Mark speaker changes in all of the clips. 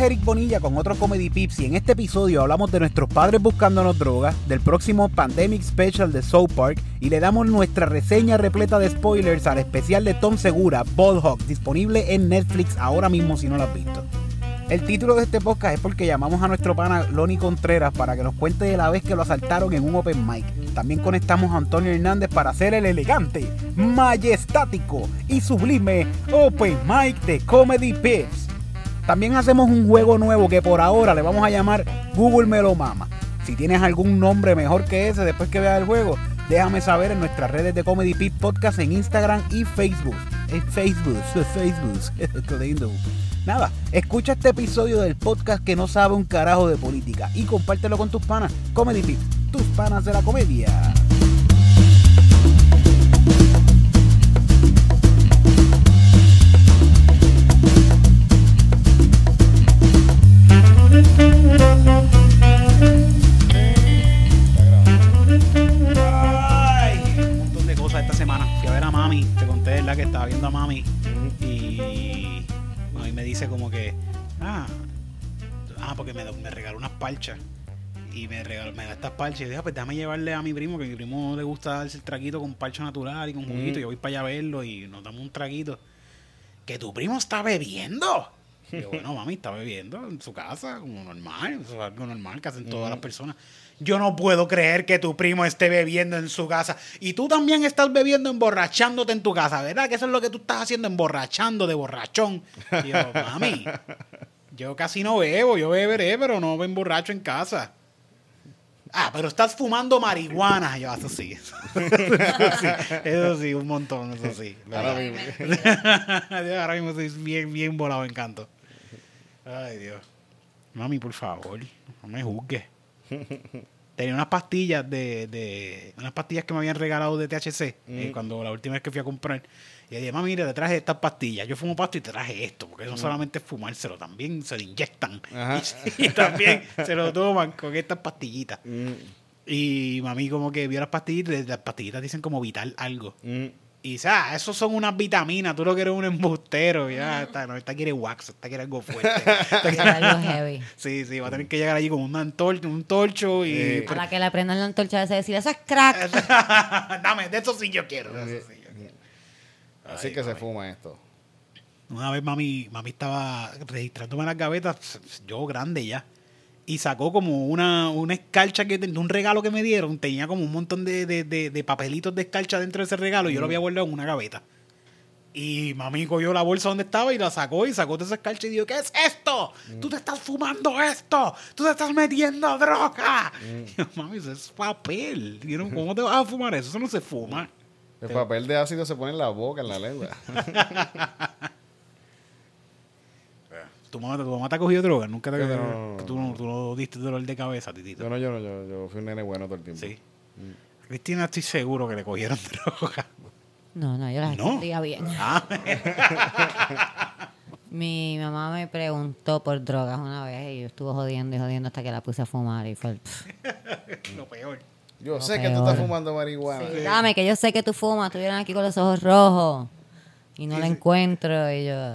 Speaker 1: Eric Bonilla con otro Comedy Pips y en este episodio hablamos de nuestros padres buscándonos drogas, del próximo Pandemic Special de South Park y le damos nuestra reseña repleta de spoilers al especial de Tom Segura, Ball Hawk, disponible en Netflix ahora mismo si no lo has visto. El título de este podcast es porque llamamos a nuestro pana Lonnie Contreras para que nos cuente de la vez que lo asaltaron en un open mic. También conectamos a Antonio Hernández para hacer el elegante, majestático y sublime open mic de Comedy Pips. También hacemos un juego nuevo que por ahora le vamos a llamar Google Me Lo Mama. Si tienes algún nombre mejor que ese después que veas el juego, déjame saber en nuestras redes de Comedy Pips Podcast en Instagram y Facebook. Facebook. Nada, escucha este episodio del podcast que no sabe un carajo de política y compártelo con tus panas. Comedy Pips, tus panas de la comedia. Ay, un montón de cosas esta semana. Fui a ver a mami, te conté, ¿verdad? Que estaba viendo a mami y me dice como que porque me regaló unas parchas y me da estas parchas y dije, pues déjame llevarle a mi primo, que a mi primo le gusta darse el traguito con parcha natural y con juguito. Yo voy para allá a verlo y nos damos un traguito. ¿Que tu primo está bebiendo? Y yo, bueno, mami, está bebiendo en su casa como normal, eso es algo normal que hacen todas las personas. Yo no puedo creer que tu primo esté bebiendo en su casa. Y tú también estás bebiendo, emborrachándote en tu casa, ¿verdad? Que eso es lo que tú estás haciendo, emborrachando de borrachón. Y yo, mami, yo casi no bebo, yo beberé, pero no me emborracho en casa. Pero estás fumando marihuana. Yo, eso sí. Eso sí, un montón, eso sí. Ahora mismo estoy bien, bien volado en canto. Ay, Dios. Mami, por favor, no me juzgues. Tenía unas pastillas unas pastillas que me habían regalado de THC cuando la última vez que fui a comprar. Y dije, mami, mira, te traje estas pastillas. Yo fumo pasto y te traje esto, porque eso solamente es fumárselo, también se lo inyectan. Y también se lo toman con estas pastillitas. Y mami como que vio las pastillitas dicen como vital algo. Y eso son unas vitaminas, tú lo que eres un embustero. Ya, esta quiere wax, esta quiere algo fuerte.
Speaker 2: Quiere algo heavy.
Speaker 1: Sí, va a tener que llegar allí con un torcho y...
Speaker 2: Para que le prendan la antorcha de decir, eso es crack.
Speaker 1: Dame, de eso sí yo quiero.
Speaker 3: Así que se fuma esto.
Speaker 1: Una vez mami estaba registrándome las gavetas, yo grande ya, y sacó como una escarcha de un regalo que me dieron. Tenía como un montón de papelitos de escarcha dentro de ese regalo y yo lo había guardado en una gaveta. Y mami cogió la bolsa donde estaba y la sacó toda esa escarcha y dijo, ¿qué es esto? Tú te estás fumando esto, tú te estás metiendo droga. Y yo, mami, eso es papel. Dijeron, ¿cómo te vas a fumar eso? Eso no se fuma.
Speaker 3: El papel de ácido se pone en la boca, en la lengua.
Speaker 1: ¿Tu mamá te ha cogido droga? ¿Nunca te
Speaker 3: No.
Speaker 1: ¿Tú no diste dolor de cabeza, titito?
Speaker 3: Yo fui un nene bueno todo el tiempo.
Speaker 1: Sí. A Cristina estoy seguro que le cogieron droga.
Speaker 2: No, yo la escondía bien. Mi mamá me preguntó por drogas una vez y yo estuve jodiendo hasta que la puse a fumar y fue
Speaker 1: Lo peor.
Speaker 3: Yo sé que tú estás fumando marihuana.
Speaker 2: Sí, dame, que yo sé que tú fumas. Tú vienes aquí con los ojos rojos y no la encuentro y yo...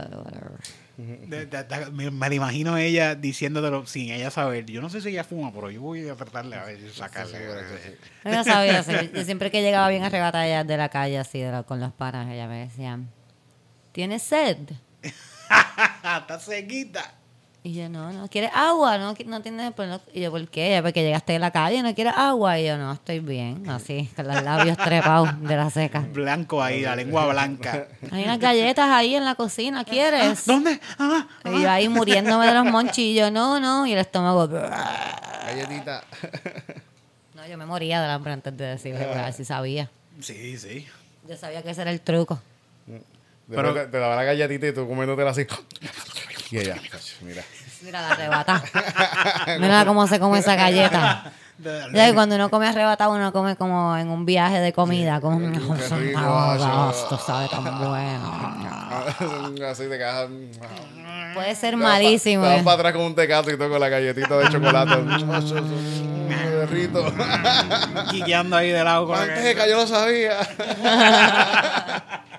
Speaker 1: Me la imagino ella diciéndotelo sin ella saber. Yo no sé si ella fuma, pero yo voy a tratarle a ver, sacarle.
Speaker 2: Ella sabía, yo siempre que llegaba bien arrebatada de la calle así con los panas, ella me decía, ¿tienes sed?
Speaker 1: Está sequita.
Speaker 2: Y yo, no, ¿quieres agua? No tienes... Y yo, ¿por qué? Ella, porque llegaste de la calle y no quieres agua. Y yo, no, estoy bien. Así, con los labios trepados de la seca.
Speaker 1: Blanco ahí, la lengua blanca.
Speaker 2: Hay unas galletas ahí en la cocina, ¿quieres?
Speaker 1: ¿Dónde?
Speaker 2: Y yo ahí muriéndome de los monchillos. No. Y el estómago...
Speaker 3: Galletita.
Speaker 2: No, yo me moría del hambre antes de decirle, a ver si sabía.
Speaker 1: Sí.
Speaker 2: Yo sabía que ese era el truco.
Speaker 3: Pero te daba la galletita y tú comiéndotela así. Y ella, mira.
Speaker 2: Mira la arrebata. Mira cómo se come esa galleta. Ya, cuando uno come arrebatado, uno come como en un viaje de comida. Como esto sabe tan bueno.
Speaker 3: Así te cajas.
Speaker 2: Puede ser malísimo.
Speaker 3: Te vas para atrás con un tecato y todo con la galletita de chocolate. Berrito.
Speaker 1: Quiqueando ahí de lado con la
Speaker 3: Manteca, yo lo sabía.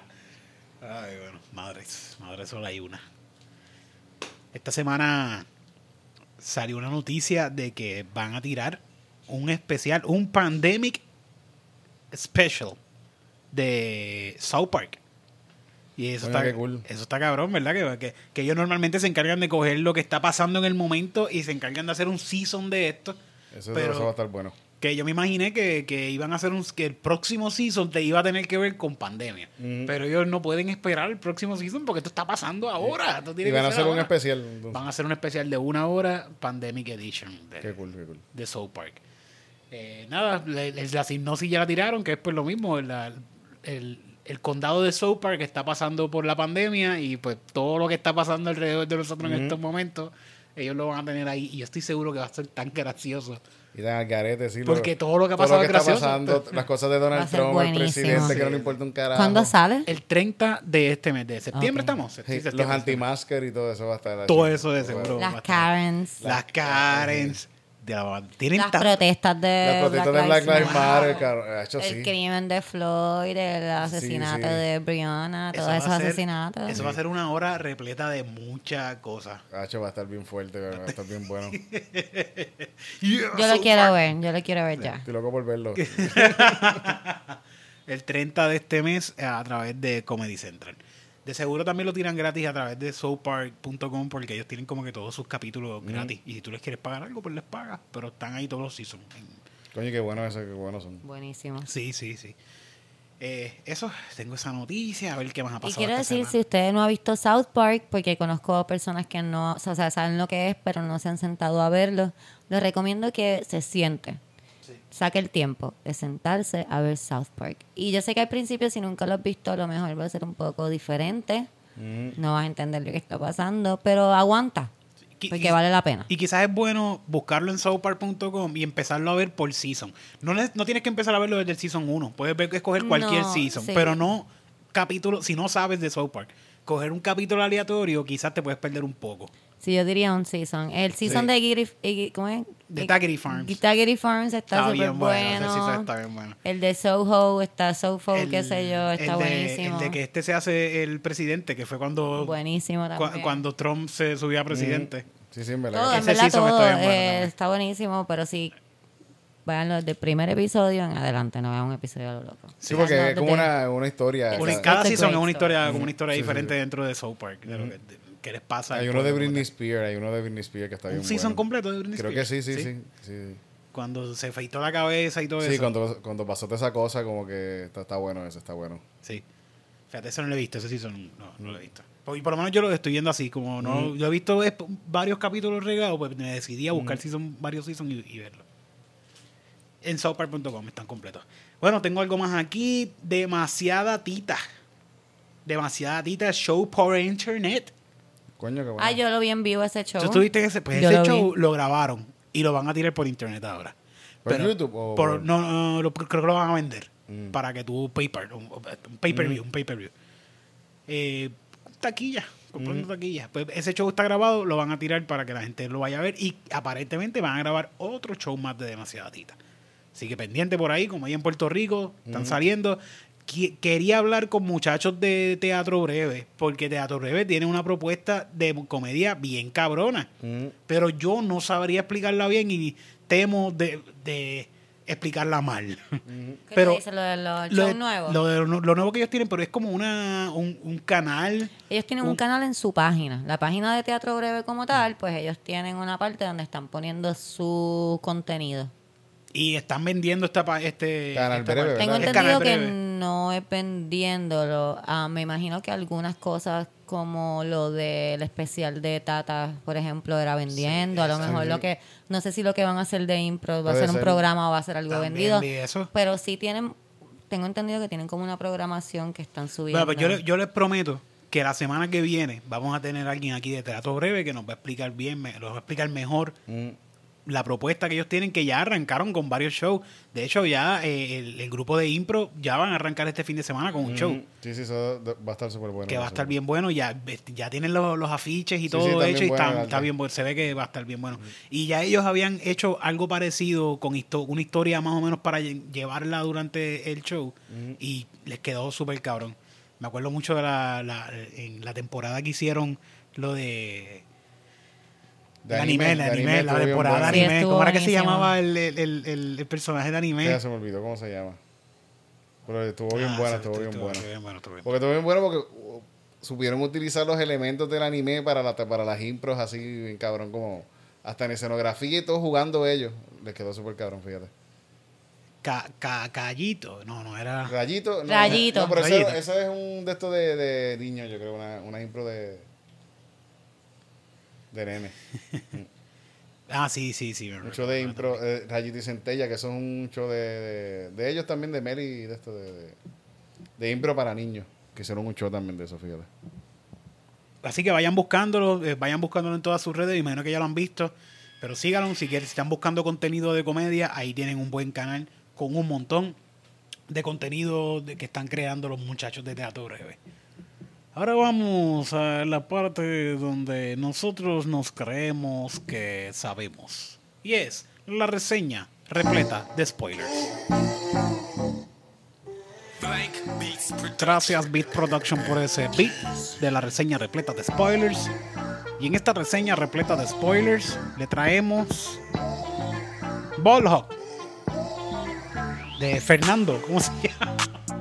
Speaker 1: Ay, bueno, madre sola hay una. Esta semana salió una noticia de que van a tirar un especial, un Pandemic Special de South Park. Y eso está cool. Eso está cabrón, ¿verdad? Que ellos normalmente se encargan de coger lo que está pasando en el momento y se encargan de hacer un season de esto.
Speaker 3: Eso va a estar bueno.
Speaker 1: Que yo me imaginé que iban a hacer que el próximo season te iba a tener que ver con pandemia. Pero ellos no pueden esperar el próximo season porque esto está pasando ahora. Esto tiene
Speaker 3: y van a hacer un especial.
Speaker 1: Entonces. Van a hacer un especial de 1 hora, Pandemic Edition.
Speaker 3: Qué cool.
Speaker 1: De South Park. Nada, la hipnosis ya la tiraron, que es pues lo mismo. El condado de South Park está pasando por la pandemia y pues todo lo que está pasando alrededor de nosotros en estos momentos, ellos lo van a tener ahí. Y yo estoy seguro que va a ser tan gracioso.
Speaker 3: Y dan al garete, sí.
Speaker 1: Porque todo lo que ha pasado
Speaker 3: es gracioso. Pasando, las cosas de Donald Trump, el presidente, que no le importa un carajo.
Speaker 2: ¿Cuándo sale?
Speaker 1: El 30 de este mes, de septiembre estamos.
Speaker 3: Sí, los anti-masker y todo eso va a estar.
Speaker 1: Todo eso de seguro.
Speaker 2: Las Karens.
Speaker 1: Las Karens.
Speaker 2: Las protestas de
Speaker 3: Black Lives Matter.
Speaker 2: El crimen de Floyd, el asesinato de Breonna, todos esos asesinatos.
Speaker 1: Eso va a ser una hora repleta de muchas cosas.
Speaker 3: Va a estar bien fuerte, va a estar bien bueno.
Speaker 2: Yo lo quiero ver ya.
Speaker 3: Estoy loco por verlo.
Speaker 1: El 30 de este mes a través de Comedy Central. De seguro también lo tiran gratis a través de soulpark.com porque ellos tienen como que todos sus capítulos gratis. Y si tú les quieres pagar algo, pues les pagas. Pero están ahí todos los seasons.
Speaker 3: Coño, qué bueno eso, qué buenos son.
Speaker 2: Buenísimo.
Speaker 1: Sí. Eso, tengo esa noticia, a ver qué más ha pasado.
Speaker 2: Y quiero decir, si usted no ha visto South Park, porque conozco personas que no, o sea, saben lo que es, pero no se han sentado a verlo, les recomiendo que se siente. Saque el tiempo de sentarse a ver South Park. Y yo sé que al principio, si nunca lo has visto, a lo mejor va a ser un poco diferente. No vas a entender lo que está pasando, pero aguanta, porque vale la pena.
Speaker 1: Y quizás es bueno buscarlo en soulpark.com y empezarlo a ver por season. No tienes que empezar a verlo desde el season 1. Puedes escoger cualquier season, pero no capítulo, si no sabes de South Park. Coger un capítulo aleatorio quizás te puedes perder un poco.
Speaker 2: Sí, yo diría un season. El season de ¿cómo es?
Speaker 1: De Taggedy Farms.
Speaker 2: Taggedy Farms está súper bueno.
Speaker 1: Ese season está bien bueno.
Speaker 2: El de Soho está qué sé yo, está buenísimo.
Speaker 1: El de que se hace el presidente, que fue cuando...
Speaker 2: Buenísimo también.
Speaker 1: Cuando Trump se subió a presidente.
Speaker 3: Sí, en verdad.
Speaker 2: Todo, en verdad todo está buenísimo, pero sí, véanlo desde el primer episodio en adelante, no vean un episodio a lo loco.
Speaker 3: Sí, porque es como una historia.
Speaker 1: Cada season es una historia, como una historia diferente dentro de South Park, de lo que les pasa.
Speaker 3: Hay uno de Britney Spears, que está bien
Speaker 1: ¿Un season completo de Britney
Speaker 3: Spears? Creo que sí.
Speaker 1: Cuando se afeitó la cabeza y todo eso.
Speaker 3: Sí, cuando pasó toda esa cosa, como que está bueno eso, está bueno.
Speaker 1: Sí. Fíjate, eso no lo he visto, ese season no lo he visto. Y por lo menos yo lo estoy viendo así, como no yo he visto varios capítulos regados, pues me decidí a buscar varios seasons y verlo. En soulpark.com están completos. Bueno, tengo algo más aquí. Demasiada Tita, show por internet.
Speaker 3: Coño, qué bueno.
Speaker 2: Yo lo vi en vivo ese show.
Speaker 1: ¿Tú estuviste en ese? Pues ese show lo grabaron y lo van a tirar por internet ahora.
Speaker 3: ¿Por YouTube? O
Speaker 1: creo que lo van a vender para que tú un pay-per-view. Taquilla, comprando taquillas. Pues ese show está grabado, lo van a tirar para que la gente lo vaya a ver y aparentemente van a grabar otro show más de Demasiada Tita. Así que pendiente por ahí, como ahí en Puerto Rico, están saliendo. Quería hablar con muchachos de Teatro Breve, porque Teatro Breve tiene una propuesta de comedia bien cabrona, pero yo no sabría explicarla bien y temo de explicarla mal.
Speaker 2: ¿Qué
Speaker 1: pero
Speaker 2: te dice lo de los shows nuevos?
Speaker 1: Lo nuevo que ellos tienen, pero es como un canal.
Speaker 2: Ellos tienen un canal en su página. La página de Teatro Breve como tal, pues ellos tienen una parte donde están poniendo su contenido.
Speaker 1: Y están vendiendo
Speaker 3: Canal Breve.
Speaker 2: Tengo entendido que no es vendiéndolo. Me imagino que algunas cosas como lo del especial de Tata, por ejemplo, era vendiendo. A lo mejor no sé si lo que van a hacer de impro va a ser un programa o va a ser algo vendido. Pero sí tengo entendido que tienen como una programación que están subiendo.
Speaker 1: Bueno, pues yo les prometo que la semana que viene vamos a tener a alguien aquí de Teatro Breve que nos va a explicar bien, nos va a explicar mejor la propuesta que ellos tienen, que ya arrancaron con varios shows. De hecho, ya el grupo de impro ya van a arrancar este fin de semana con un show.
Speaker 3: Sí, eso va a estar súper bueno.
Speaker 1: Que va a estar bien bueno. Ya tienen los afiches y todo hecho y está bien bueno. Se ve que va a estar bien bueno. Y ya ellos habían hecho algo parecido con una historia más o menos para llevarla durante el show y les quedó súper cabrón. Me acuerdo mucho de en la temporada que hicieron lo de De anime, la temporada de anime. Sí, ¿cómo era que se llamaba el personaje de anime?
Speaker 3: Ya se me olvidó cómo se llama. Pero estuvo bien buena, estuvo bien buena. Porque estuvo bien bueno porque supieron utilizar los elementos del anime para las impros así, bien cabrón, como hasta en escenografía y todo jugando ellos. Les quedó súper cabrón, fíjate.
Speaker 1: Callito, no era...
Speaker 3: Rayito.
Speaker 2: Rayito.
Speaker 3: No, pero eso es un de estos de niños, yo creo, una impro de nene.
Speaker 1: Sí.
Speaker 3: Un show de impro, Rayito y Centella, que son un show de ellos también, de Meli y de esto, de impro para niños, que hicieron un show también de eso, fíjate.
Speaker 1: Así que vayan buscándolo en todas sus redes, imagino que ya lo han visto, pero síganlo, si están buscando contenido de comedia, ahí tienen un buen canal con un montón de contenido que están creando los muchachos de Teatro Breve. Ahora vamos a la parte donde nosotros nos creemos que sabemos. Y es la reseña repleta de spoilers. Gracias Beat Production por ese beat de la reseña repleta de spoilers. Y en esta reseña repleta de spoilers le traemos Ball Hog de Fernando, ¿cómo se llama?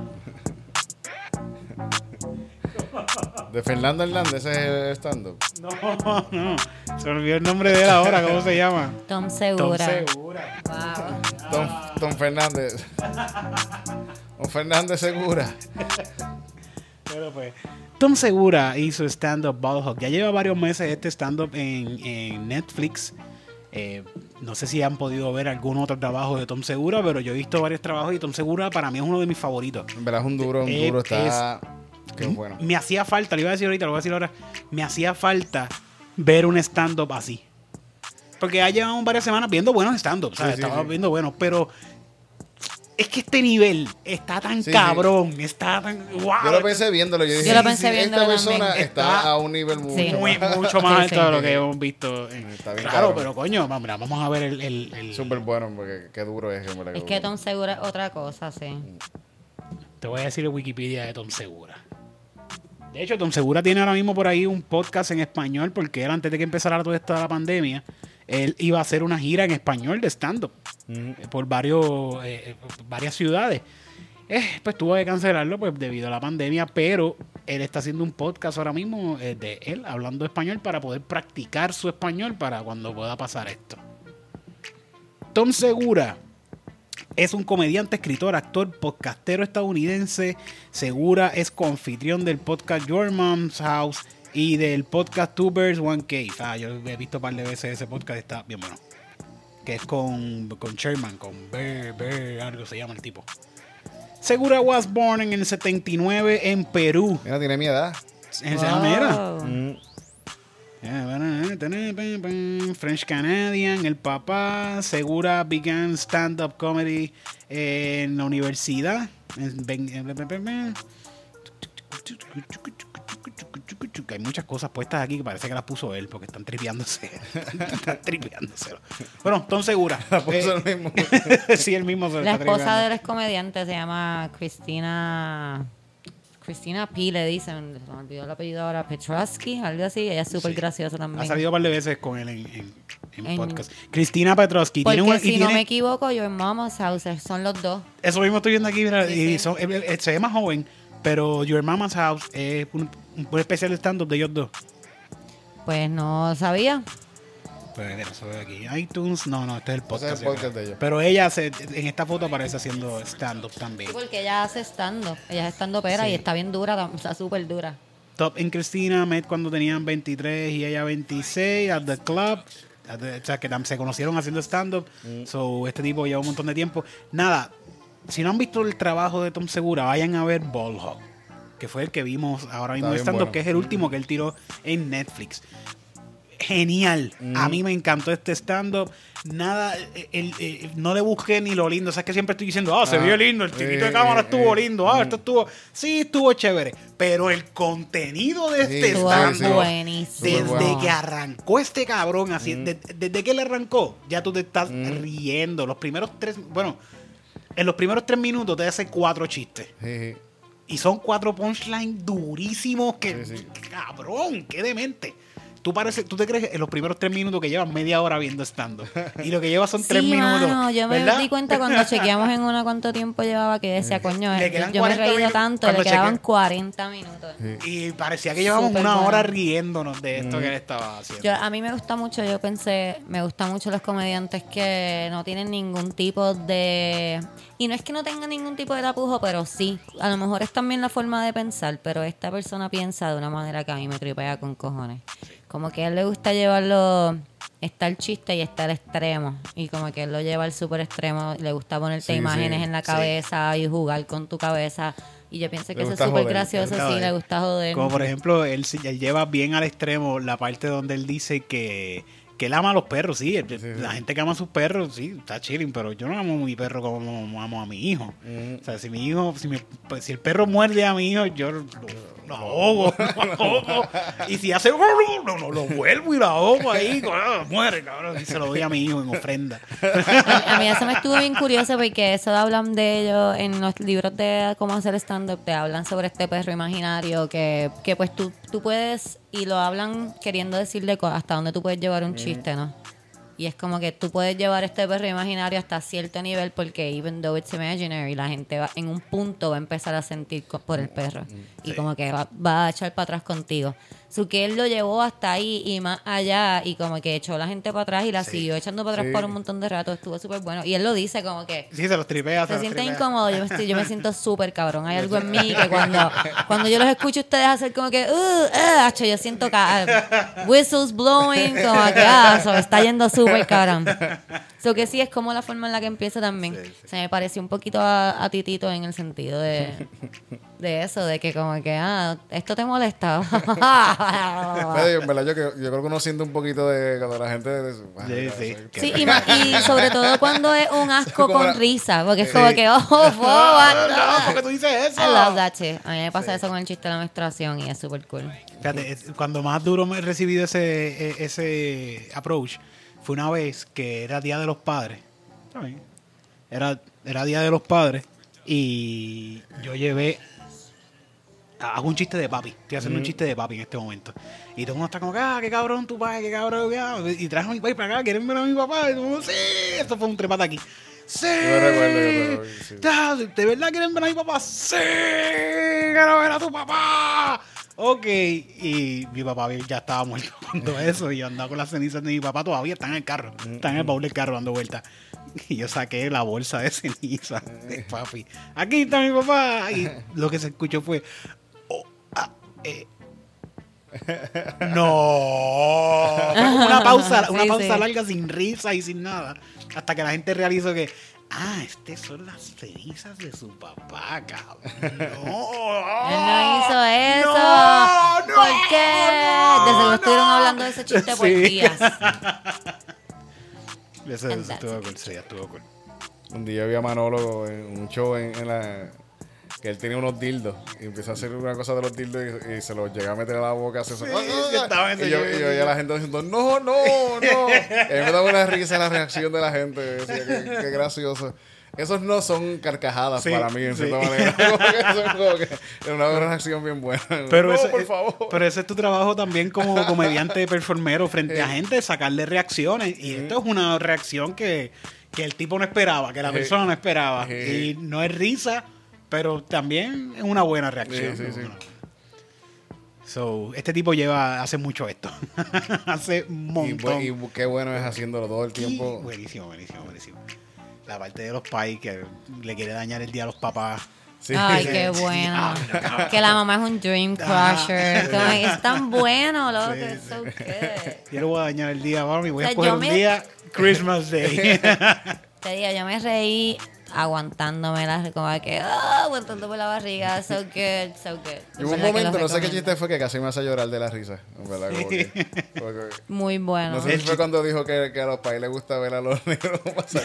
Speaker 3: De Fernando Hernández, ese es el stand-up.
Speaker 1: No, se me olvidó el nombre de él ahora, ¿cómo se llama?
Speaker 2: Tom Segura.
Speaker 3: Wow. Tom Fernández. Tom Fernández Segura.
Speaker 1: Pero pues, Tom Segura hizo stand-up Ball Hog. Ya lleva varios meses este stand-up en Netflix. No sé si han podido ver algún otro trabajo de Tom Segura, pero yo he visto varios trabajos y Tom Segura para mí es uno de mis favoritos.
Speaker 3: En verdad es un duro, está... Qué bueno.
Speaker 1: Me hacía falta, lo iba a decir ahorita, lo voy a decir ahora, me hacía falta ver un stand-up así. Porque ya llevamos varias semanas viendo buenos stand-ups, ¿sabes? Estaba viendo buenos, pero es que este nivel está tan cabrón, está tan... ¡Wow!
Speaker 3: Yo lo pensé viéndolo, yo dije, esta persona está a un nivel
Speaker 1: mucho más alto de lo que hemos visto.
Speaker 3: Está bien
Speaker 1: claro, pero coño, vamos a ver el...
Speaker 3: Súper bueno, porque qué duro es.
Speaker 2: Es que Tom Segura es otra cosa, sí.
Speaker 1: Te voy a decir el Wikipedia de Tom Segura. De hecho, Tom Segura tiene ahora mismo por ahí un podcast en español, porque él, antes de que empezara toda esta pandemia, él iba a hacer una gira en español de stand-up por varias ciudades. Pues tuvo que cancelarlo pues, debido a la pandemia, pero él está haciendo un podcast ahora mismo de él hablando español para poder practicar su español para cuando pueda pasar esto. Tom Segura es un comediante, escritor, actor, podcastero estadounidense. Segura es coanfitrión del podcast Your Mom's House y del podcast Two Bears, One Cave. Yo he visto un par de veces ese podcast, está bien bueno. Que es con Sherman, con Bear, algo se llama el tipo. Segura was born en el 79 en Perú.
Speaker 3: Mira, tiene mi edad.
Speaker 1: French Canadian, el papá. Segura began stand-up comedy en la universidad. Hay muchas cosas puestas aquí que parece que las puso él porque están tripeándose. Bueno, Tom Segura.
Speaker 3: La puso el mismo.
Speaker 1: Sí, el mismo.
Speaker 2: La esposa del ex comediante se llama Cristina P, le dicen, se me olvidó el apellido ahora, Petrovsky, algo así. Ella es súper graciosa también.
Speaker 3: Ha
Speaker 1: salido un par de veces con él en podcast. Cristina Petrovsky.
Speaker 2: Porque si no me equivoco, Your Mama's House son los dos.
Speaker 1: Eso mismo estoy viendo aquí, mira, y se ve más joven, pero Your Mama's House es un especial de stand-up de ellos dos.
Speaker 2: Pues no sabía.
Speaker 1: Pues mira, se ve aquí. iTunes, no, este es el podcast.
Speaker 3: Ese es el podcast de ellos.
Speaker 1: Pero ella en esta foto aparece haciendo stand-up también.
Speaker 2: Sí, porque ella hace stand-up. Ella es stand-upera y está bien dura, está súper dura.
Speaker 1: Top en Cristina, met cuando tenían 23 y ella 26, at the club. O sea, que se conocieron haciendo stand-up. So, este tipo lleva un montón de tiempo. Nada, si no han visto el trabajo de Tom Segura, vayan a ver Ball Hog, que fue el que vimos ahora mismo de stand-up, bueno, que es el último que él tiró en Netflix. Genial. A mí me encantó este stand-up. Nada, no le busqué ni lo lindo. O sea, es que siempre estoy diciendo, se vio lindo, el chiquito de cámara estuvo lindo, esto estuvo... Sí, estuvo chévere. Pero el contenido de este stand-up, desde que arrancó este cabrón, así, desde que él arrancó, ya tú te estás riendo. Los primeros 3... Bueno, en los primeros 3 minutos te hace 4 chistes. Y son 4 punchlines durísimos que... Cabrón, qué demente. tú te crees en los primeros 3 minutos que llevas media hora viendo stand-up. Y lo que llevas son 3 minutos.
Speaker 2: Mano, yo me di cuenta cuando chequeamos en una cuánto tiempo llevaba que decía, coño, yo me he reído tanto, le quedaban 40 minutos.
Speaker 1: Y parecía que llevábamos una hora riéndonos de esto que él estaba haciendo.
Speaker 2: A mí me gusta mucho, me gustan mucho los comediantes que no tienen ningún tipo de... Y no es que no tengan ningún tipo de tapujo, pero sí. A lo mejor es también la forma de pensar, pero esta persona piensa de una manera que a mí me tripea con cojones. Como que a él le gusta llevarlo... Está el chiste y está el extremo. Y como que él lo lleva al súper extremo. Le gusta ponerte imágenes en la cabeza y jugar con tu cabeza. Y yo pienso que eso es súper gracioso. Sí, le gusta joder.
Speaker 1: Como por ejemplo, él lleva bien al extremo la parte donde él dice que él ama a los perros, sí. La gente que ama a sus perros, sí, está chilling, pero yo no amo a mi perro como amo a mi hijo. O sea, si mi hijo, si el perro muerde a mi hijo, yo lo ahogo. Y si hace lo vuelvo y lo ahogo ahí, muere, cabrón. Y se lo doy a mi hijo en ofrenda.
Speaker 2: A mí eso me estuvo bien curioso porque eso hablan de ellos en los libros de cómo hacer stand-up, te hablan sobre este perro imaginario que pues tú puedes, y lo hablan queriendo decirle hasta dónde tú puedes llevar un chiste, ¿no? Y es como que tú puedes llevar este perro imaginario hasta cierto nivel porque even though it's imaginary, la gente en un punto va a empezar a sentir por el perro. Y como que va a echar para atrás contigo. So que él lo llevó hasta ahí y más allá y como que echó a la gente para atrás y la siguió echando para atrás por un montón de rato. Estuvo súper bueno. Y él lo dice como que...
Speaker 1: Sí, se los tripea.
Speaker 2: Se siente incómodo. Yo me siento súper cabrón. Hay algo en mí que cuando yo los escucho ustedes hacer como que... yo siento whistles blowing, como que se me está yendo súper cabrón. So que sí, es como la forma en la que empieza también. Sí. Se me pareció un poquito a Titito en el sentido de eso, de que como que, esto te molesta.
Speaker 3: Pero en verdad yo creo que uno siente un poquito de cuando la gente...
Speaker 2: Sí, y sobre todo cuando es un asco con risa, porque es como que, ¿por
Speaker 1: qué tú dices eso?
Speaker 2: I love that shit. A mí me pasa eso con el chiste de la menstruación y es súper cool.
Speaker 1: Fíjate, cuando más duro me he recibido ese approach fue una vez que era Día de los Padres. Era Día de los Padres y yo llevé... Hago un chiste de papi. Estoy haciendo un chiste de papi en este momento. Y todo el mundo está como, qué cabrón tu padre, qué cabrón. Y traes a mi papi para acá, ¿quieren ver a mi papá? Y todo el mundo, sí. Esto fue un trepata aquí. ¡Sí!
Speaker 3: Yo recuerdo. Sí.
Speaker 1: ¿De verdad quieren ver a mi papá? ¡Sí! ¡Quiero ver a tu papá! Ok. Y mi papá ya estaba muerto cuando eso. Y yo andaba con las cenizas de mi papá. Todavía están en el carro. Están en el baúl del carro dando vueltas. Y yo saqué la bolsa de ceniza de papi. Aquí está mi papá. Y lo que se escuchó fue... No. Una pausa larga sin risa y sin nada. Hasta que la gente realizó que estas son las cenizas de su papá, cabrón. No.
Speaker 2: Él no hizo eso.
Speaker 1: No,
Speaker 2: ¿Por qué? Desde que estuvieron hablando de ese chiste por días.
Speaker 1: Eso estuvo cool.
Speaker 3: Un día vi a Manolo en un show en la... que él tenía unos dildos y empezó a hacer una cosa de los dildos y se los llega a meter a la boca. Y yo veía a la gente diciendo, no. Y a mí me daba una risa la reacción de la gente. Decía, qué gracioso. Esos no son carcajadas para mí, en cierta manera. Es una reacción bien buena.
Speaker 1: Pero
Speaker 3: por favor.
Speaker 1: Pero ese es tu trabajo también como comediante performero frente a gente, sacarle reacciones. Y esto es una reacción que el tipo no esperaba, que la persona no esperaba. Y no es risa, pero también es una buena reacción. Sí. So, este tipo hace mucho esto. Hace un montón.
Speaker 3: Y qué bueno es haciéndolo todo el tiempo.
Speaker 1: Buenísimo. La parte de los pais que le quiere dañar el día a los papás.
Speaker 2: Sí. Ay, qué bueno. Que la mamá es un dream crusher. Es tan bueno, loco. Es so good.
Speaker 1: Yo le voy a dañar el día, mami. Voy a escoger un día Christmas Day.
Speaker 2: Te digo, yo me reí aguantándomela, como que aguantando por la barriga. So good.
Speaker 3: Y hubo un momento, no sé qué chiste fue, que casi me hace llorar de la risa, ¿verdad?
Speaker 2: Muy bueno.
Speaker 3: No sé si fue cuando dijo que a los pais les gusta ver a los negros pasar.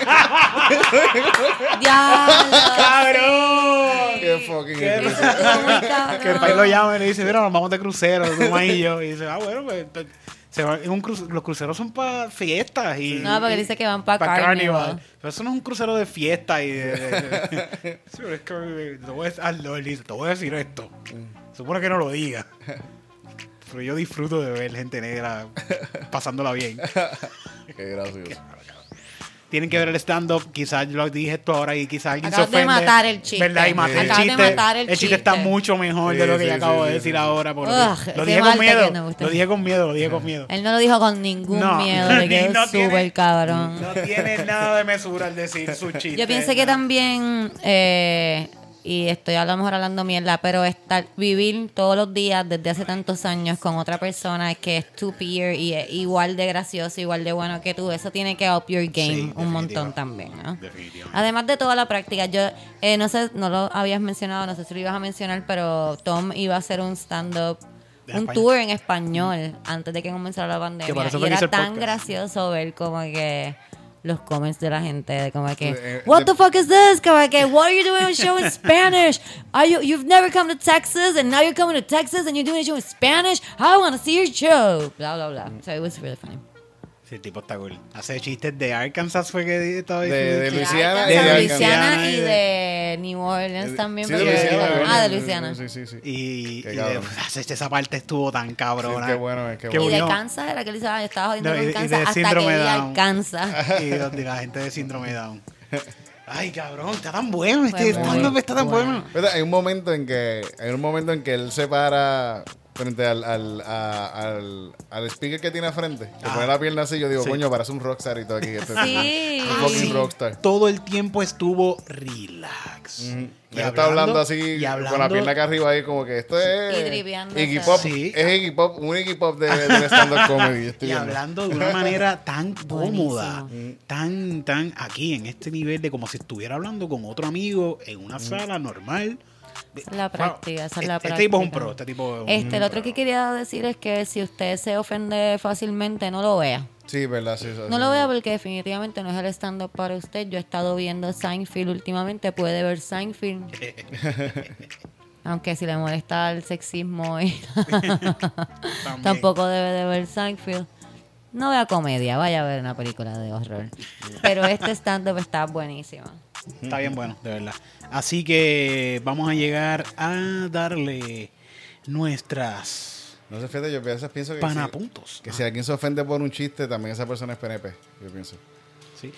Speaker 1: ¡Cabrón!
Speaker 3: ¡Qué fucking
Speaker 1: que el país lo llama y le dice, mira, nos vamos de crucero, tú y yo. Y dice, bueno, pues... los cruceros son para fiestas.
Speaker 2: No, porque dice que van para Carnival.
Speaker 1: Pero eso no es un crucero de fiesta. Sí, pero es que te voy a decir esto. Supone que no lo diga. pero yo disfruto de ver gente negra pasándola bien.
Speaker 3: Qué gracioso.
Speaker 1: Tienen que ver el stand-up. Quizás yo lo dije esto ahora y quizás alguien
Speaker 2: Acabas
Speaker 1: se ofende.
Speaker 2: de matar el chiste.
Speaker 1: ¿Verdad? Y maté
Speaker 2: Acabas
Speaker 1: el
Speaker 2: de
Speaker 1: chiste.
Speaker 2: matar el
Speaker 1: chiste
Speaker 2: chiste.
Speaker 1: está mucho mejor de lo que yo acabo de decir ahora. Por lo dije con miedo. Lo dije con miedo.
Speaker 2: Él no lo dijo con ningún miedo. Le quedó súper cabrón.
Speaker 1: No tiene nada de mesura al decir su chiste.
Speaker 2: Yo pienso que también, y estoy a lo mejor hablando mierda, pero vivir todos los días desde hace tantos años con otra persona que es tu peer y es igual de gracioso, igual de bueno que tú, eso tiene que up your game un montón también, ¿no? Definitivamente. Además de toda la práctica, yo no sé, no lo habías mencionado, no sé si lo ibas a mencionar, pero Tom iba a hacer un stand-up, un tour en español antes de que comenzara la pandemia. Y era tan gracioso ver como que los comments de la gente de como que what the fuck is this, como que what are you doing a show in Spanish, you've never come to Texas and now you're coming to Texas and you're doing a show in Spanish, I want to see your show, bla bla bla. So it was really funny.
Speaker 1: Sí, el tipo está cool. Hace chistes de Arkansas, fue que estaba
Speaker 3: de Luisiana,
Speaker 2: de Luisiana y de New Orleans también.
Speaker 3: Sí, de Luisiana.
Speaker 2: De Luisiana.
Speaker 3: Sí.
Speaker 1: Y esa parte estuvo tan cabrona.
Speaker 3: Sí, qué bueno.
Speaker 2: Y de Kansas era que él decía, yo estaba jodiendo con Kansas hasta que vi a Kansas.
Speaker 1: Y de la gente de síndrome de Down. Ay, cabrón, está tan bueno. Stand-up está tan bueno.
Speaker 3: Hay un momento en que él se para frente al speaker que tiene al frente. Le pone la pierna así. Yo digo, coño, parece un rockstar y todo aquí.
Speaker 2: Sí.
Speaker 3: Un fucking rockstar.
Speaker 1: Todo el tiempo estuvo relax.
Speaker 3: Y está hablando así, con la pierna acá arriba ahí, como que esto es Iggy Pop. Sí. Es Iggy Pop, un Iggy Pop del stand-up comedy.
Speaker 1: Y hablando de una manera tan cómoda, tan aquí, en este nivel de como si estuviera hablando con otro amigo en una sala normal.
Speaker 2: Esa es la práctica,
Speaker 1: Este tipo es un pro.
Speaker 2: El otro que quería decir es que si usted se ofende fácilmente, no lo vea.
Speaker 3: Sí, verdad, sí.
Speaker 2: No lo vea porque definitivamente no es el stand-up para usted. Yo he estado viendo Seinfeld últimamente, puede ver Seinfeld. Aunque si le molesta el sexismo tampoco debe de ver Seinfeld. No vea comedia, vaya a ver una película de horror. Pero este stand-up está buenísimo.
Speaker 1: Está bien bueno, de verdad. Así que vamos a llegar a darle nuestras...
Speaker 3: No sé, fíjate, yo a veces pienso que
Speaker 1: panapuntos.
Speaker 3: Que si alguien se ofende por un chiste, también esa persona es PNP, yo pienso.
Speaker 1: Sí.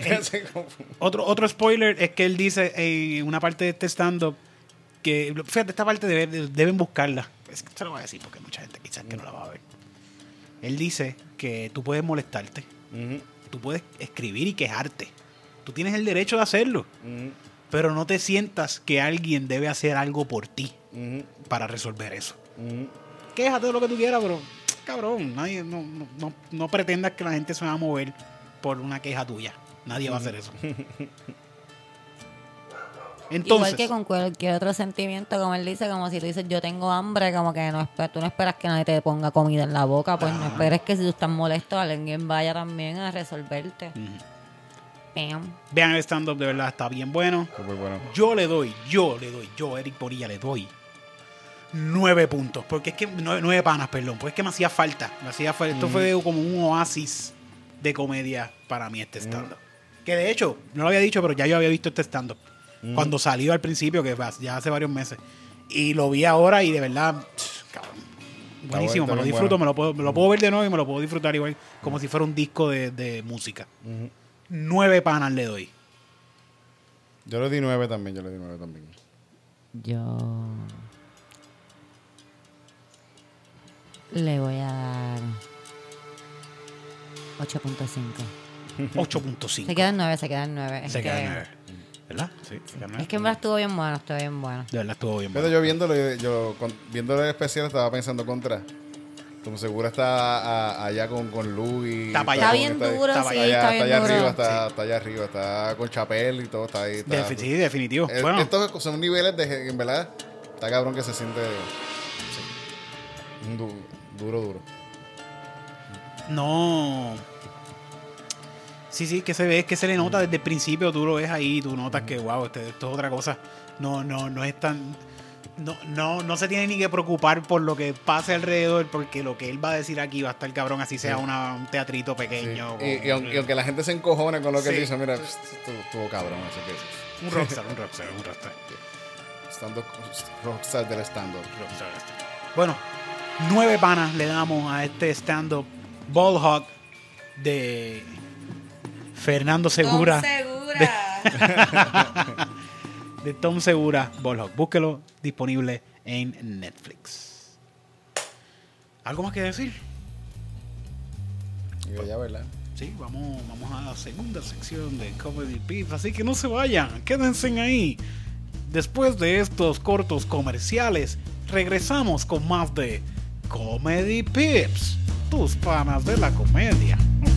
Speaker 1: Otro spoiler es que él dice en una parte de este stand-up que, fíjate, esta parte deben buscarla. Es que se lo voy a decir porque mucha gente quizás que no la va a ver. Él dice que tú puedes molestarte, tú puedes escribir y quejarte. Tú tienes el derecho de hacerlo, pero no te sientas que alguien debe hacer algo por ti para resolver eso. Quéjate de lo que tú quieras, pero cabrón, nadie, no pretendas que la gente se va a mover por una queja tuya. Nadie va a hacer eso. Entonces,
Speaker 2: igual que con cualquier otro sentimiento, como él dice, como si tú dices yo tengo hambre, como que tú no esperas que nadie te ponga comida en la boca, pues no esperes que si tú estás molesto alguien vaya también a resolverte.
Speaker 1: Vean el stand-up, de verdad, está bien bueno.
Speaker 3: Muy bueno.
Speaker 1: Yo, Eric Porilla, le doy 9 puntos. Porque es que 9 panas, perdón. Porque es que me hacía falta. Esto fue como un oasis de comedia para mí, este stand-up. Que de hecho, no lo había dicho, pero ya yo había visto este stand-up. Cuando salió al principio, que ya hace varios meses. Y lo vi ahora y de verdad, cabrón, buenísimo. Me lo disfruto, bueno. me lo puedo ver de nuevo y me lo puedo disfrutar igual como si fuera un disco de música. 9 panas le doy.
Speaker 3: Yo le di 9 también.
Speaker 2: Yo le voy a dar 8.5.
Speaker 1: 8.5.
Speaker 2: Se queda en 9. Se queda en 9.
Speaker 1: ¿Verdad? Sí, se queda en 9.
Speaker 2: Es que en verdad estuvo bien bueno,
Speaker 1: De verdad estuvo bien bueno.
Speaker 3: Pero yo viéndolo el especial estaba pensando contra. Como seguro está allá con Lu y...
Speaker 2: Está bien duro, sí,
Speaker 3: está allá arriba, está allá arriba, está con Chapel y todo, está ahí.
Speaker 1: Sí, definitivo. Bueno.
Speaker 3: Estos son niveles de, en verdad, está cabrón que se siente duro.
Speaker 1: No. Sí, que se ve, es que se le nota desde el principio, tú lo ves ahí, tú notas que, wow, esto es otra cosa. No es tan... No se tiene ni que preocupar por lo que pase alrededor, porque lo que él va a decir aquí va a estar cabrón, así sea un teatrito pequeño.
Speaker 3: Sí. Y aunque la gente se encojone con lo que él dice, mira, estuvo cabrón, así que...
Speaker 1: Un rockstar.
Speaker 3: Rockstar del stand-up.
Speaker 1: Bueno, 9 panas le damos a este stand-up Ball Hawk de Fernando Segura.
Speaker 2: Tom Segura.
Speaker 1: De Tom Segura, Ball Hawk. Búsquelo, disponible en Netflix. ¿Algo más que decir?
Speaker 3: Ya, ¿verdad?
Speaker 1: Sí, vamos a la segunda sección de Comedy Pips, así que no se vayan, quédense ahí. Después de estos cortos comerciales, regresamos con más de Comedy Pips, tus panas de la comedia.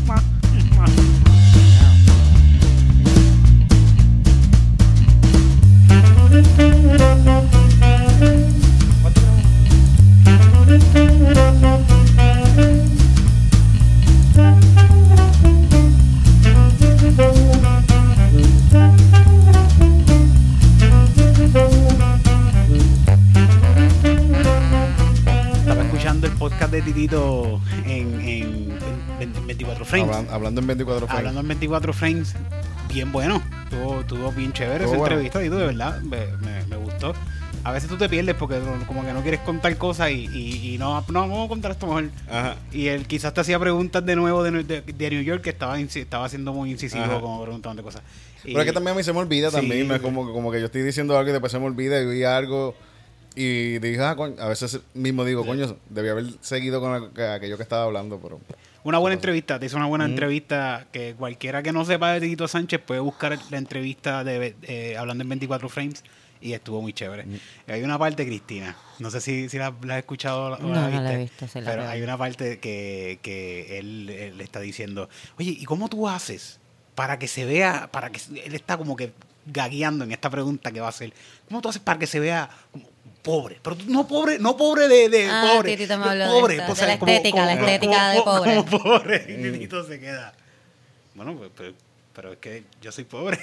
Speaker 1: Estaba escuchando el podcast de Titito en 24 frames.
Speaker 3: Hablando en 24 frames.
Speaker 1: Hablando en 24 frames, bien bueno. Estuvo bien chévere esa entrevista, Tito, de verdad. Me gustó. A veces tú te pierdes porque como que no quieres contar cosas y no vamos a contar esto mejor.
Speaker 3: Ajá.
Speaker 1: Y él quizás te hacía preguntas de nuevo de New York, que estaba siendo muy incisivo. Ajá. Como preguntando cosas.
Speaker 3: Pero es que también a mí se me olvida también. No es como que yo estoy diciendo algo y después se me olvida y vi algo y dije, a veces mismo digo, coño, debía haber seguido con aquello que estaba hablando, pero...
Speaker 1: Una buena entrevista, te hizo una buena entrevista que cualquiera que no sepa de Tito Sánchez puede buscar la entrevista de Hablando en 24 frames y estuvo muy chévere. Hay una parte, Cristina, no sé si la has escuchado o
Speaker 2: no la he visto,
Speaker 1: pero hay una parte que él le está diciendo, oye, ¿y cómo tú haces para que se vea, para que él está como que gagueando en esta pregunta que va a hacer? ¿Cómo tú haces para que se vea como pobre? Pero no pobre de pobre.
Speaker 2: Titito me habló
Speaker 1: pobre,
Speaker 2: de,
Speaker 1: pues,
Speaker 2: de la estética, la estética de pobre.
Speaker 1: Como pobre. Y Titito se queda. Bueno, pues, pero es que yo soy pobre.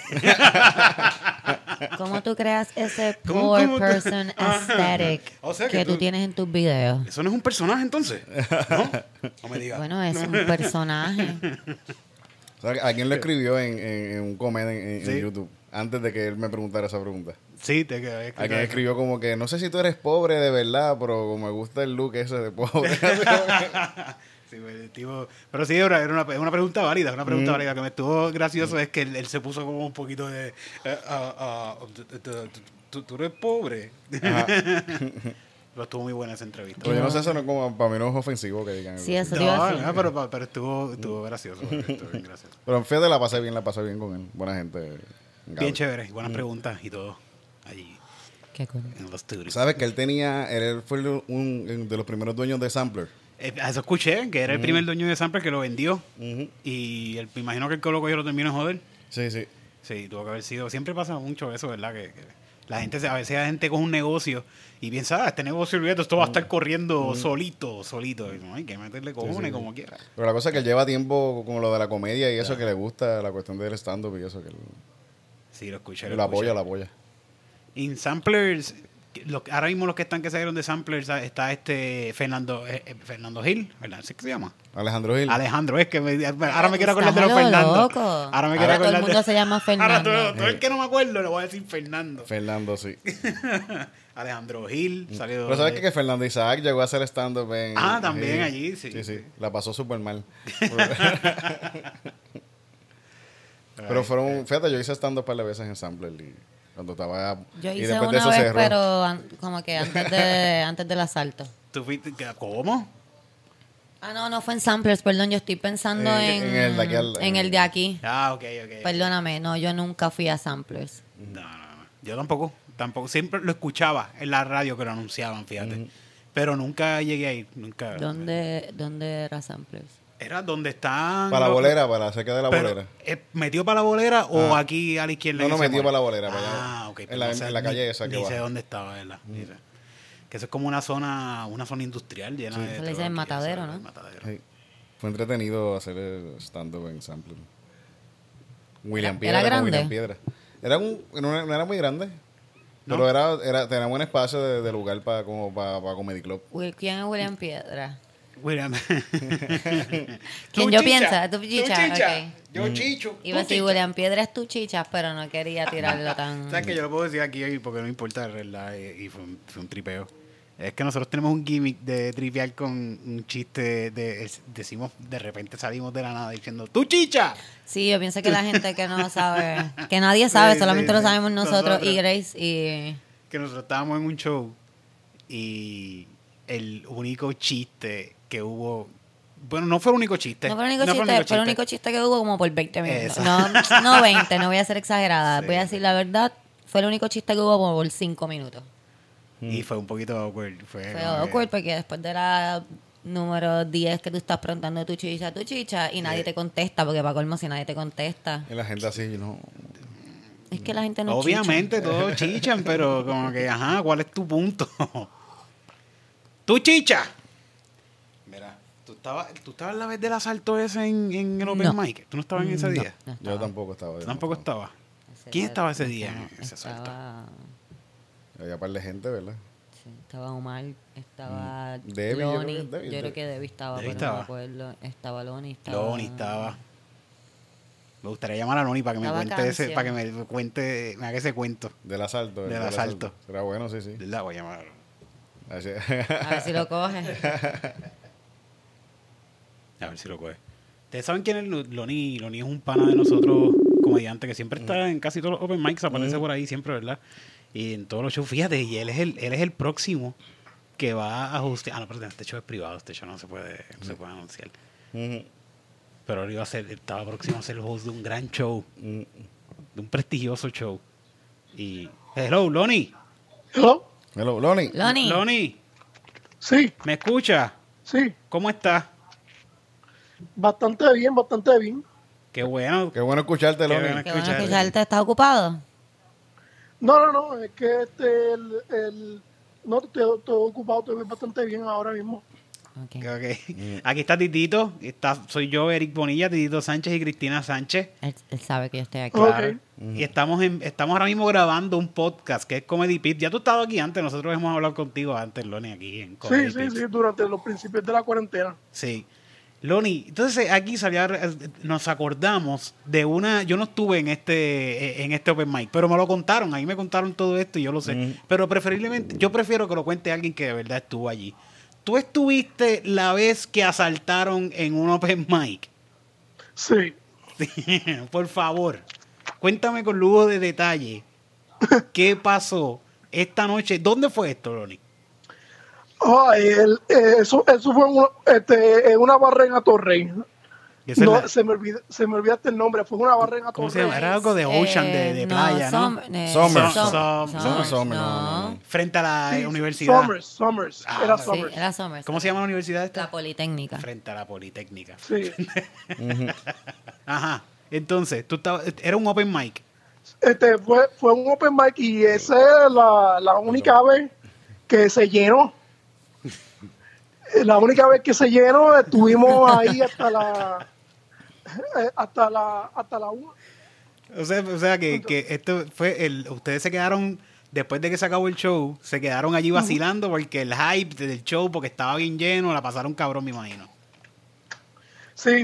Speaker 2: ¿Cómo tú creas ese poor person aesthetic que tú tienes en tus videos?
Speaker 1: Eso no es un personaje entonces, ¿no? No me digas.
Speaker 2: Bueno, es un personaje.
Speaker 3: O sea, alguien lo escribió en un comment en YouTube antes de que él me preguntara esa pregunta.
Speaker 1: Sí,
Speaker 3: alguien escribió como que no sé si tú eres pobre de verdad, pero me gusta el look ese de pobre.
Speaker 1: Sí, pero sí, era una pregunta válida, válida. Que me estuvo gracioso es que él se puso como un poquito de tú eres pobre. Pero estuvo muy buena esa entrevista.
Speaker 3: Pero yo no sé, eso no como, para mí no es ofensivo que digan.
Speaker 2: Sí, eso no,
Speaker 1: pero estuvo gracioso. Estuvo bien gracioso.
Speaker 3: Pero en Fede la pasé bien con él. Buena gente.
Speaker 1: Bien chévere, buenas preguntas y todo allí.
Speaker 2: Qué cool.
Speaker 1: En los estudios.
Speaker 3: ¿Sabes que él fue un de los primeros dueños de Sampler?
Speaker 1: Eso escuché, que era el primer dueño de Sampler que lo vendió. Y me imagino que el que lo cogió lo terminó de joder.
Speaker 3: Sí, sí.
Speaker 1: Sí, tuvo que haber sido. Siempre pasa mucho eso, ¿verdad? Que la gente, a veces la gente coge un negocio y piensa, este negocio, olvídate, esto va a estar corriendo solito. Y no, hay que meterle cojones como quiera.
Speaker 3: Pero la cosa es que él lleva tiempo con lo de la comedia y eso, que le gusta la cuestión del stand-up y eso. Que
Speaker 1: sí, lo escuché.
Speaker 3: Lo apoya.
Speaker 1: En Samplers, ahora mismo los que salieron de Samplers está Fernando Gil, ¿verdad? ¿Sí que se llama?
Speaker 3: Alejandro Gil.
Speaker 1: Alejandro, es que ahora me quiero acordar de los Fernando.
Speaker 2: Loco.
Speaker 1: Ahora me quiero acordar
Speaker 2: todo el mundo se llama Fernando.
Speaker 1: Ahora todo el que no me acuerdo le voy a decir Fernando.
Speaker 3: Fernando, sí.
Speaker 1: Alejandro Gil salió.
Speaker 3: Pero sabes que Fernando Isaac llegó a hacer stand-up en...
Speaker 1: también allí, sí.
Speaker 3: Sí. La pasó súper mal. Pero fíjate, yo hice stand-up un par de veces en Sampler y cuando estaba...
Speaker 2: Yo hice una vez, pero como que antes del asalto.
Speaker 1: ¿Tú fuiste? ¿Cómo?
Speaker 2: No fue en Samplers, perdón, yo estoy pensando en el de aquí.
Speaker 1: Ok.
Speaker 2: Perdóname, no, yo nunca fui a Samplers.
Speaker 1: No, yo tampoco. Siempre lo escuchaba en la radio que lo anunciaban, fíjate. Pero nunca llegué a ir, nunca.
Speaker 2: ¿Dónde era Samplers?
Speaker 1: Era donde están...
Speaker 3: Para la bolera, para cerca de la bolera.
Speaker 1: ¿Metió para la bolera o aquí a la izquierda?
Speaker 3: No, metió para la bolera. Para allá,
Speaker 1: ok.
Speaker 3: En la calle esa que va.
Speaker 1: Ni sé dónde estaba, ¿verdad? Que eso es como una zona industrial llena de...
Speaker 2: Se le dice el matadero, ¿no?
Speaker 3: Sí. Fue entretenido hacer el stand-up en Sampler. William Piedra.
Speaker 2: ¿Era grande?
Speaker 3: William Piedra. No era muy grande.
Speaker 1: ¿No?
Speaker 3: Pero tenía buen espacio de lugar para Comedy Club.
Speaker 2: ¿Quién es William Piedra?
Speaker 1: William.
Speaker 2: ¿Quién yo piensa? ¿Tu chicha? Okay.
Speaker 1: Yo chicho.
Speaker 2: Iba a decir William Piedra es tu chicha, pero no quería tirarlo tan...
Speaker 1: ¿Sabes que yo lo puedo decir aquí hoy porque no importa, ¿verdad? Y fue un tripeo. Es que nosotros tenemos un gimmick de trivial con un chiste decimos, de repente salimos de la nada diciendo ¡tú chicha!
Speaker 2: Sí, yo pienso que la gente que no sabe, que nadie sabe,
Speaker 1: Sí,
Speaker 2: solamente
Speaker 1: sí,
Speaker 2: lo
Speaker 1: sí.
Speaker 2: sabemos nosotros y Grace y...
Speaker 1: Que nosotros estábamos en un show y el único chiste que hubo... Bueno, no fue el único chiste.
Speaker 2: No fue el único chiste, fue el único chiste que hubo como por 20 minutos. No 20, no voy a ser exagerada.
Speaker 1: Sí.
Speaker 2: Voy a decir la verdad, fue el único chiste que hubo como por 5 minutos.
Speaker 1: Y fue un poquito awkward. Fue
Speaker 2: Awkward porque después de la número 10 que tú estás preguntando tu chicha, y nadie te contesta, porque para colmo si nadie te contesta.
Speaker 3: Y la gente así, no.
Speaker 2: Es que la gente no
Speaker 1: Obviamente
Speaker 2: chicha.
Speaker 1: todos chichan, pero como que, ajá, ¿cuál es tu punto? ¡Tú chicha! Mira, ¿tú estabas la vez del asalto ese en el Open
Speaker 2: No.
Speaker 1: Mic? ¿Tú no estabas en ese día?
Speaker 2: No
Speaker 3: Yo tampoco estaba.
Speaker 1: ¿Tú tampoco estabas? ¿Quién estaba ese día en ese
Speaker 2: estaba,
Speaker 1: asalto?
Speaker 3: Había un par de gente, ¿verdad?
Speaker 2: sí, estaba Omar, estaba
Speaker 3: Debbie, yo creo que
Speaker 2: Lonnie.
Speaker 3: es Debbie,
Speaker 2: Yo creo que Debbie estaba,
Speaker 1: Debbie
Speaker 2: pero no me
Speaker 1: estaba.
Speaker 2: acuerdo. Estaba Lonnie,
Speaker 1: estaba. Me gustaría llamar a Loni para que me
Speaker 2: Estaba
Speaker 1: cuente ese,
Speaker 2: Cancio.
Speaker 1: para que me cuente, me haga ese cuento.
Speaker 3: Del asalto.
Speaker 1: Del asalto.
Speaker 3: Era bueno, sí, sí.
Speaker 1: La voy a llamar.
Speaker 3: Así-
Speaker 2: A ver si lo coge.
Speaker 1: A ver si lo coge. Ustedes saben quién es Loni. Loni es un pana de nosotros, comediante, que siempre está en casi todos los open mics, aparece por ahí siempre, ¿verdad? Y en todos los shows, fíjate, y él es el próximo que va a hostear. Ah, no, perdón, este show es privado, este show no se puede anunciar.
Speaker 3: Ujú.
Speaker 1: Pero él estaba próximo a ser el host de un gran show, de un prestigioso show. Y, hello, Loni.
Speaker 4: Hello.
Speaker 3: Hello, Lonnie.
Speaker 2: Lonnie.
Speaker 1: Loni,
Speaker 4: Sí,
Speaker 1: ¿me escucha?
Speaker 4: sí.
Speaker 1: ¿Cómo estás?
Speaker 4: Bastante bien, bastante bien.
Speaker 1: Qué bueno.
Speaker 3: Qué bueno escucharte,
Speaker 1: Qué
Speaker 3: Lonnie.
Speaker 1: bueno.
Speaker 2: Qué bueno
Speaker 1: escuchar.
Speaker 2: escucharte. ¿Estás ocupado?
Speaker 4: No, es que no, estoy ocupado, estoy bastante bien ahora mismo.
Speaker 2: Ok.
Speaker 1: Ok. Aquí está Titito, soy yo, Eric Bonilla, Titito Sánchez y Cristina Sánchez.
Speaker 2: Él sabe que yo estoy aquí.
Speaker 4: Ok.
Speaker 1: Claro. Y estamos ahora mismo grabando un podcast que es Comedy Pit. Ya tú has estado aquí antes, nosotros hemos hablado contigo antes, Loni, aquí en Comedy
Speaker 4: Sí,
Speaker 1: Pit.
Speaker 4: sí, durante los principios de la cuarentena.
Speaker 1: Sí. Loni, entonces aquí nos acordamos de yo no estuve en este open mic, pero me lo contaron, ahí me contaron todo esto y yo lo sé. Pero yo prefiero que lo cuente alguien que de verdad estuvo allí. ¿Tú estuviste la vez que asaltaron en un open mic?
Speaker 4: Sí.
Speaker 1: Por favor, cuéntame con lujo de detalle qué pasó esta noche. ¿Dónde fue esto, Loni?
Speaker 4: Eso fue en una barra en Atorrey.
Speaker 1: Esa es
Speaker 4: No,
Speaker 1: la-
Speaker 4: se me olvidó hasta el nombre. Fue una barra en Atorrey.
Speaker 1: ¿Cómo se llama? Era algo de Ocean, de playa, ¿no?
Speaker 3: Summer.
Speaker 2: Summer.
Speaker 3: No.
Speaker 1: Frente a la
Speaker 4: Sí,
Speaker 1: universidad.
Speaker 4: Summers.
Speaker 1: Ah,
Speaker 4: Era
Speaker 1: sí,
Speaker 2: Sí,
Speaker 4: Summers.
Speaker 2: era Summers.
Speaker 1: ¿Cómo se llama la universidad esta?
Speaker 2: La Politécnica.
Speaker 1: Frente a la Politécnica.
Speaker 4: Sí.
Speaker 1: Ajá. Entonces, era un open mic.
Speaker 4: Fue un open mic y esa es la única vez que se llenó. La única vez que se llenó, estuvimos ahí hasta la 1.
Speaker 1: O sea que esto fue ustedes se quedaron, después de que se acabó el show, se quedaron allí vacilando porque el hype del show, porque estaba bien lleno, la pasaron cabrón, me imagino.
Speaker 4: Sí.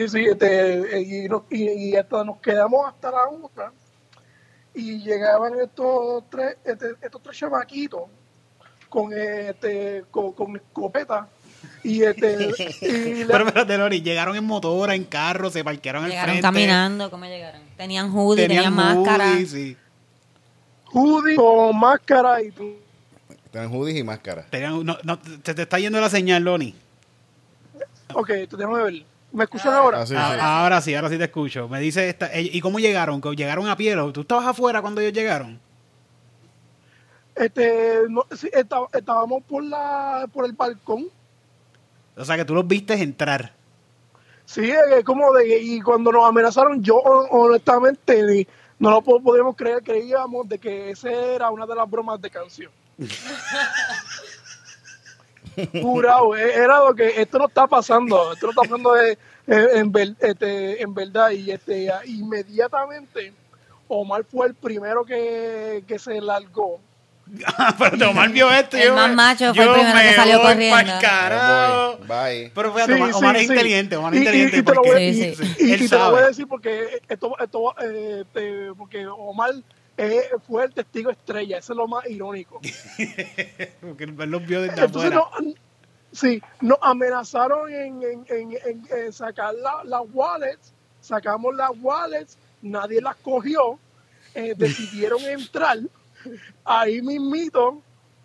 Speaker 4: Nos quedamos hasta la 1 y llegaban estos tres chamaquitos con escopeta y
Speaker 1: Pero espérate, Lori, llegaron en motora, en carro, se parquearon al
Speaker 2: Llegaron
Speaker 1: frente.
Speaker 2: caminando. ¿Cómo llegaron? Tenían hoodie, tenían máscara.
Speaker 1: hoodie, sí.
Speaker 4: hoodie con máscara y tú.
Speaker 3: Tenían hoodies y máscara.
Speaker 1: Se te está yendo la señal, Loni.
Speaker 4: Ok, déjame ver. ¿Me escuchan ahora?
Speaker 3: Ah, sí,
Speaker 1: Ahora sí te escucho. Me dice ¿y cómo llegaron? ¿Llegaron a pie? ¿Tú estabas afuera cuando ellos llegaron?
Speaker 4: Sí, estábamos por el balcón.
Speaker 1: O sea, que tú los viste entrar.
Speaker 4: Sí, y cuando nos amenazaron, yo honestamente no lo podíamos creer, creíamos de que esa era una de las bromas de canción. Jurado, era lo que esto no está pasando en verdad y inmediatamente Omar fue el primero que se largó.
Speaker 1: Pero Omar vio esto.
Speaker 2: El más macho fue el primero que salió corriendo.
Speaker 1: Carajo.
Speaker 3: Bye.
Speaker 1: Pero fíjate, Omar es inteligente. Omar es inteligente.
Speaker 4: Y te lo
Speaker 1: porque
Speaker 4: voy,
Speaker 2: Sí, sí.
Speaker 4: y
Speaker 1: él
Speaker 4: te lo voy a
Speaker 1: sabe.
Speaker 4: decir porque porque Omar fue el testigo estrella. Eso es lo más irónico.
Speaker 1: Porque él los vio desde
Speaker 4: Entonces
Speaker 1: afuera.
Speaker 4: sí, nos amenazaron en sacar las wallets. Sacamos las wallets, nadie las cogió. Decidieron entrar. Ahí mismito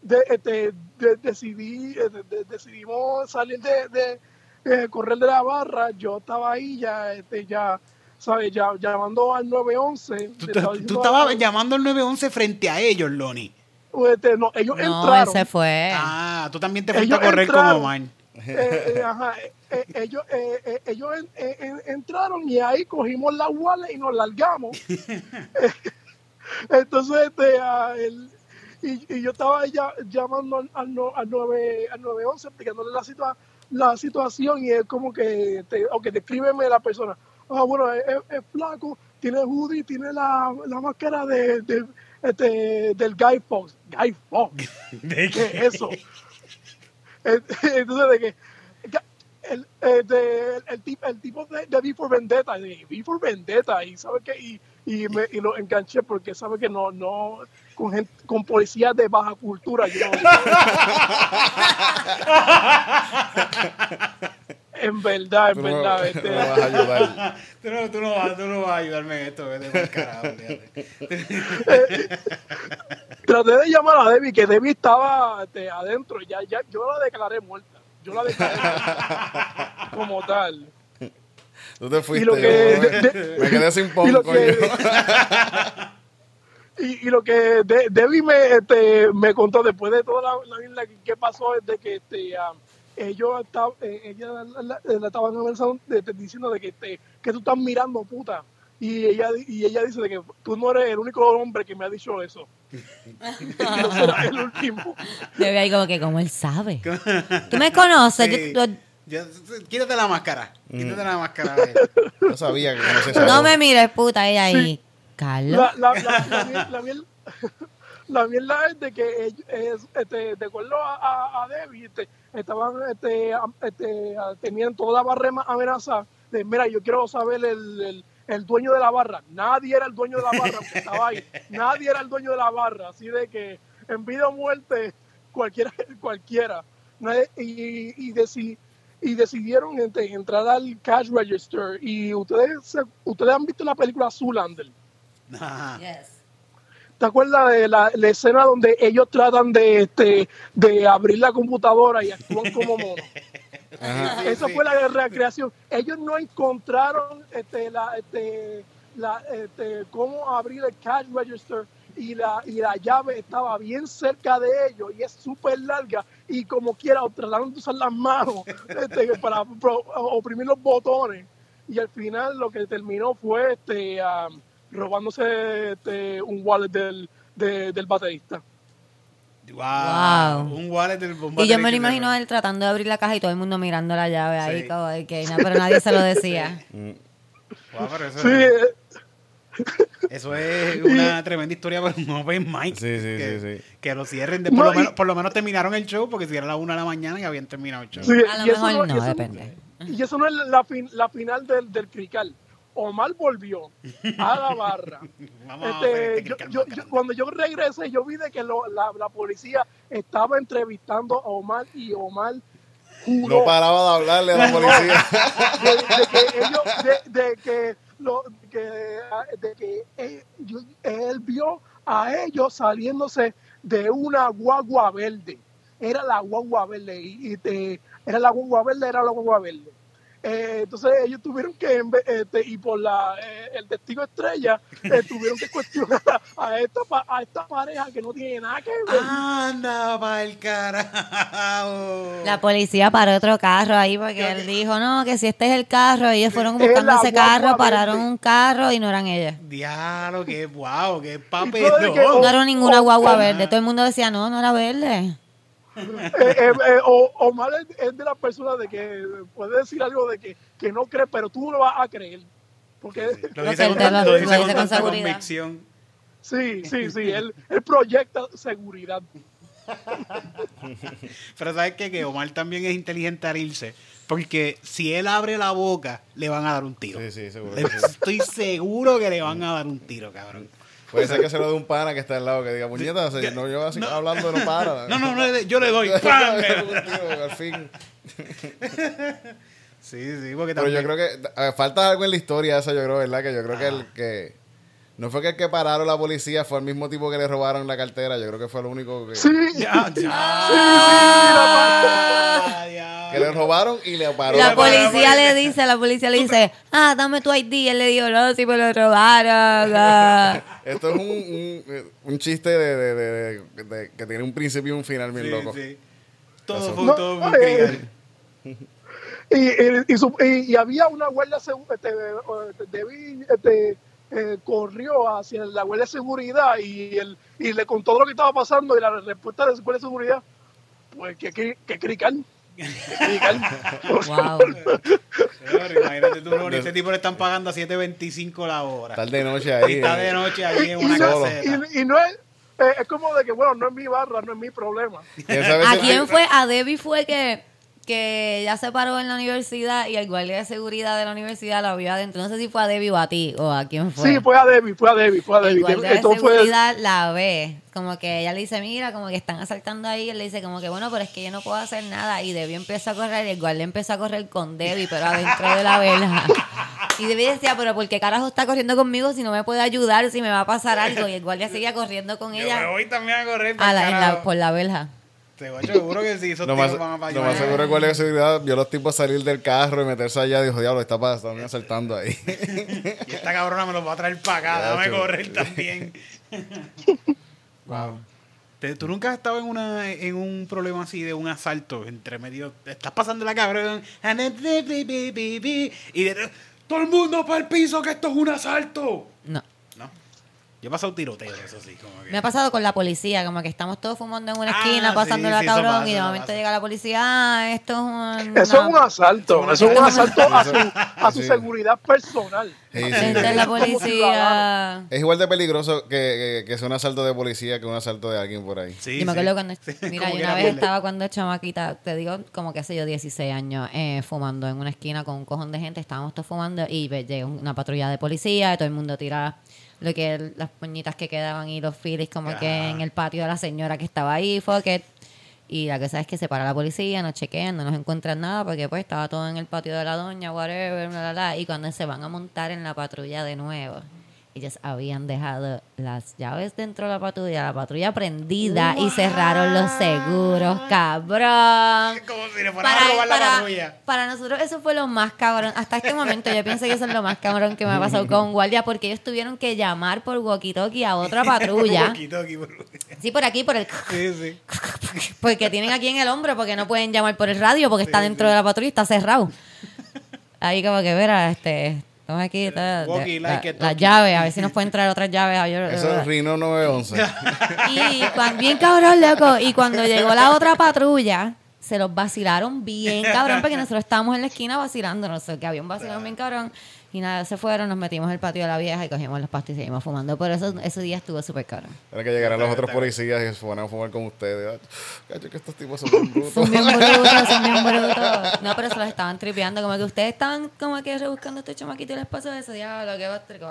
Speaker 4: decidimos salir correr de la barra. Yo estaba ahí ya ¿sabes? Ya llamando al 911.
Speaker 1: Tú estabas llamando al 911 frente a ellos, Lonnie.
Speaker 4: No, ellos
Speaker 2: No,
Speaker 4: entraron.
Speaker 2: él se fue.
Speaker 1: Ah, tú también te fuiste
Speaker 4: Ellos
Speaker 1: a correr
Speaker 4: entraron.
Speaker 1: como Omar.
Speaker 4: Ellos entraron y ahí cogimos la wallet y nos largamos. Entonces y yo estaba llamando al 911 explicándole la situación, y es como que descríbeme la persona. Bueno, es flaco, tiene hoodie, tiene la máscara del Guy Fawkes. Guy Fawkes. ¿Qué es eso? Entonces, de que el tipo de V for Vendetta, y sabe que y lo enganché porque sabe que no con policías de baja cultura yo en verdad
Speaker 3: Tú no vas a ayudar.
Speaker 1: Tú no vas a ayudarme en esto, vete por carajo.
Speaker 4: traté de llamar a Debbie, que Debbie estaba adentro, ya yo la declaré muerta. Yo la declaré como tal.
Speaker 3: Tú te fuiste.
Speaker 4: Y lo que,
Speaker 3: me quedé sin pon, coño.
Speaker 4: Y lo que Debbie me contó después de toda la isla que pasó es de que ellos ella la estaban diciendo de que tú estás mirando, puta. Y ella dice de que tú no eres el único hombre que me ha dicho eso. Y no será el último.
Speaker 2: Debe ahí como que como él sabe. Tú me conoces.
Speaker 1: Sí. Quítate la máscara. Quítate la máscara.
Speaker 3: Yo sabía que conocías
Speaker 2: No me mires, puta, ella ahí.
Speaker 4: Sí.
Speaker 2: Carlos.
Speaker 4: La mierda es de que de acuerdo a Debbie, estaban tenían toda la barra amenazada de, mira, yo quiero saber el dueño de la barra. Nadie era el dueño de la barra, porque estaba ahí. Nadie era el dueño de la barra, así de que en vida o muerte cualquiera. Y decidieron entrar al cash register. Y ustedes han visto la película Zoolander.
Speaker 2: Yes.
Speaker 4: ¿Te acuerdas de la escena donde ellos tratan de abrir la computadora y actúan como monos? Esa fue la recreación. Ellos no encontraron cómo abrir el cash register, y la llave estaba bien cerca de ellos y es súper larga, y como quiera trataron de usar las manos para oprimir los botones, y al final lo que terminó fue robándose un wallet del baterista.
Speaker 1: Wow. Un wallet del
Speaker 2: Y yo me lo imagino a él tratando de abrir la caja y todo el mundo mirando la llave ahí, como de que pero nadie se lo decía.
Speaker 1: Wow, pero eso,
Speaker 4: Sí,
Speaker 1: eso es una tremenda historia para un open mic.
Speaker 3: Sí.
Speaker 1: Que lo cierren. Por lo menos terminaron el show, porque si era a la 1 de la mañana y habían terminado el show.
Speaker 4: sí,
Speaker 2: A lo
Speaker 4: y eso
Speaker 2: mejor no,
Speaker 4: y eso
Speaker 2: depende.
Speaker 4: Y eso no es la final del crical. Omar volvió a la barra.
Speaker 1: Vamos a hacer este crical.
Speaker 4: Cuando yo regresé, yo vi de que la policía estaba entrevistando a Omar, y Omar juró
Speaker 3: No paraba de hablarle a la policía.
Speaker 4: de que él vio a ellos saliéndose de una guagua verde. Era la guagua verde. Era la guagua verde. Entonces ellos tuvieron que, y por el testigo estrella, tuvieron que cuestionar a esta pareja que no tiene nada que ver.
Speaker 1: Anda pa'l carajo.
Speaker 2: La policía paró otro carro ahí porque él dijo, no, que si este es el carro, ellos fueron
Speaker 4: Es
Speaker 2: buscando
Speaker 4: la
Speaker 2: ese
Speaker 4: guagua
Speaker 2: carro, pararon
Speaker 4: verde.
Speaker 2: un carro y no eran ellas.
Speaker 1: Diablo, qué guau, qué
Speaker 4: Y todo de
Speaker 1: papelón.
Speaker 4: que-
Speaker 2: No era ninguna guagua verde. Todo el mundo decía, no era verde.
Speaker 4: Omar es de las personas de que puede decir algo de que no cree, pero tú lo vas a creer. Porque
Speaker 1: Lo
Speaker 2: Lo
Speaker 1: dice con
Speaker 2: que él
Speaker 1: lo
Speaker 2: lo
Speaker 1: dice
Speaker 2: dice
Speaker 1: con
Speaker 2: con
Speaker 1: tanta
Speaker 2: seguridad.
Speaker 1: convicción.
Speaker 4: sí, él proyecta seguridad.
Speaker 1: Pero ¿sabes qué? Que Omar también es inteligente al irse. Porque si él abre la boca, le van a dar un tiro.
Speaker 3: Sí, seguro.
Speaker 1: Estoy seguro que le van a dar un tiro, cabrón.
Speaker 3: Puede ser que se lo dé un pana que está al lado que diga, puñeta, no, yo así hablando no para.
Speaker 5: No, yo le doy. ¡Pam!
Speaker 3: Al fin.
Speaker 5: Sí, porque
Speaker 3: Pero
Speaker 5: también...
Speaker 3: yo creo que falta algo en la historia esa, yo creo, ¿verdad? Que yo creo que el que... No fue que el que pararon la policía fue el mismo tipo que le robaron la cartera. Yo creo que fue lo único que...
Speaker 4: Sí.
Speaker 3: Que le robaron y le paró.
Speaker 2: La policía le dice, dame tu ID. Él le dijo, no, si me lo robaron.
Speaker 3: Esto es un chiste de que tiene un principio y un final bien loco.
Speaker 5: Sí. Todo fue un criminal.
Speaker 4: Y había una guardia corrió hacia la guardia de seguridad y le contó lo que estaba pasando y la respuesta de la guardia de seguridad, pues que crical.
Speaker 2: Wow.
Speaker 5: Señor, imagínate tú, este tipo le están pagando a $7.25 la hora.
Speaker 3: Está de noche ahí.
Speaker 5: Está de noche ahí en una caseta.
Speaker 4: Y no es como de que, bueno, no es mi barra, no es mi problema.
Speaker 2: ¿A quién fue? A Debbie fue que ya se paró en la universidad y el guardia de seguridad de la universidad la vio adentro. No sé si fue a Debbie o a ti o a quién fue.
Speaker 4: Sí, fue a Debbie.
Speaker 2: El guardia de seguridad la ve. Como que ella le dice, mira, como que están asaltando ahí. Él le dice como que, bueno, pero es que yo no puedo hacer nada. Y Debbie empieza a correr y el guardia empezó a correr con Debbie, pero adentro de la verja. Y Debbie decía, pero ¿por qué carajo está corriendo conmigo si no me puede ayudar, si me va a pasar algo? Y el guardia seguía corriendo con ella.
Speaker 5: Yo me voy también a correr
Speaker 2: por la verja.
Speaker 5: Seguro que sí, esos
Speaker 3: no
Speaker 5: tipos van a
Speaker 3: ayudar. Lo más seguro es que el guardia de seguridad vio a los tipos salir del carro y meterse allá y dijo, diablo, están asaltando ahí.
Speaker 5: Y esta cabrona me los va a traer para acá, déjame correr también. Wow. ¿Tú nunca has estado en un problema así de un asalto entre medio? Estás pasando la cabrón y todo el mundo para el piso que esto es un asalto.
Speaker 2: No.
Speaker 5: Yo he pasado tiroteos, eso sí. Como que...
Speaker 2: Me ha pasado con la policía, como que estamos todos fumando en una esquina, pasándola cabrón, y de momento llega la policía, esto es un...
Speaker 4: Eso es un asalto, eso es un asalto a su seguridad personal.
Speaker 2: De la policía.
Speaker 3: Es igual de peligroso que sea un asalto de policía que un asalto de alguien por ahí.
Speaker 2: Sí, yo me acuerdo cuando... Mira, yo una vez estaba cuando chamaquita, te digo, como que sé yo, 16 años, fumando en una esquina con un cojón de gente, estábamos todos fumando y llegó una patrulla de policía, y todo el mundo tiraba lo que las puñitas que quedaban y los filis como que en el patio de la señora que estaba ahí, y la cosa es que se para la policía, nos chequean, no nos encuentran nada porque pues estaba todo en el patio de la doña, whatever, y cuando se van a montar en la patrulla de nuevo, ellos habían dejado las llaves dentro de la patrulla prendida y cerraron los seguros, cabrón.
Speaker 5: Como si le fueran a robar la patrulla.
Speaker 2: Para nosotros eso fue lo más cabrón. Hasta este momento yo pienso que eso es lo más cabrón que me ha pasado con guardia, porque ellos tuvieron que llamar por walkie-talkie a otra patrulla. Sí, por aquí, por el...
Speaker 5: Sí.
Speaker 2: Porque tienen aquí en el hombro, porque no pueden llamar por el radio, porque está dentro de la patrulla y está cerrado. Ahí como que, verá, estamos aquí, las llaves, a ver si nos pueden traer otras llaves.
Speaker 3: Eso es Rino 911.
Speaker 2: Y bien cabrón, loco. Y cuando llegó la otra patrulla, se los vacilaron bien cabrón, porque nosotros estábamos en la esquina vacilándonos, que había un vacilón bien cabrón. Y nada, se fueron, nos metimos en el patio de la vieja y cogimos los pastos y seguimos fumando. Por eso ese día estuvo súper cabrón.
Speaker 3: Era que llegaran los otros policías y se fueran a fumar con ustedes. Cacho, que estos tipos son bien brutos.
Speaker 2: Son bien brutos. No, pero se los estaban tripeando. Como que ustedes estaban como que rebuscando a este chamaquito y les pasó eso. Diablo, qué bastrico.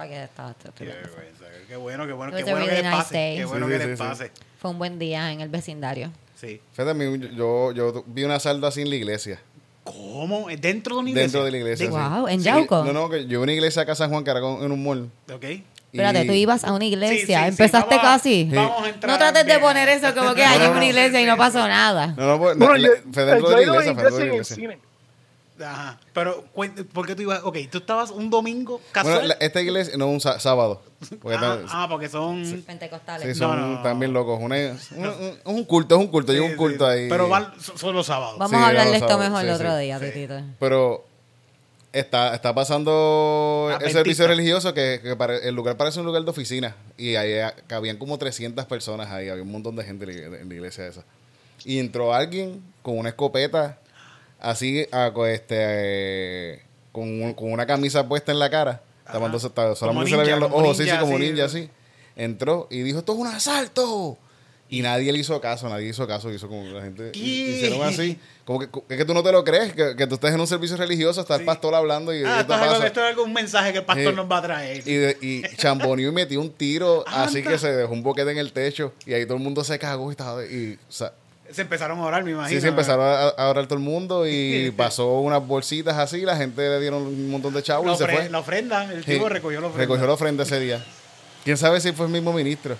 Speaker 5: Qué bueno que les pase. Qué bueno que les pase.
Speaker 2: Fue un buen día en el vecindario.
Speaker 5: Sí.
Speaker 3: Fíjate, yo vi una asalto así en la iglesia.
Speaker 5: ¿Cómo? ¿Dentro de una iglesia?
Speaker 3: Dentro de la iglesia,
Speaker 2: Wow,
Speaker 3: sí.
Speaker 2: ¿en Yauco?
Speaker 3: No, que yo vi una iglesia acá en San Juan, que era en un mall.
Speaker 5: Ok.
Speaker 2: Espérate, tú ibas a una iglesia,
Speaker 5: Sí,
Speaker 2: empezaste casi.
Speaker 5: Vamos a entrar.
Speaker 2: No trates de poner eso como que hay una iglesia y no pasó nada.
Speaker 3: No, pues, fue dentro de la iglesia,
Speaker 5: Ajá. Pero, ¿por qué tú ibas? Ok, tú estabas un domingo casual.
Speaker 3: Bueno, esta iglesia, no, un sábado.
Speaker 5: Porque porque son...
Speaker 2: Pentecostales.
Speaker 3: Sí, son también locos. Es un culto, lleva un culto ahí.
Speaker 5: Pero van son los sábados.
Speaker 2: Vamos a hablar de esto mejor el otro día, Titito.
Speaker 3: Pero está pasando el servicio religioso que el lugar parece un lugar de oficina. Y ahí cabían como 300 personas ahí. Había un montón de gente en la iglesia esa. Y entró alguien con una escopeta así, con una camisa puesta en la cara. Solamente se le veían los ojos, sí, como ninja, así. Entró y dijo, esto es un asalto. Y nadie le hizo caso, hizo como la gente hicieron así. Como que es que tú no te lo crees, que tú estés en un servicio religioso, está el pastor hablando y
Speaker 5: esto es algún mensaje que el pastor nos va a traer.
Speaker 3: Y chamboneó y metió un tiro así que se dejó un boquete en el techo y ahí todo el mundo se cagó
Speaker 5: se empezaron a orar, me imagino.
Speaker 3: Sí, se empezaron a orar todo el mundo y pasó unas bolsitas así, la gente le dieron un montón de chavos y se fue.
Speaker 5: La ofrenda, el tipo recogió la ofrenda.
Speaker 3: Recogió la ofrenda ese día. ¿Quién sabe si fue el mismo ministro?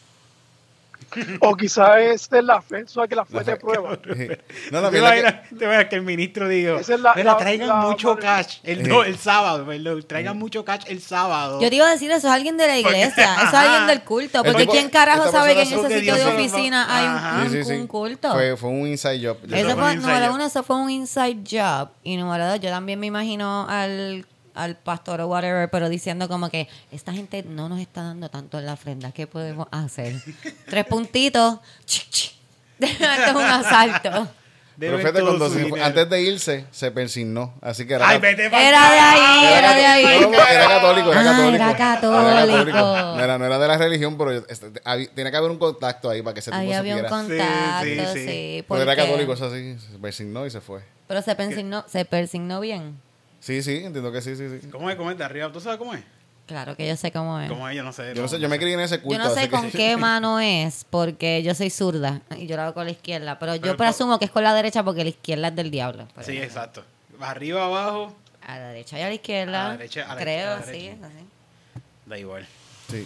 Speaker 4: O quizás es de la fe, sabes que la fe te prueba.
Speaker 5: No, te imaginas que el ministro diga, traigan mucho cash el sábado, traigan mucho cash el sábado.
Speaker 2: Yo te iba a decir, eso es alguien de la iglesia, eso es alguien del culto, porque ¿quién carajo sabe que en ese sitio de oficina hay un culto?
Speaker 3: Fue un inside job.
Speaker 2: Eso fue un inside job. Y número 2, yo también me imagino al pastor o whatever, pero diciendo como que esta gente no nos está dando tanto en la ofrenda, ¿qué podemos hacer? 3 puntitos. Esto es un asalto.
Speaker 3: Profeta, antes de irse, se persignó. Así que
Speaker 2: era de ahí.
Speaker 3: Era católico.
Speaker 2: Era católico.
Speaker 3: No era de la religión, pero tiene que haber un contacto ahí para que ese tipo
Speaker 2: ahí había un contacto, sí.
Speaker 3: Pero era católico, eso sí. Se persignó y se fue.
Speaker 2: Pero se persignó bien.
Speaker 3: Sí, entiendo que sí.
Speaker 5: ¿Cómo es de arriba? ¿Tú sabes cómo es?
Speaker 2: Claro que yo sé cómo es.
Speaker 5: ¿Cómo es? Yo no sé.
Speaker 3: Yo me crié en ese culto.
Speaker 2: Yo no sé con qué mano es, porque yo soy zurda y yo lo hago con la izquierda. Pero yo presumo que es con la derecha porque la izquierda es del diablo.
Speaker 5: Sí, exacto. Arriba, abajo.
Speaker 2: A la derecha y a la izquierda.
Speaker 5: A la derecha,
Speaker 2: creo,
Speaker 5: sí.
Speaker 2: Así.
Speaker 5: Da igual.
Speaker 3: Sí.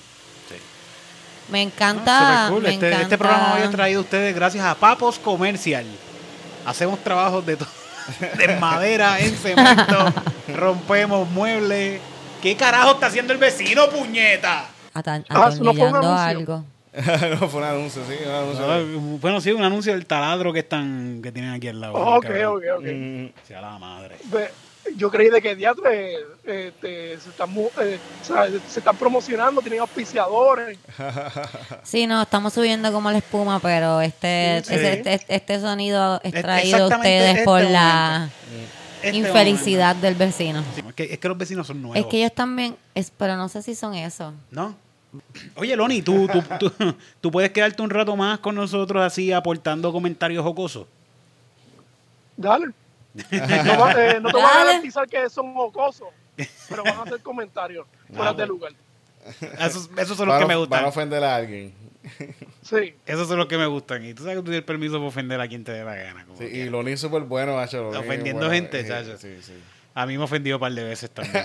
Speaker 2: Me encanta.
Speaker 5: Cool. Este programa hoy es traído a ustedes gracias a Papos Comercial. Hacemos trabajos de madera, en cemento, rompemos muebles. ¿Qué carajo está haciendo el vecino, puñeta?
Speaker 2: Atornillando algo.
Speaker 3: No, fue un anuncio, sí.
Speaker 5: Bueno, sí, un anuncio del taladro que tienen aquí al lado.
Speaker 4: Ok.
Speaker 5: Sea la madre.
Speaker 4: Yo creí de que diatre se están promocionando, tienen auspiciadores.
Speaker 2: Sí, no, estamos subiendo como la espuma, pero este sonido es traído a ustedes por la infelicidad del vecino.
Speaker 5: Sí, es que los vecinos son nuevos.
Speaker 2: Es que ellos también, pero no sé si son eso.
Speaker 5: ¿No? Oye, Loni, ¿tú puedes quedarte un rato más con nosotros así aportando comentarios jocosos?
Speaker 4: Dale. No te voy a garantizar que son jocosos, pero van a hacer comentarios fuera de lugar.
Speaker 5: Esos son los que me gustan.
Speaker 3: Van a ofender a alguien.
Speaker 4: Sí.
Speaker 5: Esos son los que me gustan. Y tú sabes que tú tienes permiso para ofender a quien te dé la gana.
Speaker 3: Sí, y Loni es súper bueno, macho.
Speaker 5: Ofendiendo gente, chacho.
Speaker 3: Sí.
Speaker 5: A mí me ofendió un par de veces también.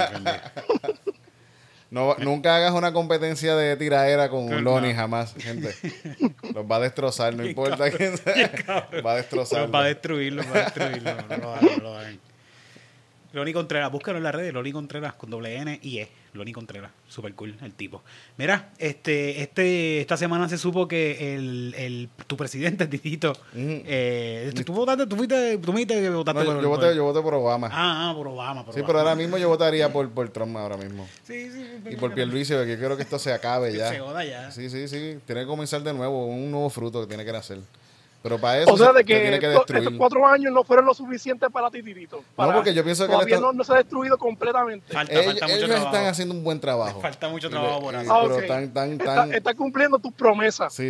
Speaker 3: No, nunca hagas una competencia de tiraera con Loni, jamás, gente. Los va a destrozar, no importa quién sea. Va a destrozar.
Speaker 5: Los va a destruir. No lo hagan. Loni Contreras, búscalo en las redes, Loni Contreras con doble N y E. Loni Contreras, super cool el tipo. Mira, esta semana se supo que tu presidente, Titito, tú me dijiste que votaste
Speaker 3: yo voté por Obama.
Speaker 5: Por Obama.
Speaker 3: Sí, pero ahora mismo yo votaría por Trump ahora mismo.
Speaker 5: Sí.
Speaker 3: Y por Pierluisi, porque yo quiero que esto se acabe ya.
Speaker 5: Se joda ya.
Speaker 3: Sí. Tiene que comenzar de nuevo, un nuevo fruto que tiene que nacer. Pero para eso
Speaker 4: de que
Speaker 3: tiene que destruir.
Speaker 4: Estos 4 años no fueron lo suficiente para ti, Titito.
Speaker 3: No, porque yo pienso que
Speaker 4: todavía no se ha destruido completamente.
Speaker 5: Falta mucho trabajo.
Speaker 3: Ellos están haciendo un buen trabajo.
Speaker 5: Falta mucho trabajo por hacer.
Speaker 3: Pero
Speaker 4: Está cumpliendo tus promesas.
Speaker 3: Sí.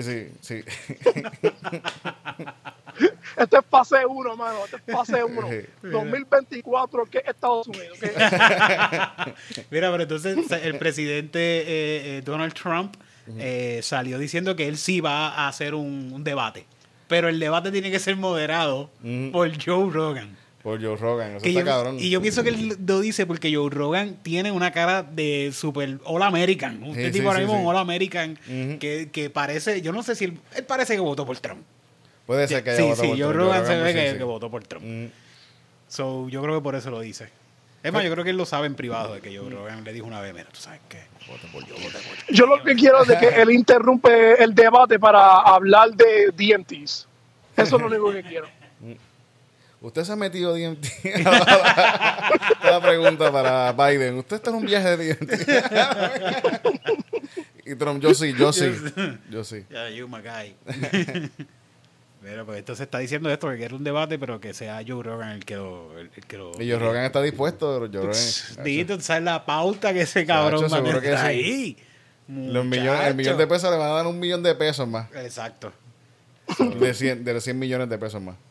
Speaker 4: Esto es fase 1, mano. Esto es fase 1. 2024, ¿qué es Estados Unidos?
Speaker 5: Mira, pero entonces el presidente Donald Trump salió diciendo que él sí va a hacer un debate. Pero el debate tiene que ser moderado por Joe Rogan.
Speaker 3: Por Joe Rogan, eso está cabrón.
Speaker 5: Y yo pienso que él lo dice porque Joe Rogan tiene una cara de super All American. Este tipo ahora mismo un All American que parece, yo no sé si él parece que votó por Trump.
Speaker 3: Puede ser que haya votado por Trump.
Speaker 5: Joe Rogan se ve que votó por Trump. So, yo creo que por eso lo dice. Es más, yo creo que él lo sabe en privado, de que Joe Rogan le dijo una vez, mira, ¿tú sabes qué? Vote por yo.
Speaker 4: Yo lo que quiero es de que él interrumpe el debate para hablar de DMTs. Eso es lo único que quiero.
Speaker 3: ¿Usted se ha metido DMT? Esta pregunta para Biden. ¿Usted está en un viaje de DMT? Y Trump, yo sí.
Speaker 5: Yeah, you my guy. Pero pues entonces está diciendo esto, que quiere un debate, pero que sea Joe Rogan el que lo...
Speaker 3: Y Joe Rogan está dispuesto.
Speaker 5: Dito, ¿sabes la pauta que ese cabrón va a tener ahí?
Speaker 3: El millón de pesos le van a dar $1 millón de pesos más.
Speaker 5: Exacto.
Speaker 3: De los 100 millones de pesos más.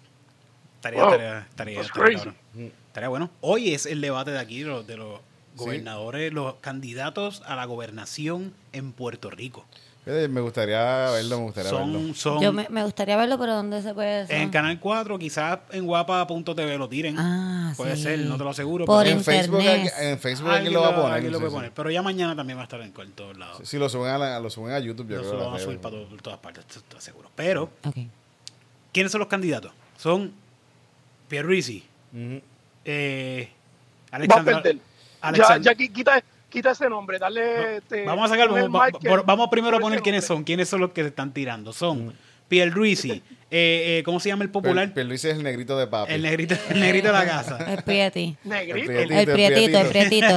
Speaker 5: Estaría bueno. Hoy es el debate de aquí de los gobernadores, los candidatos a la gobernación en Puerto Rico.
Speaker 3: Me gustaría verlo,
Speaker 2: Yo me gustaría verlo, pero ¿dónde se puede hacer?
Speaker 5: En Canal 4, quizás en guapa.tv lo tiren. Puede ser, no te lo aseguro.
Speaker 2: Por
Speaker 3: en
Speaker 2: internet.
Speaker 3: Facebook alguien lo va a poner.
Speaker 5: Alguien lo puede poner. Pero ya mañana también va a estar en todos lados.
Speaker 3: Sí, lo suben a YouTube. Yo creo
Speaker 5: lo van a subir para todas partes, estoy seguro. Pero, ¿quiénes son los candidatos? Son Pierluisi,
Speaker 4: Alexandra. Ya quita ese nombre, dale...
Speaker 5: Vamos a sacar, vamos primero a poner quiénes son los que se están tirando. Son Pierluisi, ¿cómo se llama el popular?
Speaker 3: Pierluisi es el negrito de papi.
Speaker 5: El negrito de la casa.
Speaker 2: El prieti.
Speaker 4: Negrito.
Speaker 2: El prietito.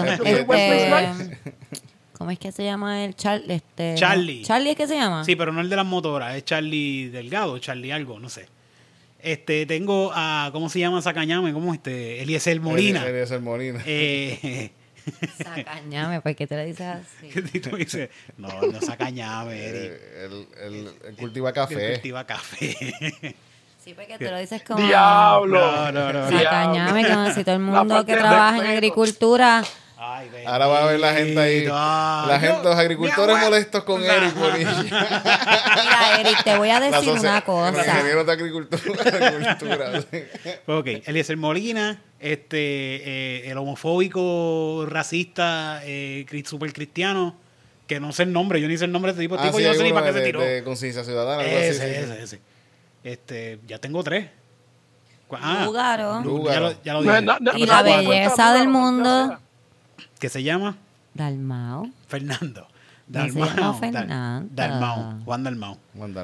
Speaker 2: ¿Cómo es que se llama el Charlie? ¿Charlie es que se llama?
Speaker 5: Sí, pero no el de las motoras, es Charlie Delgado, Charlie algo, no sé. Tengo a, ¿cómo se llama Sacañame? ¿Cómo Eliezer Molina.
Speaker 3: Eliezer Molina.
Speaker 2: Sacañame, ¿por qué te lo dices así?
Speaker 5: Y tú dices, no Sacañame, Eric.
Speaker 3: Él cultiva café.
Speaker 5: Él cultiva café.
Speaker 2: Sí, porque te lo dices como...
Speaker 4: ¡Diablo!
Speaker 5: No.
Speaker 2: Sacañame, como si todo el mundo que trabaja en agricultura...
Speaker 5: Ay,
Speaker 3: ahora va a ver la gente ahí. Los agricultores molestos con Eric Bonilla.
Speaker 2: Mira, Eric, te voy a decir una cosa.
Speaker 3: Los ingenieros de agricultura.
Speaker 5: Ok, Eliezer Molina, el homofóbico, racista, super cristiano, que no sé el nombre, yo ni sé el nombre de este tipo. Yo no sé ni para qué se tiró.
Speaker 3: De Conciencia Ciudadana.
Speaker 5: Ese. Ya tengo 3.
Speaker 2: Lugaro.
Speaker 5: Ya lo dije.
Speaker 2: Y la belleza del mundo...
Speaker 5: ¿Qué se llama?
Speaker 2: Dalmau.
Speaker 5: Fernando.
Speaker 2: Fernando.
Speaker 5: Juan Dalmau.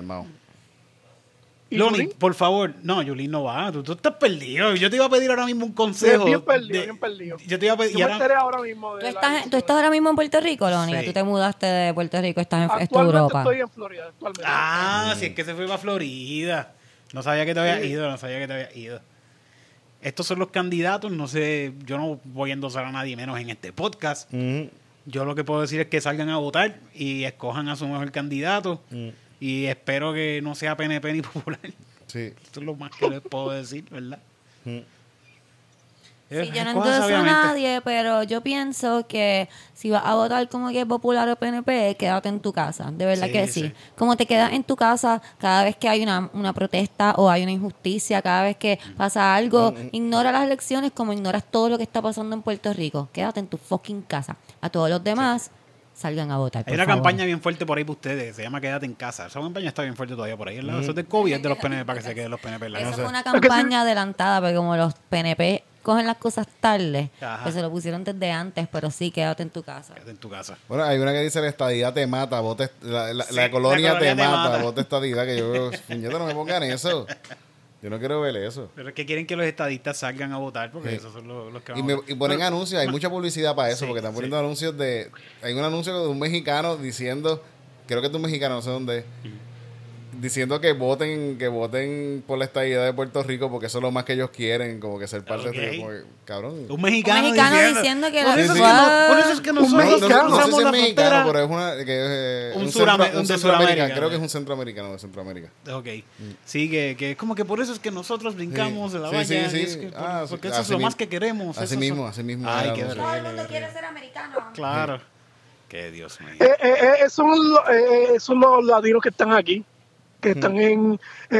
Speaker 4: Loni,
Speaker 5: por favor. No, Yulín no va. Tú estás perdido. Yo te iba a pedir ahora mismo un consejo.
Speaker 4: Bien perdido.
Speaker 5: Yo te iba a pedir...
Speaker 4: Yo me enteré ahora mismo.
Speaker 2: ¿Tú estás ahora mismo en Puerto Rico, Loni?
Speaker 5: Sí.
Speaker 2: Tú te mudaste de Puerto Rico, estás en
Speaker 4: Actualmente
Speaker 2: Europa.
Speaker 4: estoy en Florida.
Speaker 5: Si es que se fue para Florida. No sabía que te había ido. Estos son los candidatos, no sé, yo no voy a endosar a nadie menos en este podcast. Yo lo que puedo decir es que salgan a votar y escojan a su mejor candidato. Y espero que no sea PNP ni popular.
Speaker 3: Sí.
Speaker 5: Esto es lo más que les puedo decir, ¿verdad?
Speaker 2: Sí, yo no endoso a nadie, pero yo pienso que si vas a votar como que es popular o PNP, quédate en tu casa. De verdad que sí. Como te quedas en tu casa cada vez que hay una protesta o hay una injusticia, cada vez que pasa algo, ignora las elecciones como ignoras todo lo que está pasando en Puerto Rico. Quédate en tu fucking casa. A todos los demás, salgan a votar.
Speaker 5: Hay una campaña bien fuerte por ahí para ustedes, se llama Quédate en casa. Esa campaña está bien fuerte todavía por ahí. Eso es del COVID, es de los PNP para que se queden los PNP.
Speaker 2: Esa es una campaña adelantada, porque como los PNP cogen las cosas tarde, pues se lo pusieron desde antes, pero sí, quédate en tu casa.
Speaker 5: Quédate en tu casa.
Speaker 3: Bueno, hay una que dice la estadidad te mata, la colonia te mata, vote estadidad, que yo no me pongan eso. Yo no quiero ver eso.
Speaker 5: Pero es que quieren que los estadistas salgan a votar, porque esos son los que van a votar.
Speaker 3: Y ponen anuncios, hay mucha publicidad para eso, porque están poniendo anuncios hay un anuncio de un mexicano diciendo, creo que es de un mexicano, no sé dónde es, diciendo que voten por la estadidad de Puerto Rico porque eso es lo más que ellos quieren, como que ser parte de como que, cabrón.
Speaker 5: Un mexicano
Speaker 2: diciendo que
Speaker 5: por eso es que nosotros
Speaker 3: no sé si es mexicano, pero es
Speaker 5: un
Speaker 3: centroamericano, creo que es un centroamericano de Centroamérica.
Speaker 5: Ok. Sí, que es como que por eso es que nosotros brincamos de la valla. Porque eso es lo más que queremos.
Speaker 3: Así mismo.
Speaker 5: Ay, qué
Speaker 2: todo el mundo quiere ser americano.
Speaker 5: Claro. Que Dios mío.
Speaker 4: Son los latinos que están aquí, que están en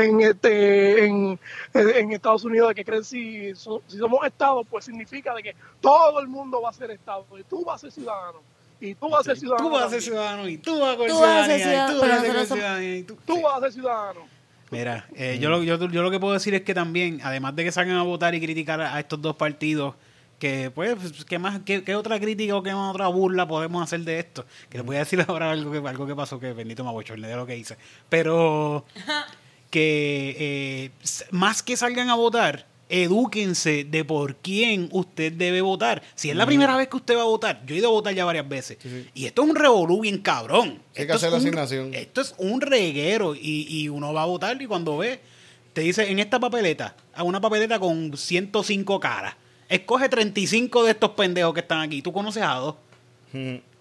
Speaker 4: Estados Unidos, de que creen si somos Estado, pues significa de que todo el mundo va a ser Estado, y tú vas a ser ciudadano, y tú vas a ser ciudadano.
Speaker 5: Tú vas a ser ciudadano, y tú vas a ser ciudadano, y tú vas a ser ciudadano. Mira, yo lo que puedo decir es que también, además de que salgan a votar y criticar a estos dos partidos, que pues, ¿qué otra crítica o qué otra burla podemos hacer de esto? Que les voy a decir ahora algo que pasó, que bendito me abochorné de lo que hice. Pero que más que salgan a votar, edúquense de por quién usted debe votar. Si es la primera vez que usted va a votar, yo he ido a votar ya varias veces. Y esto es un revolú bien cabrón.
Speaker 3: Hay que hacer la asignación.
Speaker 5: Esto es un reguero y uno va a votar y cuando ve, te dice, en esta papeleta, a una papeleta con 105 caras. Escoge 35 de estos pendejos que están aquí. Tú conoces a 2.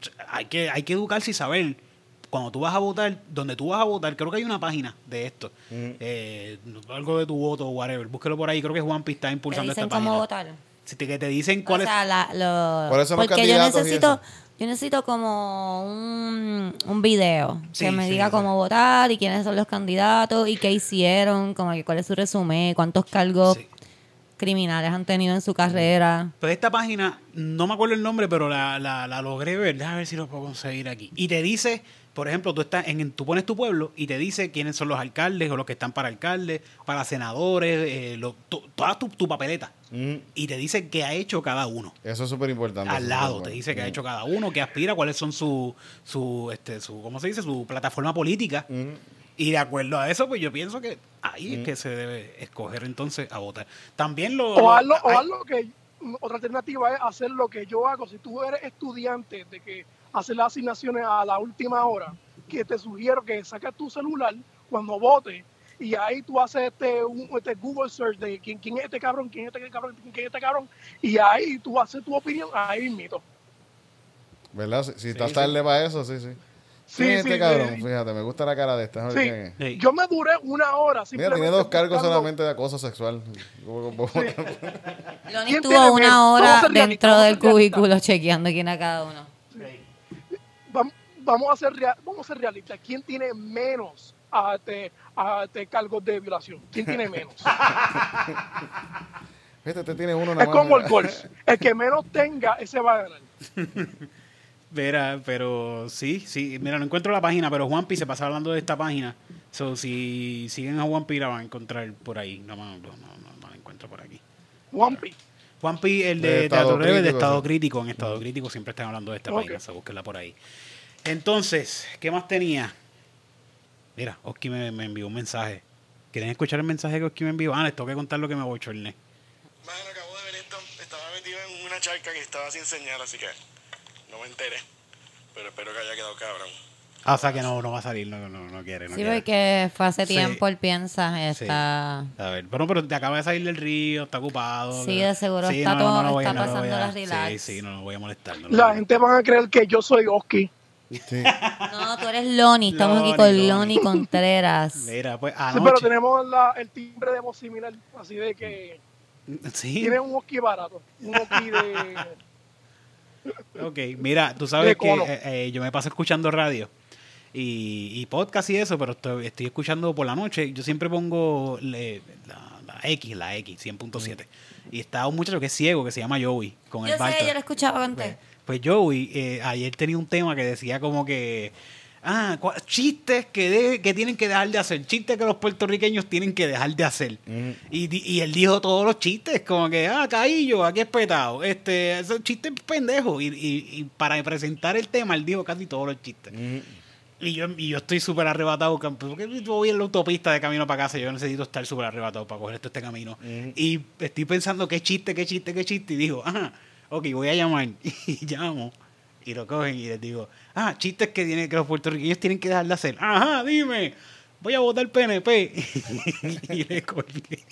Speaker 5: hay que educarse y saber cuando tú vas a votar, donde tú vas a votar, creo que hay una página de esto. Algo de tu voto o whatever. Búsquelo por ahí, creo que Juanpi está impulsando esta página.
Speaker 2: ¿Cómo votar?
Speaker 5: Que te dicen cuál es.
Speaker 3: ¿Cuáles son los
Speaker 2: porque
Speaker 3: candidatos
Speaker 2: yo necesito como un video
Speaker 5: Sí,
Speaker 2: que me
Speaker 5: sí,
Speaker 2: diga
Speaker 5: sí.
Speaker 2: cómo votar y quiénes son los candidatos y qué hicieron, como que cuál es su resumen, cuántos cargos
Speaker 5: Sí.
Speaker 2: criminales han tenido en su carrera.
Speaker 5: Pues esta página, no me acuerdo el nombre, pero la logré ver. Déjame ver si lo puedo conseguir aquí. Y te dice, por ejemplo, tú pones tu pueblo y te dice quiénes son los alcaldes o los que están para alcaldes, para senadores, toda tu papeleta. Y te dice qué ha hecho cada uno.
Speaker 3: Eso es súper importante.
Speaker 5: Al lado te dice qué ha hecho cada uno, qué aspira, cuáles son su ¿cómo se dice? Su plataforma política. Y de acuerdo a eso, pues yo pienso que ahí es que se debe escoger entonces a votar. También
Speaker 4: hazlo que otra alternativa es hacer lo que yo hago. Si tú eres estudiante de que hacer las asignaciones a la última hora, que te sugiero que saques tu celular cuando votes y ahí tú haces este Google search de quién es este cabrón, quién es este cabrón, quién es este cabrón, y ahí tú haces tu opinión ahí mismito.
Speaker 3: ¿Verdad? Si estás tarde para eso, sí.
Speaker 4: Sí,
Speaker 3: ¿Quién es este
Speaker 4: sí,
Speaker 3: cabrón?
Speaker 4: sí.
Speaker 3: Fíjate, me gusta la cara de esta.
Speaker 4: Sí.
Speaker 3: ¿Quién es?
Speaker 5: Sí.
Speaker 4: Yo me duré una hora.
Speaker 3: Mira, tiene 2 cargos solamente de acoso sexual.
Speaker 2: Lonnie
Speaker 4: ¿Quién
Speaker 2: estuvo
Speaker 4: tiene
Speaker 2: una
Speaker 4: menos?
Speaker 2: hora
Speaker 4: Vamos a ser
Speaker 2: dentro
Speaker 4: realistas,
Speaker 2: del
Speaker 4: vamos a ser
Speaker 2: cubículo chequeando quién a cada uno.
Speaker 4: Vamos a ser realistas. ¿Quién tiene menos cargos de violación? ¿Quién tiene menos?
Speaker 3: Este tiene uno
Speaker 4: Es
Speaker 3: nada más.
Speaker 4: como el golf. El que menos tenga, ese va a ganar.
Speaker 5: Verá, pero sí, mira, no encuentro la página, pero Juanpi se pasa hablando de esta página. So, si siguen a Juanpi la van a encontrar por ahí. No la encuentro por aquí. Juanpi, el de Teatro Breve, de Estado Crítico. En Estado Crítico siempre están hablando de esta página, so búsquenla por ahí. Entonces, ¿qué más tenía? Mira, Oski me envió un mensaje. ¿Quieren escuchar el mensaje que Oski me envió? Les tengo que contar lo que me bochorné.
Speaker 6: Mano, acabo de ver esto. Estaba metido en una charca que estaba sin señal, así que no me enteré. Pero espero que haya quedado cabrón.
Speaker 5: O sea que no va a salir, no quiere.
Speaker 2: Sí, porque fue hace
Speaker 5: Sí.
Speaker 2: tiempo, él piensa, está...
Speaker 5: A ver, pero te acaba de salir del río, está ocupado.
Speaker 2: Sí, de seguro está pasando las relax.
Speaker 5: Sí, no lo voy a molestar.
Speaker 4: La gente va a creer que yo soy Oski.
Speaker 3: Sí.
Speaker 2: No, tú eres Lonnie, estamos aquí con Lonnie Contreras.
Speaker 5: Mira, pues
Speaker 4: Sí,
Speaker 5: anoche.
Speaker 4: pero tenemos el timbre de voz similar, así de que
Speaker 5: Sí.
Speaker 4: tiene un Oski barato. Un Oski de...
Speaker 5: Ok, mira, tú sabes
Speaker 4: De cono.
Speaker 5: que yo me paso escuchando radio y podcast y eso, pero estoy escuchando por la noche. Yo siempre pongo la X 100.7. Y está un muchacho que es ciego, que se llama Joey, con
Speaker 2: Yo
Speaker 5: el Barton.
Speaker 2: sé, yo lo escuchaba antes.
Speaker 5: Pues Joey ayer tenía un tema que decía como que chistes que tienen que dejar de hacer, chistes que los puertorriqueños tienen que dejar de hacer. Y él dijo todos los chistes, como que caillo, aquí es petado, esos chistes pendejos. Y para presentar el tema él dijo casi todos los chistes. Y yo estoy súper arrebatado, porque yo voy en la autopista de camino para casa, yo necesito estar súper arrebatado para coger este camino. Y estoy pensando qué chiste, y digo, ok, voy a llamar. Y llamo, y lo cogen y les digo, chistes que los puertorriqueños tienen que dejar de hacer. Ajá, dime, voy a votar PNP. Y le colgué.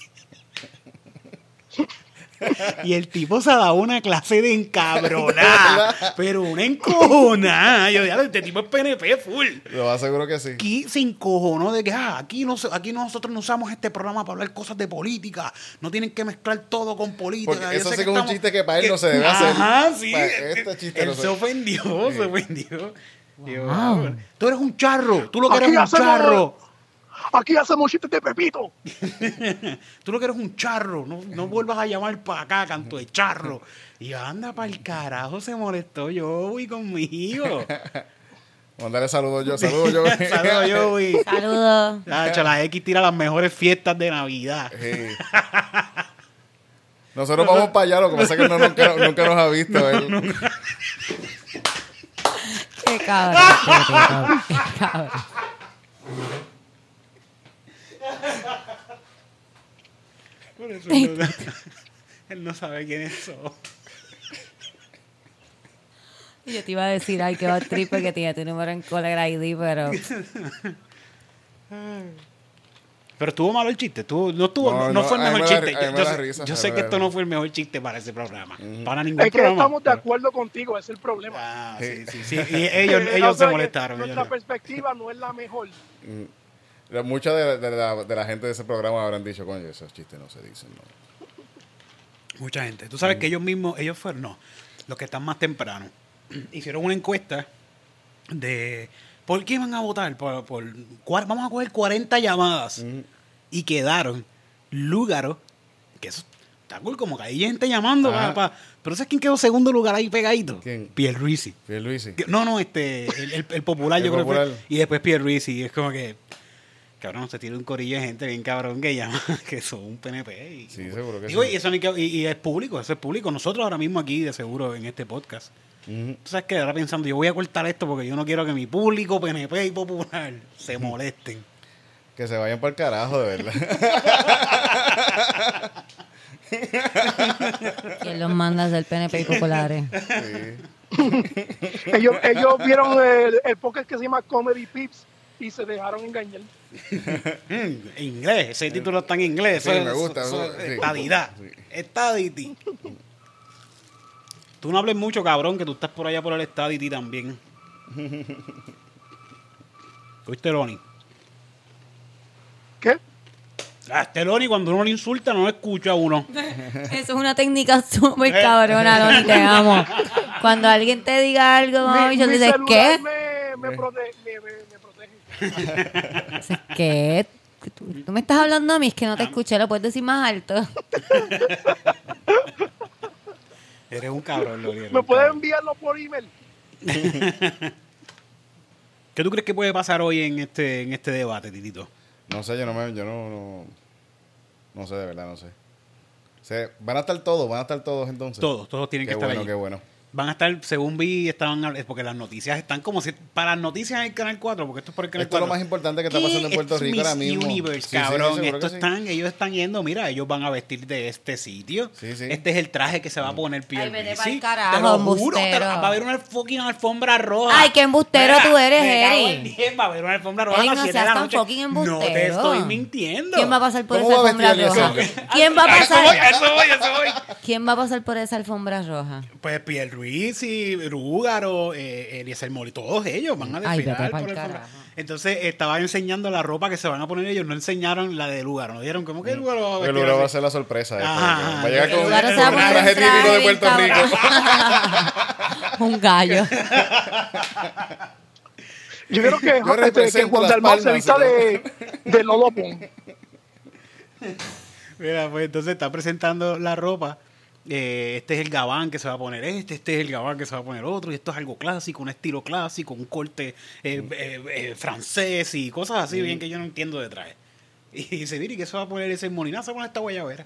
Speaker 5: Y el tipo se ha dado una clase de encabronada, pero una encojonada. Yo dije, este tipo es PNP full.
Speaker 3: Lo aseguro que sí.
Speaker 5: Aquí se encojonó de que aquí nosotros no usamos este programa para hablar cosas de política. No tienen que mezclar todo con política.
Speaker 3: Porque
Speaker 5: Yo
Speaker 3: eso
Speaker 5: sé
Speaker 3: sí
Speaker 5: que
Speaker 3: que es un chiste que para él no se debe hacer.
Speaker 5: Ajá, sí.
Speaker 3: Este chiste
Speaker 5: Él
Speaker 3: no
Speaker 5: se
Speaker 3: se-
Speaker 5: ofendió, se ofendió. Yo,
Speaker 2: Wow.
Speaker 5: tú eres un charro, tú lo que
Speaker 4: Aquí
Speaker 5: eres un
Speaker 4: hacemos-
Speaker 5: charro.
Speaker 4: Aquí hacemos chistes de Pepito.
Speaker 5: Tú lo que eres un charro, no vuelvas a llamar para acá, canto de charro. Y yo, anda para el carajo, se molestó Joey conmigo.
Speaker 3: Mandarle saludos yo. Saludos
Speaker 5: Joey.
Speaker 2: Saludos.
Speaker 5: Nacho, la X tira las mejores fiestas de Navidad.
Speaker 3: Sí. Nosotros vamos para allá, lo que pasa es que nunca nos ha visto él.
Speaker 2: Qué cabrón. Qué cabrón.
Speaker 5: Por eso él no sabe quiénes son.
Speaker 2: Y yo te iba a decir, ay, qué va triple que tiene tu número en Caller ID, pero...
Speaker 5: Pero estuvo malo el chiste. No fue el mejor chiste. Yo sé que esto no fue el mejor chiste para ese programa. Para ningún
Speaker 4: es que
Speaker 5: programa.
Speaker 4: Estamos de acuerdo contigo, ese es el problema.
Speaker 5: Sí. Y ellos se molestaron.
Speaker 4: Nuestra perspectiva no es la mejor.
Speaker 3: Mucha de la gente de ese programa habrán dicho, coño, esos chistes no se dicen, ¿no?
Speaker 5: Mucha gente. Tú sabes que ellos fueron, los que están más temprano, hicieron una encuesta de ¿por qué van a votar? Vamos a coger 40 llamadas. Y quedaron Lúgaro, que eso está cool, como que hay gente llamando. Pero ¿sabes quién quedó segundo lugar ahí pegadito?
Speaker 3: ¿Quién?
Speaker 5: Pierluisi. No, el popular, yo creo que fue. Y después Pierluisi. Y es como que, cabrón, se tira un corillo de gente bien cabrón que llama, que son un PNP.
Speaker 3: Sí, seguro que
Speaker 5: digo,
Speaker 3: sí.
Speaker 5: Y es público, eso es público. Nosotros ahora mismo aquí, de seguro, en este podcast. Tú sabes que ahora pensando, yo voy a cortar esto porque yo no quiero que mi público PNP y popular se molesten.
Speaker 3: Que se vayan para el carajo, de verdad.
Speaker 2: ¿Quién los manda a ser PNP y populares?
Speaker 3: Sí.
Speaker 4: ellos vieron el podcast que se llama Comedy Pips y se dejaron engañar.
Speaker 5: Inglés, ese título está en inglés.
Speaker 3: Sí, me gusta.
Speaker 5: Estadidad. Estadity. Tú no hables mucho, cabrón, que tú estás por allá por el Estadity también. ¿Oíste, Loni?
Speaker 4: ¿Qué?
Speaker 5: Loni, cuando uno le insulta, no lo escucha a uno.
Speaker 2: Eso es una técnica súper cabrona, Loni, te amo. Cuando alguien te diga algo, mami, yo te dices, ¿qué?
Speaker 4: Me protege.
Speaker 2: ¿Qué? ¿Tú me estás hablando a mí? Es que no te escuché, lo puedes decir más alto.
Speaker 5: Eres un cabrón, Loni.
Speaker 4: ¿Me puedes enviarlo por email?
Speaker 5: ¿Qué tú crees que puede pasar hoy en este debate, Titito?
Speaker 3: No sé, yo no sé, de verdad, no sé. Van a estar todos entonces.
Speaker 5: Todos tienen que estar ahí.
Speaker 3: Qué bueno.
Speaker 5: Van a estar, según vi, porque las noticias están como si, para las noticias en el Canal 4, porque esto es por el Canal 4.
Speaker 3: Esto es lo más importante que está pasando en Puerto Rico ahora mismo.
Speaker 5: Universe, cabrón. Ellos están yendo, mira, ellos van a vestir de este sitio.
Speaker 3: Sí.
Speaker 5: Este es el traje que se va a poner
Speaker 2: Ay, vete
Speaker 5: Pierluisi.
Speaker 2: pa'l carajo,
Speaker 5: te lo juro,
Speaker 2: embustero.
Speaker 5: va a haber una fucking alfombra roja.
Speaker 2: Ay, qué embustero tú eres,
Speaker 5: me cago en
Speaker 2: Eri.
Speaker 5: 10, va a haber una alfombra roja
Speaker 2: Eri,
Speaker 5: a las
Speaker 2: no
Speaker 5: 7 de
Speaker 2: seas
Speaker 5: la
Speaker 2: tan
Speaker 5: noche.
Speaker 2: fucking embustero.
Speaker 5: No te estoy mintiendo.
Speaker 2: ¿Quién va a pasar por esa
Speaker 3: ¿Cómo va
Speaker 2: alfombra
Speaker 3: vestido
Speaker 2: roja?
Speaker 3: Eliezer?
Speaker 2: ¿Quién va a pasar?
Speaker 5: A eso voy.
Speaker 2: ¿Quién va a pasar por esa alfombra roja?
Speaker 5: Pues Pierluisi, Lúgaro, Eliezer Mori, todos ellos van a
Speaker 2: Ay,
Speaker 5: desfilar
Speaker 2: vete
Speaker 5: por
Speaker 2: pa'l
Speaker 5: el
Speaker 2: carajo.
Speaker 5: Entonces estaba enseñando la ropa que se van a poner ellos, no enseñaron la de Lúgaro, no dieron como que Lúgaro va a vestir
Speaker 3: Lúgaro va a
Speaker 5: así?
Speaker 3: ser la sorpresa.
Speaker 5: Ajá.
Speaker 3: Va a llegar con un
Speaker 2: Lúgaro se va a poner
Speaker 3: traje
Speaker 2: un traje
Speaker 3: típico de
Speaker 2: bien
Speaker 3: Puerto Rico.
Speaker 2: Un gallo.
Speaker 4: Yo creo que
Speaker 3: represento
Speaker 4: Juan
Speaker 3: Las
Speaker 4: Dalmau se
Speaker 3: Palmas,
Speaker 4: vista de Lolo Pon.
Speaker 5: Mira, pues entonces está presentando la ropa. Este es el gabán que se va a poner este es el gabán que se va a poner otro, y esto es algo clásico, un estilo clásico, un corte francés y cosas así bien que yo no entiendo de traje. Y dice, mire, que se va a poner ese moninazo con esta guayabera.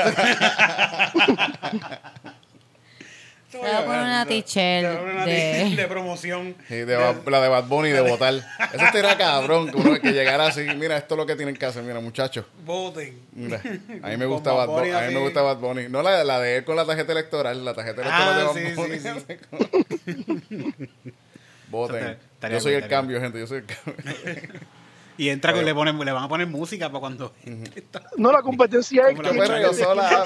Speaker 2: Se va a poner una t-shirt
Speaker 5: de promoción.
Speaker 3: Sí, la de Bad Bunny de votar. Eso estaría cabrón que llegara así. Mira, esto es lo que tienen que hacer, mira, muchachos.
Speaker 5: Voten.
Speaker 3: Mira, a mí me gusta Bad Bunny. A mí me gusta Bad Bunny. No la de él con la tarjeta electoral. La tarjeta electoral de Bad Bunny.
Speaker 5: Sí.
Speaker 3: Voten. Yo soy el cambio, gente. Yo soy el cambio.
Speaker 5: Y entra le van a poner música para cuando.
Speaker 4: No, la competencia es
Speaker 3: Yo perreo sola.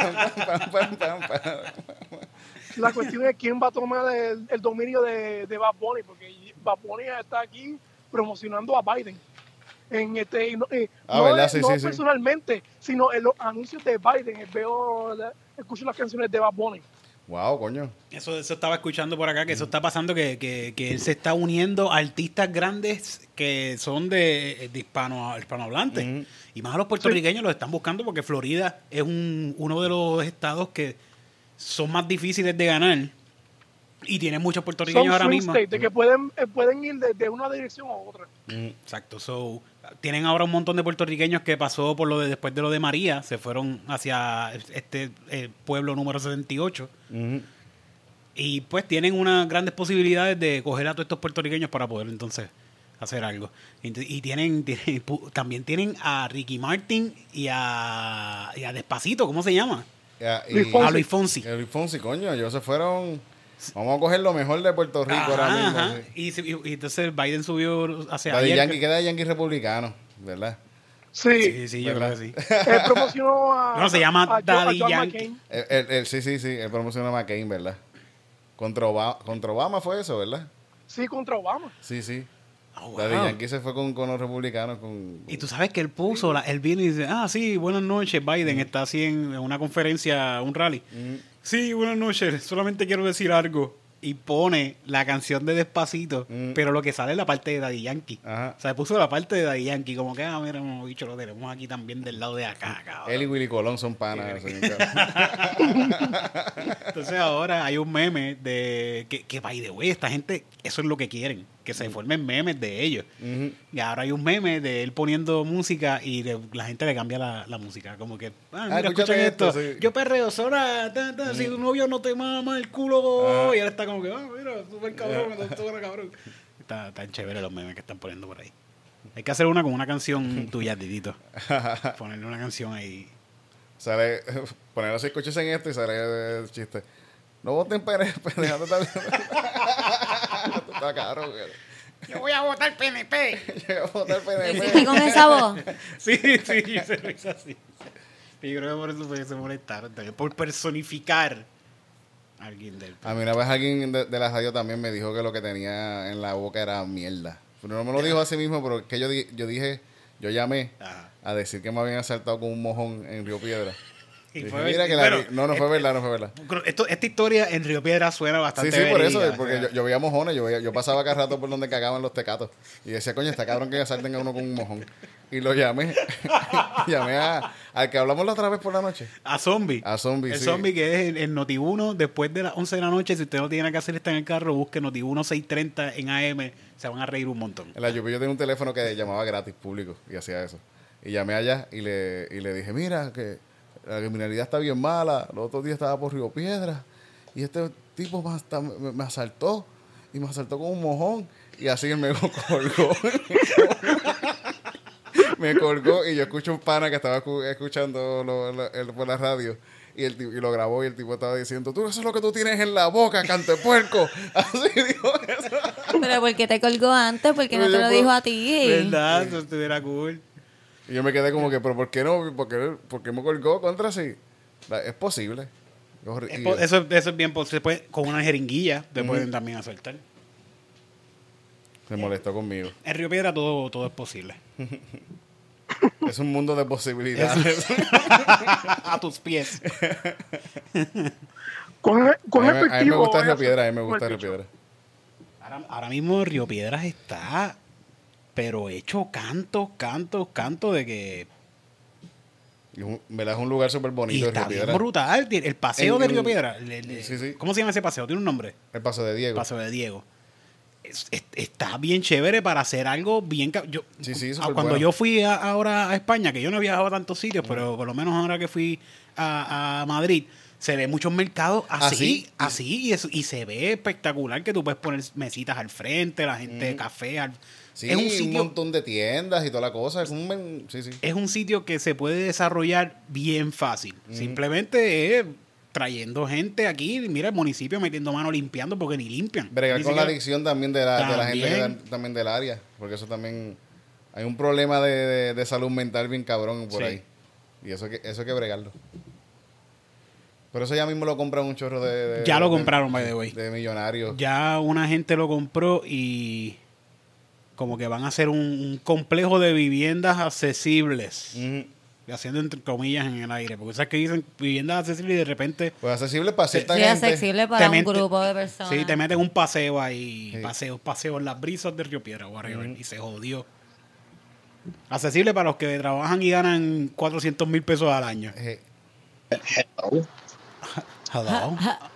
Speaker 4: La cuestión es quién va a tomar el dominio de Bad Bunny, porque Bad Bunny está aquí promocionando a Biden.
Speaker 3: ¿Verdad? Sí,
Speaker 4: no
Speaker 3: sí.
Speaker 4: personalmente, sino en los anuncios de Biden. Escucho las canciones de Bad Bunny.
Speaker 3: Wow, coño.
Speaker 5: Eso estaba escuchando por acá, que eso está pasando, que él se está uniendo a artistas grandes que son de hispanohablantes. Y más a los puertorriqueños los están buscando porque Florida es uno de los estados que son más difíciles de ganar y tienen muchos puertorriqueños
Speaker 4: Son
Speaker 5: ahora
Speaker 4: swing
Speaker 5: mismo.
Speaker 4: state, de que pueden ir de una dirección a otra.
Speaker 5: Exacto. Tienen ahora un montón de puertorriqueños que pasó por después de lo de María, se fueron hacia este pueblo número 78. Y pues tienen unas grandes posibilidades de coger a todos estos puertorriqueños para poder entonces hacer algo. Y también tienen a Ricky Martin y a Despacito, ¿cómo se llama?
Speaker 3: A
Speaker 5: Luis Fonsi.
Speaker 3: Luis Fonsi, coño, ellos se fueron. Vamos a coger lo mejor de Puerto Rico ahora mismo. Sí.
Speaker 5: Y entonces Biden subió hacia
Speaker 3: Daddy Yankee, queda de Yankee republicano, ¿verdad?
Speaker 5: Sí, yo creo que sí.
Speaker 4: Él promocionó a...
Speaker 5: No, se llama
Speaker 4: a
Speaker 5: Daddy
Speaker 4: John
Speaker 5: Yankee.
Speaker 4: McCain.
Speaker 3: Sí, él promocionó a McCain, ¿verdad? Contra Obama fue eso, ¿verdad?
Speaker 4: Sí, contra Obama.
Speaker 3: Sí.
Speaker 5: Oh, wow.
Speaker 3: Daddy Yankee se fue con los republicanos.
Speaker 5: Y tú sabes que él puso, él vino y dice, sí, buenas noches, Biden está así en una conferencia, un rally. Sí, buenas noches, solamente quiero decir algo. Y pone la canción de Despacito, pero lo que sale es la parte de Daddy Yankee.
Speaker 3: Ajá.
Speaker 5: O sea, puso la parte de Daddy Yankee, como que, mira, bicho, lo tenemos aquí también del lado de acá, cabrón.
Speaker 3: Él y Willy Colón son panas.
Speaker 5: Entonces ahora hay un meme de que by the way, esta gente, eso es lo que quieren, que se formen memes de ellos. Y ahora hay un meme de él poniendo música y la gente le cambia la música, como que, mira, escuchen esto,
Speaker 3: sí.
Speaker 5: yo perreo sola, si tu novio no te mama el culo, y él está como que, mira, súper cabrón, súper cabrón. Están chéveres los memes que están poniendo por ahí. Hay que hacer una con una canción tuya, Titito. Ponerle una canción ahí.
Speaker 3: Sale, poner así, escuches en esto y sale el chiste. No voten PNP, dejando también. Está caro, güey.
Speaker 5: Yo voy a votar PNP.
Speaker 3: Yo voy a votar
Speaker 2: ¿Lo hiciste
Speaker 3: PNP.
Speaker 2: con esa voz?
Speaker 5: Sí, se lo hizo así. Y yo creo que por eso fue que se molestaron también, por personificar a alguien del...
Speaker 3: A mí una vez alguien de la radio también me dijo que lo que tenía en la boca era mierda. Pero no me lo dijo a sí mismo, pero que yo llamé a decir que me habían asaltado con un mojón en Río Piedra.
Speaker 5: Y
Speaker 3: Dije,
Speaker 5: fue-
Speaker 3: mira que
Speaker 5: bueno,
Speaker 3: no fue verdad.
Speaker 5: esta historia en Río Piedra suena
Speaker 3: Sí,
Speaker 5: bastante
Speaker 3: por eso,
Speaker 5: verídica,
Speaker 3: porque
Speaker 5: o sea.
Speaker 3: yo veía mojones, yo pasaba cada rato por donde cagaban los tecatos. Y decía, coño, está cabrón que asalten a uno con un mojón. Y lo llamé. Llamé al que hablamos la otra vez por la noche.
Speaker 5: A Zombie.
Speaker 3: A Zombie,
Speaker 5: El
Speaker 3: sí.
Speaker 5: Zombie que es el Noti1 después de las 11 de la noche. Si usted no tiene nada que hacer, está en el carro, busque Noti1 630 en AM. Se van a reír un montón.
Speaker 3: En la lluvia yo tenía un teléfono que llamaba gratis, público, y hacía eso. Y llamé allá y le dije, mira, que la criminalidad está bien mala. Los otros días estaba por Río Piedra y este tipo me asaltó y me asaltó con un mojón. Y así él me colgó. Me colgó y yo escucho un pana que estaba escuchando por la radio. Y lo grabó y el tipo estaba diciendo, tú, eso es lo que tú tienes en la boca, cantepuerco. Así dijo eso.
Speaker 2: Pero ¿por qué te colgó antes? ¿Por qué no
Speaker 3: Pero
Speaker 2: te
Speaker 3: yo
Speaker 2: lo
Speaker 3: puedo-
Speaker 2: dijo a ti?
Speaker 5: ¿Verdad? Eso estuviera cool.
Speaker 3: Y yo me quedé como que, pero ¿por qué no? ¿Por qué me colgó contra sí? Es posible.
Speaker 5: Eso es bien posible. Con una jeringuilla te pueden también asaltar.
Speaker 3: Se molestó conmigo.
Speaker 5: En Río Piedra todo es posible.
Speaker 3: Es un mundo de posibilidades.
Speaker 5: A tus pies.
Speaker 4: Con
Speaker 3: A mí me
Speaker 4: efectivo.
Speaker 3: gusta Río
Speaker 4: eso,
Speaker 3: Piedra, a mí me
Speaker 4: con
Speaker 3: gusta
Speaker 4: el
Speaker 3: Río
Speaker 4: bicho.
Speaker 3: Piedra.
Speaker 5: Ahora mismo Río Piedras está, pero hecho canto de que
Speaker 3: ¿Verdad? Es un lugar súper
Speaker 5: y
Speaker 3: bonito de
Speaker 5: está
Speaker 3: Río
Speaker 5: bien
Speaker 3: Piedra.
Speaker 5: brutal. El paseo
Speaker 3: En-
Speaker 5: de Río
Speaker 3: en-
Speaker 5: Piedra.
Speaker 3: Sí, sí.
Speaker 5: ¿Cómo se llama ese paseo? ¿Tiene un nombre?
Speaker 3: El Paso de Diego.
Speaker 5: Paseo de Diego. Está bien chévere para hacer algo bien...
Speaker 3: Sí, súper
Speaker 5: cuando
Speaker 3: bueno.
Speaker 5: yo fui ahora a España, que yo no he viajado a tantos sitios, pero por lo menos ahora que fui a Madrid, se ve muchos mercados así y se ve espectacular que tú puedes poner mesitas al frente, la gente café.
Speaker 3: Sí,
Speaker 5: es un
Speaker 3: un
Speaker 5: sitio...
Speaker 3: montón de tiendas y toda la cosa. Sí.
Speaker 5: Es un sitio que se puede desarrollar bien fácil. Simplemente trayendo gente aquí, mira el municipio metiendo mano limpiando porque ni limpian.
Speaker 3: Bregar
Speaker 5: Ni
Speaker 3: con la
Speaker 5: siquiera-
Speaker 3: adicción también de la gente
Speaker 5: También.
Speaker 3: también del área. Porque eso también... Hay un problema de salud mental bien cabrón por
Speaker 5: Sí.
Speaker 3: ahí. Y eso hay que bregarlo. Pero eso ya mismo lo compran un chorro de...
Speaker 5: Ya lo compraron, by the way.
Speaker 3: De millonarios.
Speaker 5: Ya una gente lo compró y como que van a hacer un complejo de viviendas accesibles.
Speaker 3: Ujú.
Speaker 5: Haciendo entre comillas en el aire. Porque sabes que dicen viviendas accesibles y de repente
Speaker 3: Pues accesible para cierta
Speaker 2: Sí,
Speaker 3: gente.
Speaker 2: accesible para un
Speaker 5: mete-
Speaker 2: grupo de personas.
Speaker 5: sí, te meten un paseo ahí.
Speaker 3: Sí.
Speaker 5: Paseo en las brisas de Río Piedra, whatever, y se jodió. Accesible para los que trabajan y ganan 400,000 pesos al año. Hello.
Speaker 3: ¿Hello?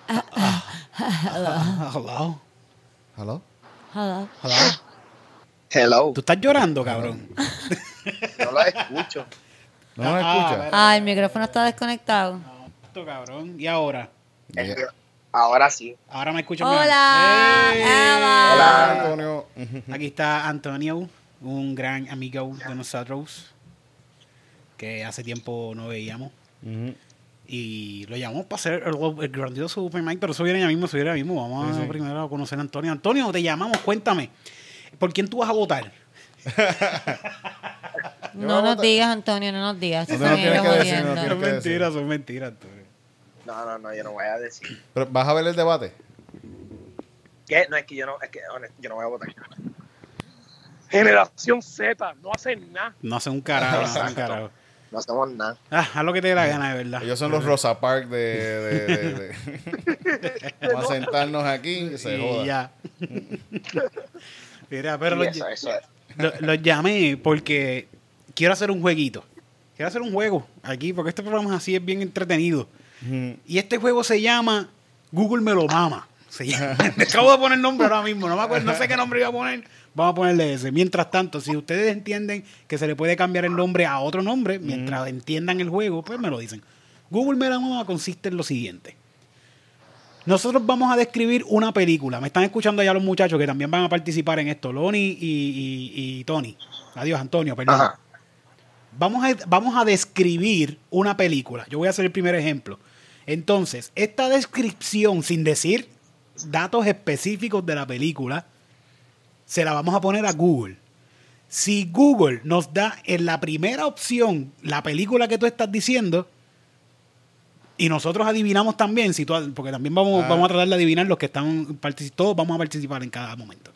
Speaker 2: Hello.
Speaker 5: Hello.
Speaker 7: Hello.
Speaker 5: ¿Tú estás llorando, cabrón?
Speaker 7: No la escucho.
Speaker 3: ¿No me escucha?
Speaker 2: Ah, el micrófono está desconectado.
Speaker 5: Esto, cabrón. ¿Y ahora?
Speaker 3: Yeah.
Speaker 7: Ahora sí.
Speaker 5: Ahora me escuchan
Speaker 2: Hola,
Speaker 5: bien.
Speaker 2: Eva.
Speaker 3: Hola, Antonio.
Speaker 5: Aquí está Antonio, un gran amigo de nosotros que hace tiempo no veíamos.
Speaker 3: Ujú.
Speaker 5: Y lo llamamos para hacer el grandioso Open Mic, pero eso viene ya mismo. Vamos
Speaker 3: Sí.
Speaker 5: primero a conocer a Antonio. Antonio, te llamamos, cuéntame. ¿Por quién tú vas a votar?
Speaker 2: No nos digas, Antonio, no nos digas.
Speaker 3: No,
Speaker 2: Son
Speaker 3: no tienes
Speaker 2: ellos
Speaker 3: que decir,
Speaker 2: jodiendo.
Speaker 3: no tienes que decir.
Speaker 5: Son mentiras, Antonio.
Speaker 7: No, yo no voy a decir.
Speaker 3: Pero, ¿vas a ver el debate?
Speaker 7: ¿Qué? No, es que yo no voy a votar.
Speaker 4: Generación Z, no hacen nada.
Speaker 5: No hace un carajo, no hace un carajo.
Speaker 7: No hacemos nada.
Speaker 5: Haz lo que te dé la gana, de verdad.
Speaker 3: Ellos son los Rosa Parks de... Vamos a sentarnos aquí y se
Speaker 5: Y
Speaker 3: joda.
Speaker 5: ya. Mira, pero
Speaker 7: Y eso es.
Speaker 5: los llamé porque quiero hacer un jueguito. Quiero hacer un juego aquí, porque este programa así es bien entretenido.
Speaker 3: Ujú.
Speaker 5: Y este juego se llama Google me lo mama. Se llama. Me acabo de poner el nombre ahora mismo. No me acuerdo, no sé qué nombre iba a poner. Vamos a ponerle ese. Mientras tanto, si ustedes entienden que se le puede cambiar el nombre a otro nombre, mientras entiendan el juego, pues me lo dicen. Google me lo mama consiste en lo siguiente. Nosotros vamos a describir una película. Me están escuchando allá los muchachos que también van a participar en esto. Lonnie y Tony. Adiós, Antonio, perdón.
Speaker 7: Ajá.
Speaker 5: Vamos a describir una película. Yo voy a hacer el primer ejemplo. Entonces, esta descripción, sin decir datos específicos de la película, se la vamos a poner a Google. Si Google nos da en la primera opción la película que tú estás diciendo, y nosotros adivinamos también, porque también vamos a tratar de adivinar los que están todos vamos a participar en cada momento.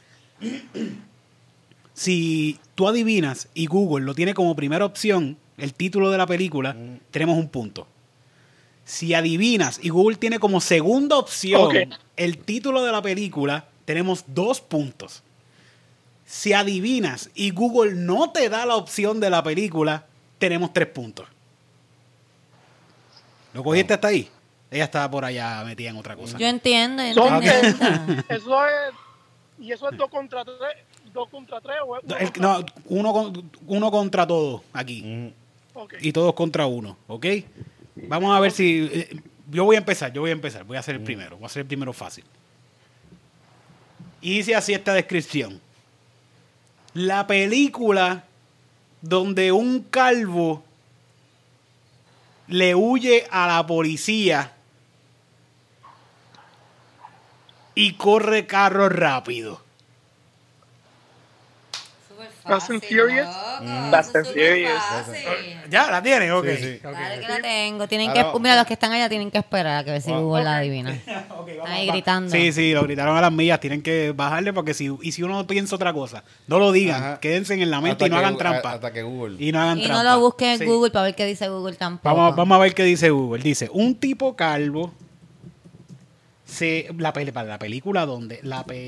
Speaker 5: Si tú adivinas y Google lo tiene como primera opción, el título de la película, tenemos un punto. Si adivinas y Google tiene como segunda opción el título de la película, tenemos 2 puntos. Si adivinas y Google no te da la opción de la película, tenemos 3 puntos. ¿Lo cogiste hasta ahí? Ella estaba por allá metida en otra cosa.
Speaker 2: Yo entiendo, yo
Speaker 4: Son-
Speaker 2: entiendo.
Speaker 4: Eso es. ¿Y eso es 2 contra 3? ¿2 contra 3 o es
Speaker 5: Uno contra todos aquí.
Speaker 3: Ujú.
Speaker 4: Ok.
Speaker 5: Y todos contra uno, ¿ok? Vamos a ver si... yo voy a empezar. Voy a hacer el primero. Voy a hacer el primero fácil. Y dice así esta descripción. La película donde un calvo le huye a la policía y corre carro rápido.
Speaker 4: Fast and Furious.
Speaker 7: Fast and Furious.
Speaker 5: ¿Ya la tienes? Ok.
Speaker 3: Sí, sí.
Speaker 5: Ok.
Speaker 2: Claro que la tengo. Tienen
Speaker 3: Ahora-
Speaker 2: mira, los que están allá tienen que esperar a que ver si Google la adivina.
Speaker 5: Ok,
Speaker 2: Están ahí gritando.
Speaker 5: Sí, lo gritaron a las millas. Tienen que bajarle porque si uno piensa otra cosa, no lo digan.
Speaker 3: Ajá.
Speaker 5: Quédense en la mente
Speaker 3: Hasta
Speaker 5: y no
Speaker 3: que-
Speaker 5: hagan trampa.
Speaker 3: Hasta que Google.
Speaker 5: Y no hagan
Speaker 2: Y
Speaker 5: trampa.
Speaker 2: no lo busquen en
Speaker 5: Sí.
Speaker 2: Google para ver qué dice Google tampoco.
Speaker 5: Vamos a ver qué dice Google. Dice, un tipo calvo la película donde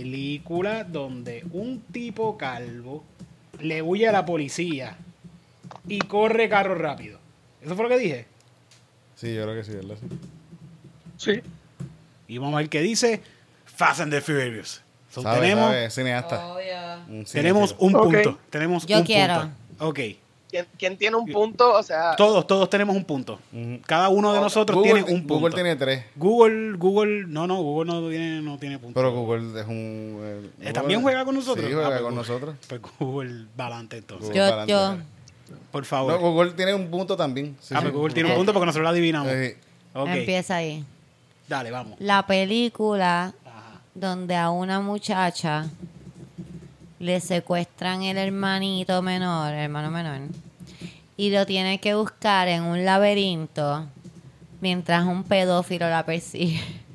Speaker 5: un tipo calvo le huye a la policía y corre carro rápido. ¿Eso fue lo que dije?
Speaker 3: Sí, yo creo que sí, ¿verdad?
Speaker 4: Sí.
Speaker 5: Y vamos a ver qué dice Fast and the Furious. So,
Speaker 3: ¿Sabe,
Speaker 5: tenemos
Speaker 3: sabe? Cineasta. Un
Speaker 5: tenemos
Speaker 3: cinéfilo.
Speaker 5: un
Speaker 4: Ok.
Speaker 5: punto. Tenemos
Speaker 2: Yo
Speaker 5: un
Speaker 2: quiero.
Speaker 5: punto. Ok.
Speaker 7: ¿Quién tiene un punto? O sea,
Speaker 5: Todos tenemos un punto.
Speaker 3: Ujú.
Speaker 5: Cada uno de nosotros
Speaker 3: Google,
Speaker 5: tiene un punto.
Speaker 3: Google tiene 3.
Speaker 5: Google no tiene punto.
Speaker 3: Pero Google es un...
Speaker 5: ¿También juega con nosotros?
Speaker 3: Sí, juega
Speaker 5: pues
Speaker 3: con
Speaker 5: Google.
Speaker 3: nosotros.
Speaker 5: Pues Google va adelante entonces.
Speaker 3: Google para
Speaker 2: Yo,
Speaker 3: adelante.
Speaker 5: Por favor.
Speaker 3: No, Google tiene un punto también. Sí,
Speaker 5: Pues
Speaker 3: sí.
Speaker 5: Google tiene un punto porque nosotros lo adivinamos.
Speaker 3: Sí.
Speaker 5: Ok.
Speaker 2: empieza ahí.
Speaker 5: Dale, vamos.
Speaker 2: La película
Speaker 5: Ajá.
Speaker 2: donde a una muchacha le secuestran el hermano menor, y lo tiene que buscar en un laberinto mientras un pedófilo la persigue.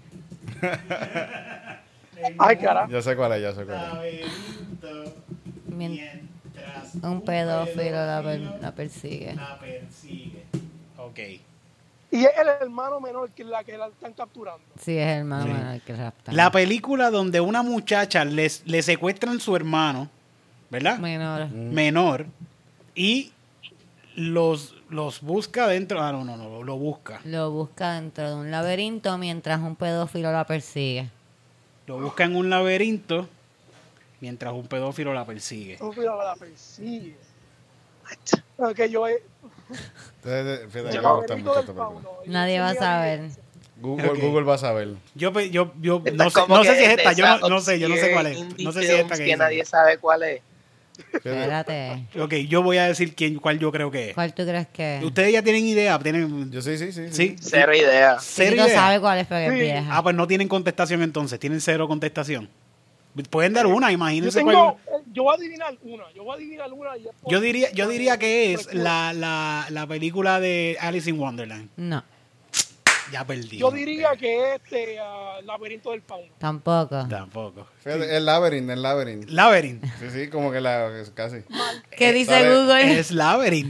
Speaker 4: Ay, carajo.
Speaker 3: Ya sé cuál es, ya sé cuál es.
Speaker 5: Laberinto
Speaker 2: Mientras
Speaker 5: mientras
Speaker 2: un pedófilo la persigue.
Speaker 5: la persigue. Ok.
Speaker 4: Y es el hermano menor que la están capturando.
Speaker 2: Sí, es el hermano menor que rapta.
Speaker 5: La película donde una muchacha le secuestran su hermano, ¿verdad?
Speaker 2: menor.
Speaker 5: Menor, y los busca dentro. Ah, no, lo busca.
Speaker 2: Lo busca dentro de un laberinto mientras un pedófilo la persigue.
Speaker 5: Lo busca en un laberinto mientras un pedófilo la persigue.
Speaker 4: Un pedófilo la persigue. Ok, yo...
Speaker 3: Fíjate,
Speaker 4: el
Speaker 3: me gusta
Speaker 4: laberinto
Speaker 3: mucho
Speaker 4: del
Speaker 3: esta película.
Speaker 4: fauno.
Speaker 2: Nadie va a saber.
Speaker 3: Google,
Speaker 5: Ok.
Speaker 3: Google va a saber.
Speaker 5: Yo
Speaker 7: esta
Speaker 5: no sé,
Speaker 7: como
Speaker 5: no sé
Speaker 7: que
Speaker 5: si es
Speaker 7: de
Speaker 5: esta, yo
Speaker 7: esas
Speaker 5: no sé cuál es.
Speaker 7: indie
Speaker 5: No sé si es esta
Speaker 7: films
Speaker 5: que
Speaker 7: que
Speaker 5: dice.
Speaker 7: nadie sabe cuál es.
Speaker 2: Espérate.
Speaker 5: Ok, yo voy a decir cuál yo creo que es.
Speaker 2: ¿Cuál tú crees que es?
Speaker 5: Ustedes ya tienen idea, tienen.
Speaker 3: Yo sí.
Speaker 5: ¿Sí?
Speaker 7: Cero idea.
Speaker 5: ¿Cero
Speaker 2: no
Speaker 5: idea?
Speaker 2: sabe cuál es, pero es
Speaker 4: Sí.
Speaker 2: vieja.
Speaker 5: Ah, pues no tienen contestación entonces, tienen 0 contestación. Pueden dar una,
Speaker 4: Yo
Speaker 5: imagínense
Speaker 4: tengo, yo voy a adivinar una. Y después-
Speaker 5: yo diría que es la película de Alice in Wonderland.
Speaker 2: No,
Speaker 5: Ya perdí.
Speaker 4: Yo diría que es Laberinto del Fauno.
Speaker 2: tampoco.
Speaker 5: Tampoco.
Speaker 3: Fíjate, el Labyrinth.
Speaker 5: Labyrinth.
Speaker 3: Sí, como que casi.
Speaker 2: ¿Qué dice
Speaker 3: sale-
Speaker 2: Google?
Speaker 5: Es Labyrinth.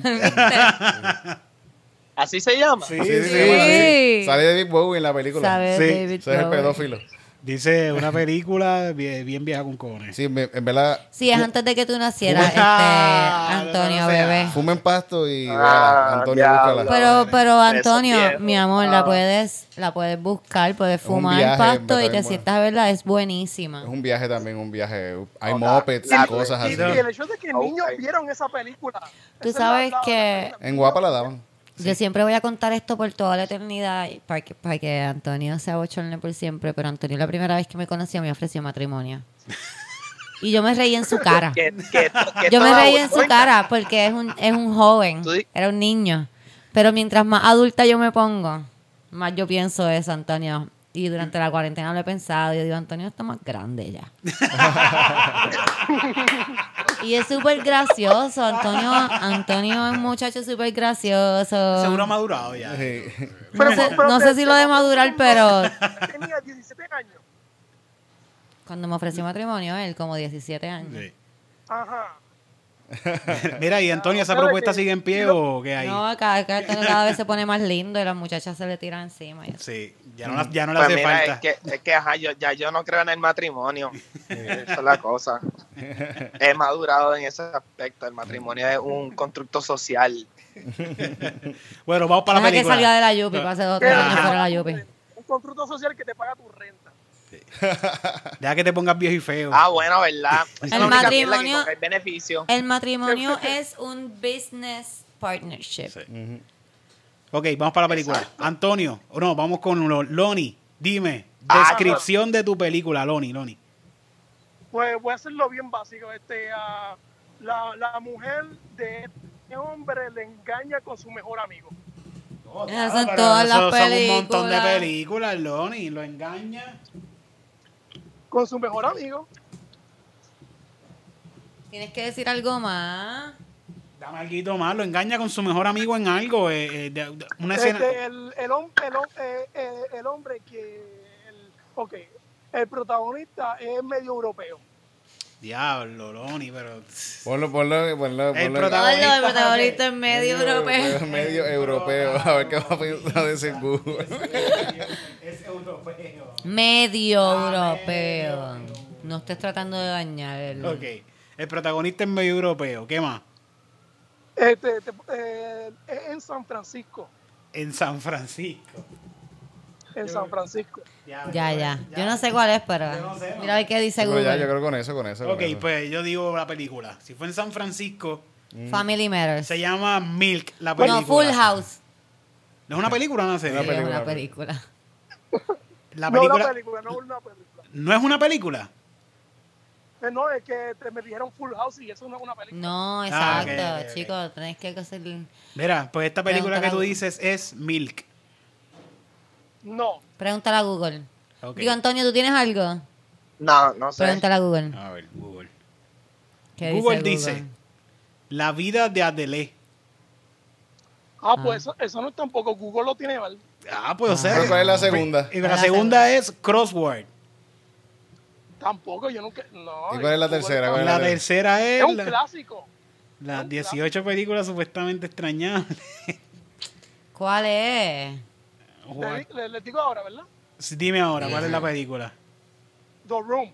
Speaker 7: ¿Así se llama?
Speaker 3: Sí,
Speaker 2: Sí.
Speaker 3: Sale David Bowie en la película.
Speaker 2: ¿Sabes,
Speaker 5: Sí,
Speaker 2: David
Speaker 3: Ese es el
Speaker 2: Bowie?
Speaker 3: pedófilo.
Speaker 5: Dice una película bien vieja con cojones.
Speaker 3: Sí, en verdad,
Speaker 2: Sí, es antes de que tú nacieras,
Speaker 5: Ah,
Speaker 2: Antonio,
Speaker 5: no sea.
Speaker 2: bebé.
Speaker 3: fumen pasto y
Speaker 7: Ah,
Speaker 3: Antonio,
Speaker 7: diablo.
Speaker 3: búscala.
Speaker 2: Pero
Speaker 7: Eso
Speaker 2: Antonio,
Speaker 7: viejo.
Speaker 2: mi amor,
Speaker 7: Ah.
Speaker 2: la puedes buscar, puedes
Speaker 3: un
Speaker 2: fumar
Speaker 3: viaje,
Speaker 2: pasto y
Speaker 3: está
Speaker 2: te
Speaker 3: bien
Speaker 2: sientas a verla, es buenísima.
Speaker 3: Es un viaje también, un viaje. Hay
Speaker 7: Ok.
Speaker 3: mopeds y
Speaker 7: La-
Speaker 3: cosas
Speaker 4: Y
Speaker 3: así.
Speaker 4: el hecho de que
Speaker 7: Ok.
Speaker 4: niños vieron esa película.
Speaker 2: Tú
Speaker 4: esa
Speaker 2: sabes
Speaker 4: es la-
Speaker 2: que
Speaker 3: En Guapa la daban.
Speaker 2: yo siempre voy a contar esto por toda la eternidad para que Antonio se abochorne por siempre, pero Antonio la primera vez que me conoció me ofreció matrimonio. Y yo me reí en su cara. Yo me reí en su cara porque es un joven,
Speaker 7: Tú di-
Speaker 2: era un niño. Pero mientras más adulta yo me pongo, más yo pienso eso, Antonio. Y durante la cuarentena lo he pensado. Yo digo, Antonio está más grande ya. Y es súper gracioso. Antonio es un muchacho súper gracioso.
Speaker 5: Seguro ha madurado ya.
Speaker 3: Sí.
Speaker 2: No sé si lo de madurar, pero
Speaker 4: Tenía 17 años.
Speaker 2: cuando me ofreció matrimonio, él como 17 años.
Speaker 5: Sí.
Speaker 4: Ajá.
Speaker 5: Mira, y Antonio, ¿esa propuesta sigue en pie o qué hay?
Speaker 2: No, cada vez se pone más lindo y las muchachas se le tiran encima. y así.
Speaker 5: Sí, ya no le
Speaker 7: Pues
Speaker 5: hace
Speaker 7: mira,
Speaker 5: falta.
Speaker 7: es que ajá, yo no creo en el matrimonio. Esa es la cosa. He madurado en ese aspecto. El matrimonio es un constructo social.
Speaker 5: Bueno, vamos para la
Speaker 2: Deja que
Speaker 5: película.
Speaker 2: salga de la Yupi, para hace 2 o 3 años fuera de la Yupi.
Speaker 4: Un constructo social que te paga tu renta.
Speaker 5: Deja que te pongas viejo y feo.
Speaker 7: Ah, bueno, ¿verdad? Esa es la única mierda que
Speaker 2: matrimonio-
Speaker 7: coge el beneficio.
Speaker 2: El matrimonio es un business partnership.
Speaker 5: Sí. Ok, vamos para la película. Antonio, no, vamos con Loni. Dime, descripción de tu película, Loni.
Speaker 4: Pues voy a hacerlo bien básico. La mujer de este hombre le engaña con su mejor amigo.
Speaker 2: Esas son
Speaker 5: Pero
Speaker 2: todas las
Speaker 5: eso son un montón de
Speaker 2: películas.
Speaker 5: películas, Loni. Lo engaña.
Speaker 4: Con su mejor amigo.
Speaker 2: Tienes que decir algo más.
Speaker 5: Dame algo más. Lo engaña con su mejor amigo en algo. Una escena.
Speaker 4: El hombre el protagonista es medio europeo.
Speaker 5: Diablo, Loni, pero.
Speaker 3: Ponlo.
Speaker 5: El
Speaker 2: El protagonista es medio europeo.
Speaker 3: Medio europeo. A ver qué va a pensar de ese Google.
Speaker 5: Es europeo.
Speaker 2: Medio europeo. No estés tratando de dañarlo.
Speaker 5: Ok. El protagonista es medio europeo. ¿Qué más?
Speaker 4: Es en San Francisco.
Speaker 5: En San Francisco.
Speaker 4: En San Francisco.
Speaker 2: Ya. Yo no sé cuál es, pero
Speaker 5: Yo no sé, ¿no?
Speaker 2: mira a ver qué dice
Speaker 3: Pero ya, yo
Speaker 2: Google.
Speaker 3: creo con eso.
Speaker 5: Ok, pues yo digo la película. Si fue en San Francisco,
Speaker 2: Family Matters.
Speaker 5: se llama Milk, la película.
Speaker 2: No, Full House.
Speaker 5: ¿No es una película o una serie?
Speaker 3: Una
Speaker 2: Sí, es
Speaker 3: película.
Speaker 2: una película.
Speaker 5: La
Speaker 4: No
Speaker 5: película
Speaker 4: una película, no una película.
Speaker 5: no es una película.
Speaker 4: No, es que me dijeron Full House y eso no es una película.
Speaker 2: No,
Speaker 5: Ah,
Speaker 2: exacto,
Speaker 5: ok.
Speaker 2: chicos. Tenés que hacer...
Speaker 5: Mira, pues esta película que tú
Speaker 2: Pregúntale a
Speaker 5: dices es Milk.
Speaker 4: No.
Speaker 2: Pregúntale a Google.
Speaker 5: Ok.
Speaker 2: Digo, Antonio, ¿tú tienes algo?
Speaker 7: No sé.
Speaker 2: Pregúntale a Google.
Speaker 5: A ver, Google.
Speaker 2: ¿Qué
Speaker 5: Google dice, la vida de Adele.
Speaker 4: Pues eso no es tampoco. Google lo tiene mal.
Speaker 5: Ah, pues o sea.
Speaker 3: ¿Pero cuál es la segunda?
Speaker 5: Y la segunda es Crossword.
Speaker 4: Tampoco, yo nunca. No.
Speaker 3: ¿Y cuál es la
Speaker 4: Google
Speaker 3: tercera?
Speaker 4: está-
Speaker 3: ¿Cuál
Speaker 5: La tercera
Speaker 4: Es
Speaker 5: es
Speaker 4: un clásico.
Speaker 5: las 18 películas supuestamente extrañables.
Speaker 2: ¿Cuál es?
Speaker 4: Les digo ahora, ¿verdad?
Speaker 5: Dime ahora, ¿cuál es la película?
Speaker 4: The Room.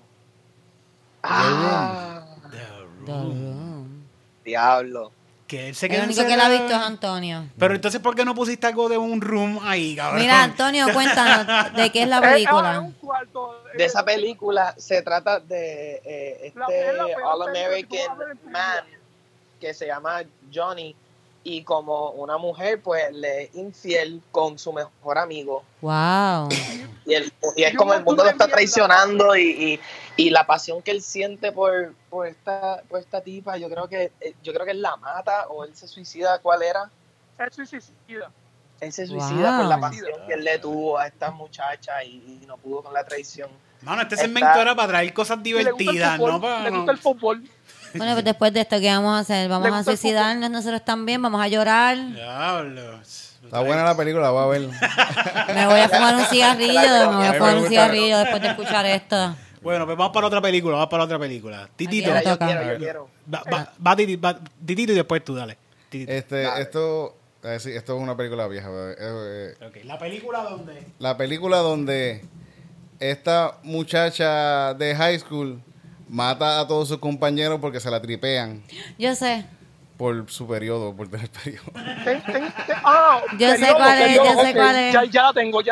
Speaker 2: The Room.
Speaker 7: Diablo.
Speaker 5: Que él se
Speaker 2: El
Speaker 5: quedó
Speaker 2: único que la ha
Speaker 5: encerrado.
Speaker 2: visto es Antonio.
Speaker 5: Pero entonces, ¿por qué no pusiste algo de un room ahí, cabrón?
Speaker 2: Mira, Antonio, cuéntanos de qué es la
Speaker 4: Es
Speaker 2: película.
Speaker 4: un cuarto.
Speaker 7: De esa película se trata de
Speaker 4: es la peor
Speaker 7: All
Speaker 4: película que tú vas a ver
Speaker 7: American
Speaker 4: en tu
Speaker 7: Man
Speaker 4: vida.
Speaker 7: que se llama Johnny y como una mujer pues le es infiel con su mejor amigo
Speaker 2: Wow.
Speaker 7: y es como el mundo lo está traicionando y la pasión que él siente por esta tipa yo creo que él la mata o él se suicida. ¿Cuál era?
Speaker 4: Eso es suicida.
Speaker 7: Él se suicida por la
Speaker 2: Wow.
Speaker 7: pasión que él le tuvo a esta muchacha y no pudo con la traición.
Speaker 5: Mano, este segmento era para traer cosas divertidas,
Speaker 4: no
Speaker 5: no para...
Speaker 4: Le gusta el fútbol.
Speaker 2: Bueno, pues después de esto, ¿qué vamos a hacer? ¿Vamos a suicidarnos nosotros también? ¿Vamos a llorar?
Speaker 5: Diablos.
Speaker 3: Está buena la película, la voy a ver.
Speaker 2: Me voy a fumar un cigarrillo, después de escuchar esto.
Speaker 5: Bueno, pues vamos para otra película, Titito.
Speaker 7: Yo quiero.
Speaker 5: Va Titito y después tú, dale. Titito.
Speaker 3: Esto es una película vieja.
Speaker 5: Okay. ¿La película dónde?
Speaker 3: La película donde esta muchacha de high school mata a todos sus compañeros porque se la tripean
Speaker 2: Yo sé.
Speaker 3: por su periodo, por tener periodo.
Speaker 2: Yo sé cuál es.
Speaker 4: Ya la tengo.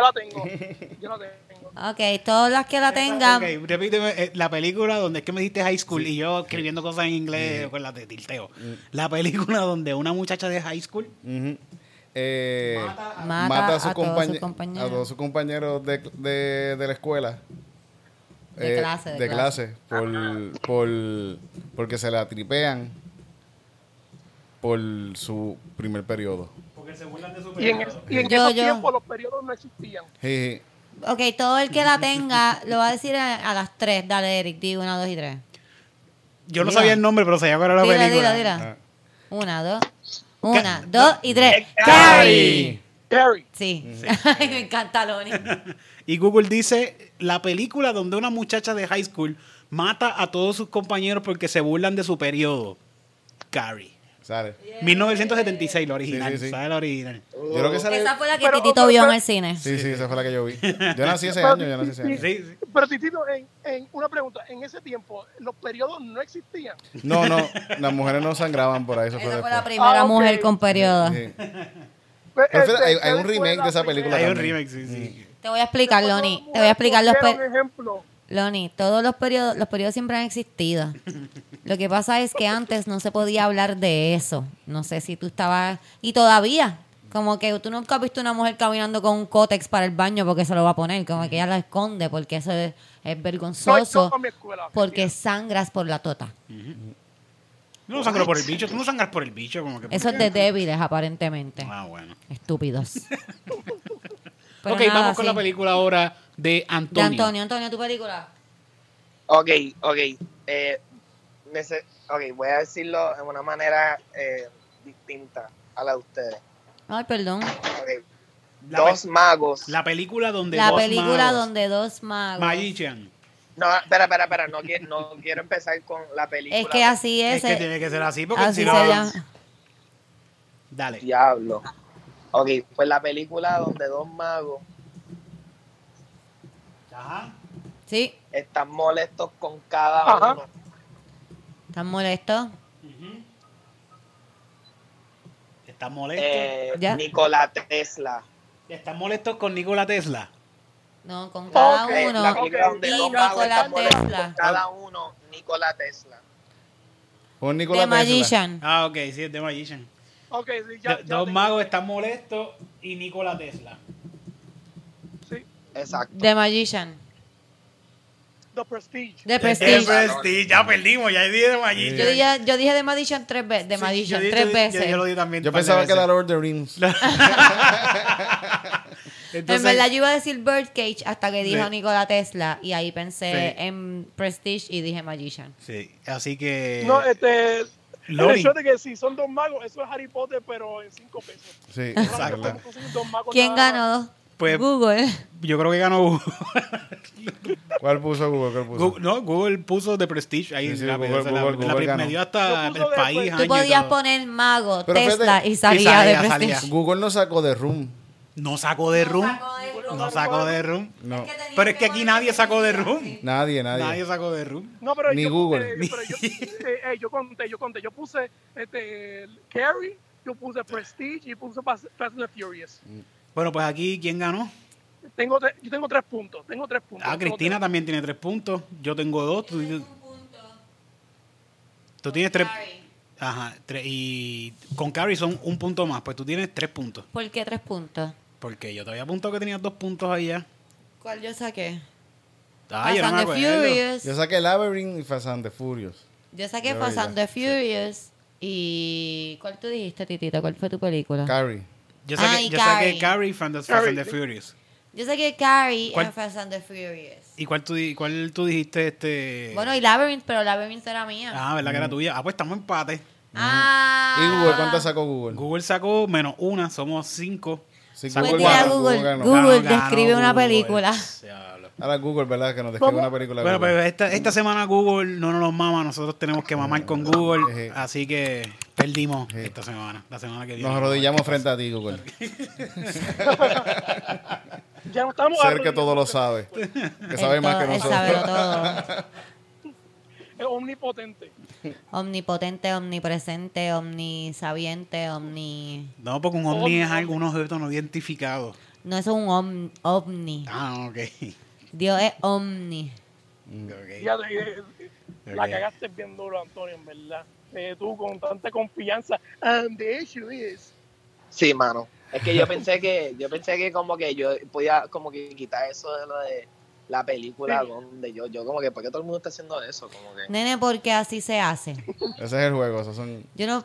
Speaker 2: Ok, todas las que la tengan.
Speaker 5: Ok, repíteme, la película donde es que me dijiste high school y yo escribiendo cosas en inglés con la de tilteo. La película donde una muchacha de high school
Speaker 3: mata a
Speaker 2: todos sus
Speaker 3: compañeros de la escuela.
Speaker 2: De clase.
Speaker 3: Porque se la tripean por su primer periodo.
Speaker 5: Porque se burlan de su
Speaker 4: Y en
Speaker 5: periodo.
Speaker 4: esos tiempos los periodos no existían.
Speaker 3: Sí.
Speaker 2: Ok, todo el que la tenga lo va a decir a las 3. Dale, Eric, di 1, 2 y 3.
Speaker 5: Yo no sabía el nombre, pero sabía cuál era la película.
Speaker 2: Dila. 1, 2 y 3. ¡Carrie! Sí. Me encanta Loni.
Speaker 5: Y Google dice, la película donde una muchacha de high school mata a todos sus compañeros porque se burlan de su periodo. Carrie.
Speaker 3: Sale.
Speaker 5: 1976, la original.
Speaker 3: Sí.
Speaker 5: ¿Sabes la original?
Speaker 3: Yo creo que sale.
Speaker 2: Esa fue la que Titito vio en el cine.
Speaker 3: Sí, esa fue la que yo vi. Yo nací ese año.
Speaker 5: Sí.
Speaker 4: Pero Titito, en una pregunta, en ese tiempo los periodos no existían.
Speaker 3: No, las mujeres no sangraban por ahí. Eso
Speaker 2: Esa fue
Speaker 3: después.
Speaker 2: la primera mujer con periodo.
Speaker 3: Sí. Pero hay un remake de esa película.
Speaker 5: Hay un
Speaker 3: también.
Speaker 5: remake, sí.
Speaker 2: Te voy a explicar, Loni. Te voy a explicar los
Speaker 4: ejemplo.
Speaker 2: Loni, todos los periodos siempre han existido. Lo que pasa es que antes no se podía hablar de eso. No sé si tú estabas... Y todavía, como que tú nunca has visto una mujer caminando con un cótex para el baño porque se lo va a poner. Como que ella lo esconde porque eso es vergonzoso. Porque sangras por la tota.
Speaker 5: Tú no sangras por el bicho, tú no sangras por el bicho. Como que,
Speaker 2: Eso es de débiles, aparentemente.
Speaker 5: Bueno.
Speaker 2: Estúpidos. Pero
Speaker 5: Ok,
Speaker 2: nada,
Speaker 5: vamos con
Speaker 2: sí.
Speaker 5: la película ahora de Antonio.
Speaker 2: Antonio, ¿tu película?
Speaker 7: Ok. Voy a decirlo de una manera distinta a la de ustedes.
Speaker 2: Ay, perdón.
Speaker 7: Okay. Dos magos.
Speaker 5: La película donde
Speaker 2: dos magos.
Speaker 5: Magician.
Speaker 7: No, espera. No quiero empezar con la película.
Speaker 2: Es que así es.
Speaker 5: Es que tiene que ser así porque
Speaker 2: Así
Speaker 5: si no...
Speaker 2: se llama.
Speaker 5: Dale.
Speaker 7: Diablo. Ok, pues la película donde dos magos
Speaker 5: Ajá.
Speaker 2: Sí.
Speaker 7: están molestos con cada uno.
Speaker 2: ¿Estás molesto?
Speaker 5: ¿Estás molesto?
Speaker 2: Ya.
Speaker 7: Nikola Tesla.
Speaker 5: ¿Estás molesto con Nikola Tesla?
Speaker 2: No, con cada uno.
Speaker 7: La película donde
Speaker 2: Y
Speaker 7: dos magos
Speaker 2: Nikola
Speaker 7: están molestos
Speaker 2: Tesla.
Speaker 7: con cada uno, Nikola Tesla.
Speaker 3: Con Nikola
Speaker 2: The
Speaker 3: Tesla.
Speaker 2: Magician.
Speaker 5: Ah, ok, sí, es The Magician.
Speaker 4: Ok, sí, ya
Speaker 5: Dos
Speaker 4: tengo.
Speaker 5: magos están molestos y Nikola Tesla.
Speaker 4: Sí.
Speaker 7: Exacto.
Speaker 2: The Magician.
Speaker 4: The Prestige.
Speaker 2: The Prestige.
Speaker 5: The Prestige, ya perdimos, ya dije The Magician.
Speaker 2: Yo dije The Magician 3 veces. The Magician
Speaker 5: yo
Speaker 2: 3 veces.
Speaker 5: Yo lo di también.
Speaker 3: Yo
Speaker 5: un par de
Speaker 3: pensaba que
Speaker 5: veces.
Speaker 3: era Lord of the Rings.
Speaker 5: Entonces,
Speaker 2: En verdad yo iba a decir Birdcage hasta que dijo
Speaker 5: Sí.
Speaker 2: Nikola Tesla y ahí pensé
Speaker 5: Sí.
Speaker 2: en Prestige y dije Magician.
Speaker 5: Sí, así que...
Speaker 4: No, el
Speaker 5: Lori.
Speaker 4: hecho de que si son dos magos, eso es Harry Potter, pero en 5 pesos.
Speaker 3: Sí,
Speaker 5: Exacto.
Speaker 3: ¿verdad?
Speaker 4: Dos magos
Speaker 2: ¿Quién
Speaker 4: nada más.
Speaker 2: ganó?
Speaker 5: Pues-
Speaker 2: Google.
Speaker 5: Yo creo que ganó
Speaker 3: ¿Cuál puso Google?
Speaker 5: Google puso The Prestige ahí
Speaker 3: Sí,
Speaker 5: rápido.
Speaker 3: Google ganó.
Speaker 5: Me dio hasta
Speaker 4: Yo puso
Speaker 5: el país.
Speaker 4: después.
Speaker 2: Tú
Speaker 5: año y
Speaker 2: podías
Speaker 5: todo.
Speaker 2: poner mago,
Speaker 3: Pero
Speaker 2: Tesla
Speaker 3: fíjate,
Speaker 2: y salía,
Speaker 5: y salía,
Speaker 2: de Prestige.
Speaker 5: salía.
Speaker 3: Google no sacó de Room.
Speaker 5: No sacó de Room. No sacó de Room.
Speaker 3: No.
Speaker 5: Pero es que aquí nadie sacó de Room.
Speaker 3: Nadie.
Speaker 5: Nadie sacó de Room.
Speaker 4: No, pero
Speaker 3: Ni
Speaker 4: yo,
Speaker 3: Google.
Speaker 4: pero yo conté. Yo puse Carrie, yo puse Prestige y puse Fast and the Furious.
Speaker 5: Bueno, pues aquí, ¿quién ganó?
Speaker 4: Yo tengo 3 puntos.
Speaker 5: Ah, Cristina también tiene 3 puntos. Yo tengo 2. Tú tienes 3. Ajá. Y con Carrie son 1 punto más. Pues tú tienes 3 puntos.
Speaker 2: ¿Por qué 3 puntos?
Speaker 5: Porque yo te había apuntado que tenías 2 puntos allá.
Speaker 2: ¿Cuál yo saqué?
Speaker 5: Ah, yo
Speaker 2: Fast
Speaker 5: no
Speaker 2: and
Speaker 5: me
Speaker 2: the
Speaker 5: acuerdo.
Speaker 2: Furious.
Speaker 3: Yo saqué Labyrinth y Fast and the Furious.
Speaker 2: Yo saqué
Speaker 3: Yo
Speaker 2: Fast
Speaker 3: ya.
Speaker 2: and the Furious. ¿Y cuál tú dijiste, Titita? ¿Cuál fue tu película?
Speaker 3: Carrie.
Speaker 5: Yo
Speaker 2: Ah,
Speaker 5: saqué,
Speaker 2: y
Speaker 5: yo saqué
Speaker 2: Carrie.
Speaker 5: Carrie from the Fast and the
Speaker 4: Carrie.
Speaker 5: Furious.
Speaker 2: Yo sé que Carrie en Fast and the Furious.
Speaker 5: ¿Y cuál tú dijiste?
Speaker 2: Bueno, y Labyrinth, pero Labyrinth era mía.
Speaker 5: Ah, ¿verdad que era tuya? Ah, pues estamos en empate.
Speaker 3: ¿Y Google? ¿Cuánto sacó Google?
Speaker 5: Google sacó -1, somos 5.
Speaker 2: Pues dile a Google, describe una película.
Speaker 3: Ahora Google, ¿verdad? Que nos describe una película.
Speaker 5: Bueno, pues esta semana Google no nos mama, nosotros tenemos que mamar con Google, así que perdimos esta semana, la semana que viene.
Speaker 3: Nos arrodillamos frente a ti, Google.
Speaker 4: Ya no estamos
Speaker 3: Ser que todo lo sabe. Que sabe más que nosotros.
Speaker 2: Él sabe todo.
Speaker 4: Es omnipotente.
Speaker 2: Omnipotente, omnipresente, omnisabiente,
Speaker 5: No, porque un ovni es algo, un objeto no identificado.
Speaker 2: No es un ovni.
Speaker 5: Ah, ok.
Speaker 2: Dios es omni.
Speaker 5: Okay.
Speaker 4: Ya la cagaste bien duro, Antonio, en verdad. Tú con tanta confianza. And the issue is...
Speaker 7: Sí, mano. Es que yo pensé que como que yo podía como que quitar eso de lo de la película donde yo como que ¿por qué todo el mundo está haciendo eso? Como que
Speaker 2: Nene, porque así se hace.
Speaker 3: Ese es el juego, esos son...
Speaker 2: Yo no.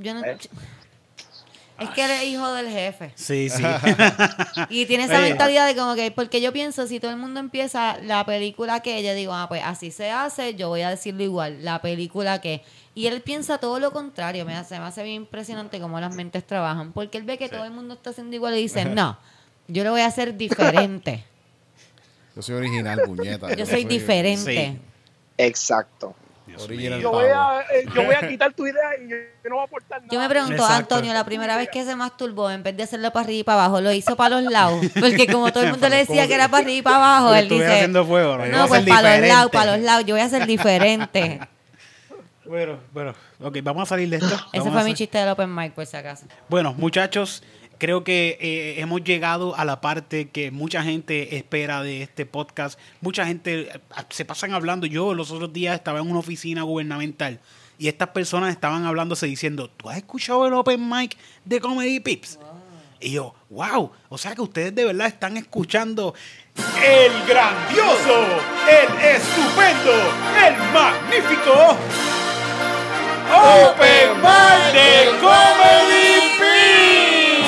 Speaker 2: Es que eres hijo del jefe.
Speaker 5: Sí.
Speaker 2: Y tiene esa mentalidad de como que, porque yo pienso, si todo el mundo empieza la película que yo digo, pues así se hace, yo voy a decirlo igual, la película que... Y él piensa todo lo contrario, me hace bien impresionante cómo las mentes trabajan, porque él ve que todo el mundo está haciendo igual y dice, no, yo lo voy a hacer diferente.
Speaker 3: Yo soy original, puñeta.
Speaker 2: Yo soy diferente.
Speaker 5: Sí.
Speaker 7: Exacto.
Speaker 4: Yo voy a quitar tu idea y yo no voy a aportar nada.
Speaker 2: Yo me pregunto,
Speaker 5: Exacto.
Speaker 2: Antonio, la primera vez que se masturbó, en vez de hacerlo para arriba y para abajo, lo hizo para los lados. Porque como todo el mundo le decía que era para arriba y para abajo, él dice,
Speaker 5: haciendo fuego,
Speaker 2: no, pues para los lados, yo voy a ser diferente.
Speaker 5: Bueno, ok, vamos a salir de esto.
Speaker 2: Ese fue mi chiste del open mic, por si acaso.
Speaker 5: Bueno, muchachos, creo que hemos llegado a la parte que mucha gente espera de este podcast. Mucha gente se pasan hablando. Yo los otros días estaba en una oficina gubernamental y estas personas estaban hablándose diciendo, ¿tú has escuchado el open mic de Comedy Pips? Wow. Y yo, wow, o sea que ustedes de verdad están escuchando el grandioso, el estupendo, el magnífico Open Mic de Comedy Pips.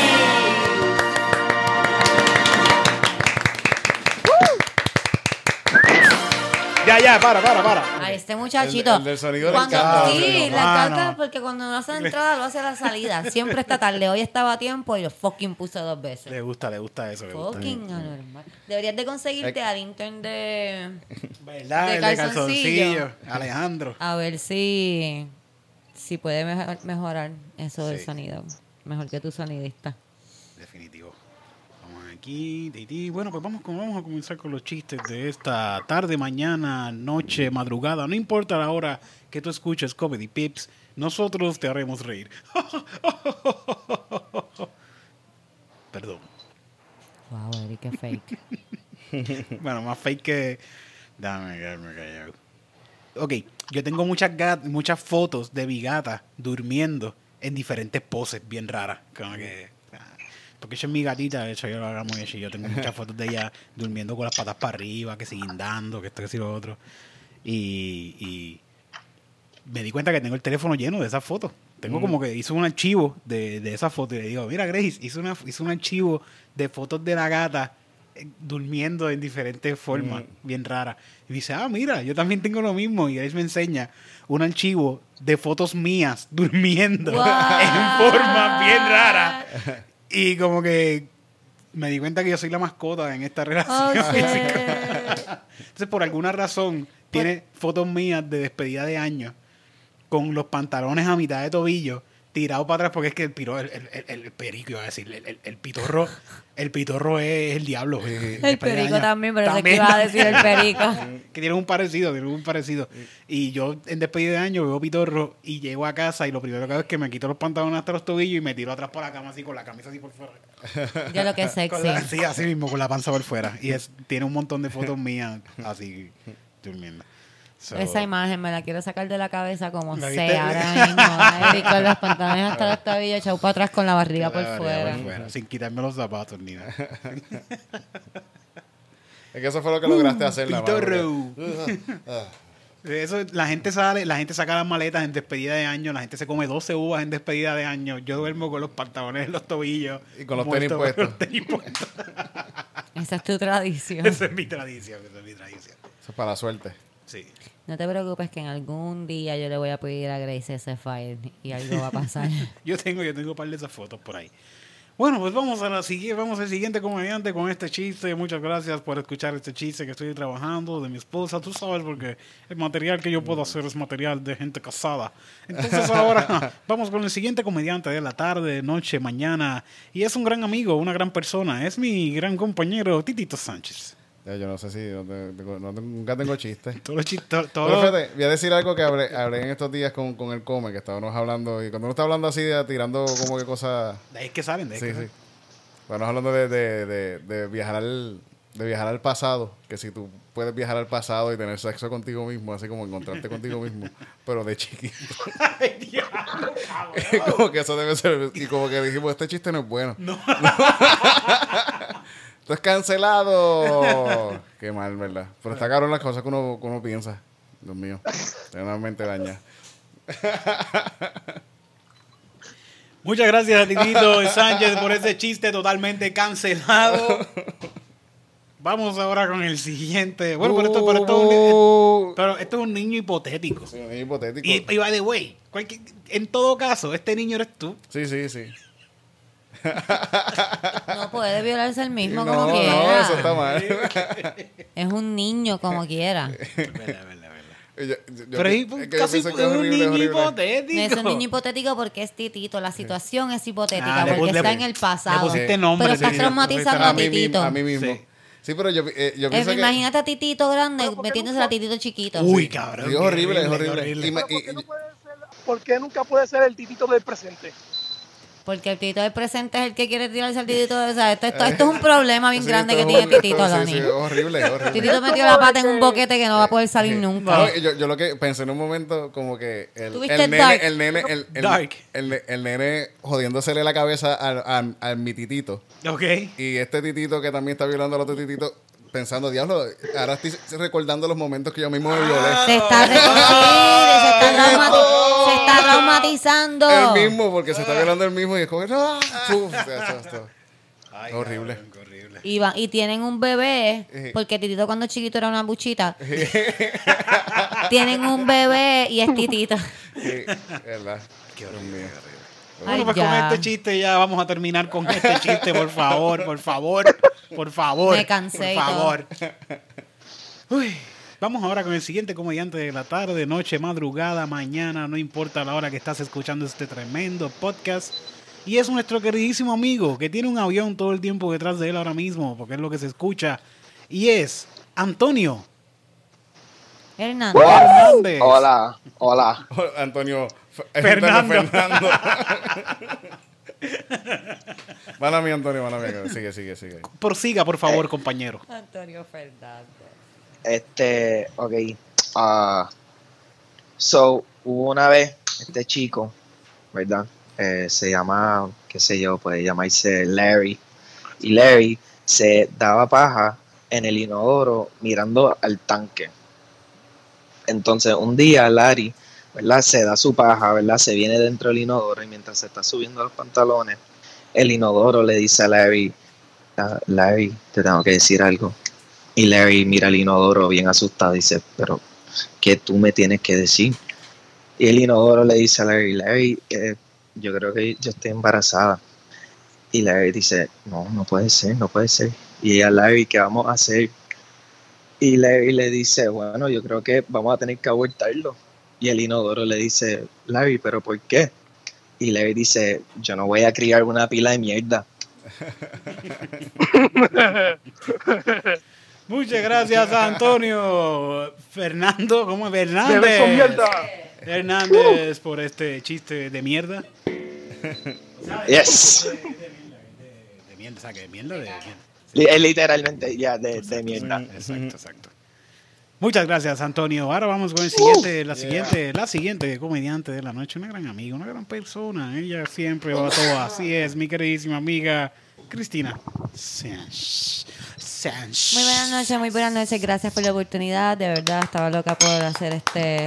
Speaker 5: Ya, para.
Speaker 2: A este muchachito.
Speaker 3: El del sonido le
Speaker 2: cuando,
Speaker 3: encanta.
Speaker 2: sí, le
Speaker 5: Ah,
Speaker 2: encanta
Speaker 5: no.
Speaker 2: porque cuando no hace la entrada, lo hace a la salida. Siempre está tarde. Hoy estaba a tiempo y lo fucking puse 2 veces.
Speaker 5: Le gusta eso.
Speaker 2: Fucking anormal. Deberías de conseguirte al intern de
Speaker 5: ¿Verdad?
Speaker 2: de
Speaker 5: El de
Speaker 2: calzoncillo.
Speaker 5: calzoncillo. Alejandro.
Speaker 2: A ver si puede mejorar eso del sonido. Mejor que tu sonidista.
Speaker 5: Definitivo. Vamos aquí. Bueno, pues vamos a comenzar con los chistes de esta tarde, mañana, noche, madrugada. No importa la hora que tú escuches Comedy Pips, nosotros te haremos reír. Perdón.
Speaker 2: Wow, Eric, qué fake.
Speaker 5: Bueno, más fake que... Dame quedarme callado. Ok, yo tengo muchas fotos de mi gata durmiendo en diferentes poses bien raras. Como que... Porque ella es mi gatita, de hecho yo lo hago muy hecho. Yo tengo muchas fotos de ella durmiendo con las patas para arriba, que siguen dando, que esto, que si lo otro. Y me di cuenta que tengo el teléfono lleno de esas fotos. Tengo como que hice un archivo de esas fotos y le digo, mira Grace, hice un archivo de fotos de la gata durmiendo en diferentes formas bien raras. Y me dice, mira, yo también tengo lo mismo. Y Grace me enseña un archivo de fotos mías durmiendo en formas bien raras. Y como que me di cuenta que yo soy la mascota en esta relación. Entonces, por alguna razón, tiene fotos mías de despedida de año con los pantalones a mitad de tobillo tirado para atrás, porque es que el perico, iba a decir, el pitorro es el diablo.
Speaker 2: El perico también, pero es que iba a decir el perico.
Speaker 5: Que tiene un parecido. Y yo en despedida de año veo pitorro y llego a casa y lo primero que hago es que me quito los pantalones hasta los tobillos y me tiro atrás por la cama así con la camisa así por fuera.
Speaker 2: Yo lo que es sexy.
Speaker 5: Sí, así mismo, con la panza por fuera. Y tiene un montón de fotos mías así durmiendo.
Speaker 2: Esa imagen me la quiero sacar de la cabeza como
Speaker 5: ¿La
Speaker 2: sea
Speaker 5: viste?
Speaker 2: ahora mismo. Eric con los pantalones hasta los tobillos, echado para atrás con la barriga por fuera.
Speaker 5: Sin quitarme los zapatos ni nada.
Speaker 3: Es que eso fue lo que lograste hacer.
Speaker 5: Pitorro. Eso, la gente saca las maletas en despedida de año, la gente se come 12 uvas en despedida de año. Yo duermo con los pantalones en los tobillos.
Speaker 3: Y con los tenis puestos.
Speaker 2: Es Esa es tu tradición.
Speaker 5: Esa es mi tradición.
Speaker 3: Eso es para la suerte.
Speaker 5: Sí.
Speaker 2: No te preocupes que en algún día yo le voy a pedir a Grace ese file y algo va a pasar.
Speaker 5: Yo tengo un par de esas fotos por ahí. Bueno, pues vamos al siguiente comediante con este chiste. Muchas gracias por escuchar este chiste que estoy trabajando de mi esposa. Tú sabes, porque el material que yo puedo hacer es material de gente casada. Entonces ahora vamos con el siguiente comediante de la tarde, noche, mañana. Y es un gran amigo, una gran persona. Es mi gran compañero, Titito Sánchez.
Speaker 3: Yo no sé si nunca tengo chistes.
Speaker 5: Todos los chistes.
Speaker 3: Pero fíjate, voy a decir algo que hablé en estos días con el Come, que estábamos hablando. Y cuando uno está hablando así, tirando como que cosas.
Speaker 5: De ahí es que salen,
Speaker 3: Sí. Bueno, hablando de viajar al pasado. Que si tú puedes viajar al pasado y tener sexo contigo mismo, así como encontrarte contigo mismo, pero de chiquito.
Speaker 5: Ay, diablo,
Speaker 3: Como que eso debe ser. Y como que dijimos, este chiste no es bueno.
Speaker 5: No.
Speaker 3: Esto es cancelado. Qué mal, ¿verdad? Pero está cabrón las cosas que uno piensa. Dios mío. Tengo una mente dañada.
Speaker 5: Muchas gracias a Titito Sánchez por ese chiste totalmente cancelado. Vamos ahora con el siguiente. Bueno, pero esto es un niño hipotético.
Speaker 3: Sí, un niño hipotético.
Speaker 5: Y by the way, en todo caso, este niño eres tú.
Speaker 3: Sí.
Speaker 2: No puede violarse el mismo
Speaker 3: No,
Speaker 2: como quiera.
Speaker 3: no, eso está mal.
Speaker 2: Es un niño como quiera.
Speaker 5: Verdad.
Speaker 3: Pero
Speaker 5: es casi un niño hipotético.
Speaker 2: Es un niño hipotético porque es Titito. La situación es hipotética
Speaker 5: Ah,
Speaker 2: porque está en el pasado.
Speaker 5: Le pusiste nombre.
Speaker 2: Pero estás traumatizando a Titito.
Speaker 3: A mí mismo. Sí, pero yo pienso que...
Speaker 2: Imagínate a Titito grande metiéndose a Titito chiquito.
Speaker 5: Uy, cabrón.
Speaker 3: Sí, es horrible.
Speaker 4: ¿Por qué nunca puede ser el Titito del presente?
Speaker 2: Porque el Titito del presente es el que quiere tirarse al Titito. O sea, esto es un problema bien grande que tiene Titito, Dani.
Speaker 3: Sí, horrible.
Speaker 2: Titito metió la pata en un boquete que no va a poder salir nunca.
Speaker 3: No, yo lo que pensé en un momento como que
Speaker 2: ¿Tuviste Dark?
Speaker 3: el nene jodiéndosele la cabeza al mi titito.
Speaker 5: Ok.
Speaker 3: Y este titito que también está violando al otro titito, pensando, diablo, ahora estoy recordando los momentos que yo mismo me violé.
Speaker 2: Se está traumatizando.
Speaker 3: El mismo, porque se está violando el mismo y es como, ¡ah!
Speaker 5: Ay,
Speaker 3: horrible.
Speaker 5: Cabrón, horrible.
Speaker 2: Y tienen un bebé, porque Titito cuando chiquito era una buchita. Tienen un bebé y es Titito.
Speaker 3: Sí, verdad.
Speaker 5: Qué
Speaker 3: Dios mío.
Speaker 5: Bueno, pues
Speaker 2: ya.
Speaker 5: con este chiste ya vamos a terminar con este chiste, por favor.
Speaker 2: Me cansé y
Speaker 5: por favor. Uy, vamos ahora con el siguiente comediante de la tarde, noche, madrugada, mañana, no importa la hora que estás escuchando este tremendo podcast. Y es nuestro queridísimo amigo que tiene un avión todo el tiempo detrás de él ahora mismo, porque es lo que se escucha. Y es Antonio
Speaker 2: Hernández.
Speaker 5: Hernández.
Speaker 7: Hola.
Speaker 3: Antonio
Speaker 5: Fernando.
Speaker 3: Mala mía, Antonio, mala mía. Sigue.
Speaker 5: Prosiga, por favor, compañero.
Speaker 2: Antonio Fernández.
Speaker 7: Ok. So, hubo una vez este chico, ¿verdad? Se llama, qué sé yo, puede llamarse Larry. Y Larry se daba paja en el inodoro mirando al tanque. Entonces, un día Larry, ¿verdad? Se da su paja, ¿verdad? Se viene dentro del inodoro y mientras se está subiendo los pantalones, el inodoro le dice a Larry, Larry, te tengo que decir algo. Y Larry mira el inodoro bien asustado y dice, pero, ¿qué tú me tienes que decir? Y el inodoro le dice a Larry, yo creo que yo estoy embarazada. Y Larry dice, no puede ser. Y ella, Larry, ¿qué vamos a hacer? Y Larry le dice, bueno, yo creo que vamos a tener que abortarlo. Y el inodoro le dice, Larry, ¿pero por qué? Y Larry dice, yo no voy a criar una pila de mierda.
Speaker 5: Muchas gracias a Antonio Fernando, ¿cómo es?
Speaker 4: Bebé con mierda.
Speaker 5: Hernández por este chiste de mierda.
Speaker 7: Yes.
Speaker 5: De mierda, o sea, que de mierda.
Speaker 7: Literalmente, ya, de mierda.
Speaker 5: Exacto. Muchas gracias, Antonio. Ahora vamos con el siguiente, la siguiente comediante de la noche, una gran amiga, una gran persona. Ella siempre va a todo. Así es, mi queridísima amiga Cristina Sánchez.
Speaker 2: Muy buenas noches. Gracias por la oportunidad. De verdad, estaba loca por hacer este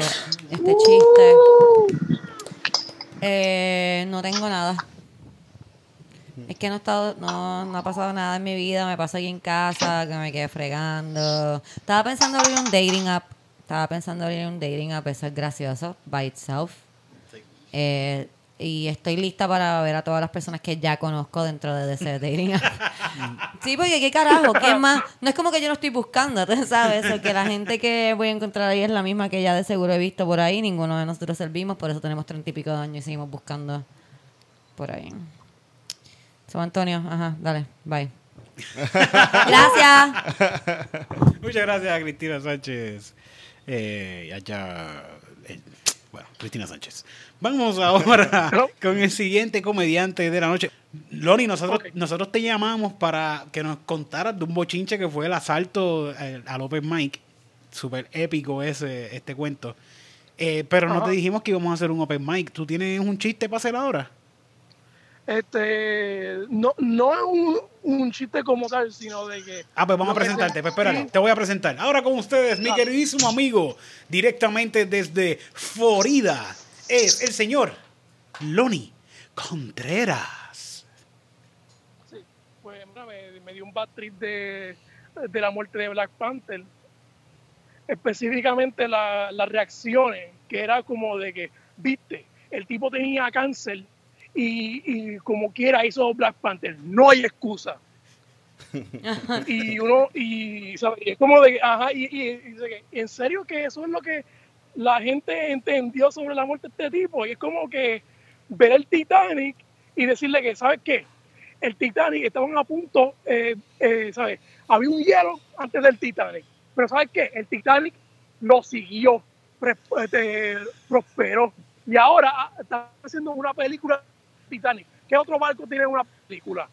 Speaker 2: chiste. No tengo nada. Es que no ha pasado nada en mi vida. Me paso aquí en casa, que me quedé fregando. Estaba pensando abrir un dating app. Eso es gracioso, by itself. Y estoy lista para ver a todas las personas que ya conozco dentro de ese dating app. Sí, porque qué carajo, ¿quién más? No es como que yo no estoy buscando, ¿tú sabes? O que la gente que voy a encontrar ahí es la misma que ya de seguro he visto por ahí. Ninguno de nosotros servimos, por eso tenemos 30 y pico de años y seguimos buscando por ahí. So, Antonio, ajá, dale, bye. Gracias.
Speaker 5: Muchas gracias a Cristina Sánchez. Cristina Sánchez. Vamos ahora con el siguiente comediante de la noche. Loni, nosotros te llamamos para que nos contaras de un bochinche que fue el asalto al Open Mic. Súper épico este cuento. Pero no te dijimos que íbamos a hacer un Open Mic. ¿Tú tienes un chiste para hacer ahora?
Speaker 4: No es un chiste como tal, sino de que...
Speaker 5: Pues vamos a presentarte, pues espérate, te voy a presentar. Ahora con ustedes, mi queridísimo amigo, directamente desde Florida, es el señor Loni Contreras.
Speaker 4: Sí, pues me dio un bad trip de la muerte de Black Panther. Específicamente las reacciones, que era como de que, viste, el tipo tenía cáncer y como quiera hizo Black Panther, no hay excusa. y ¿sabes? Es como de en serio que eso es lo que la gente entendió sobre la muerte de este tipo, y es como que ver el Titanic y decirle que, ¿sabes qué? El Titanic estaban a punto, ¿sabes? Había un hielo antes del Titanic, pero ¿sabes qué? El Titanic lo siguió, prosperó, y ahora está haciendo una película Titanic. ¿Qué otro barco tiene una película?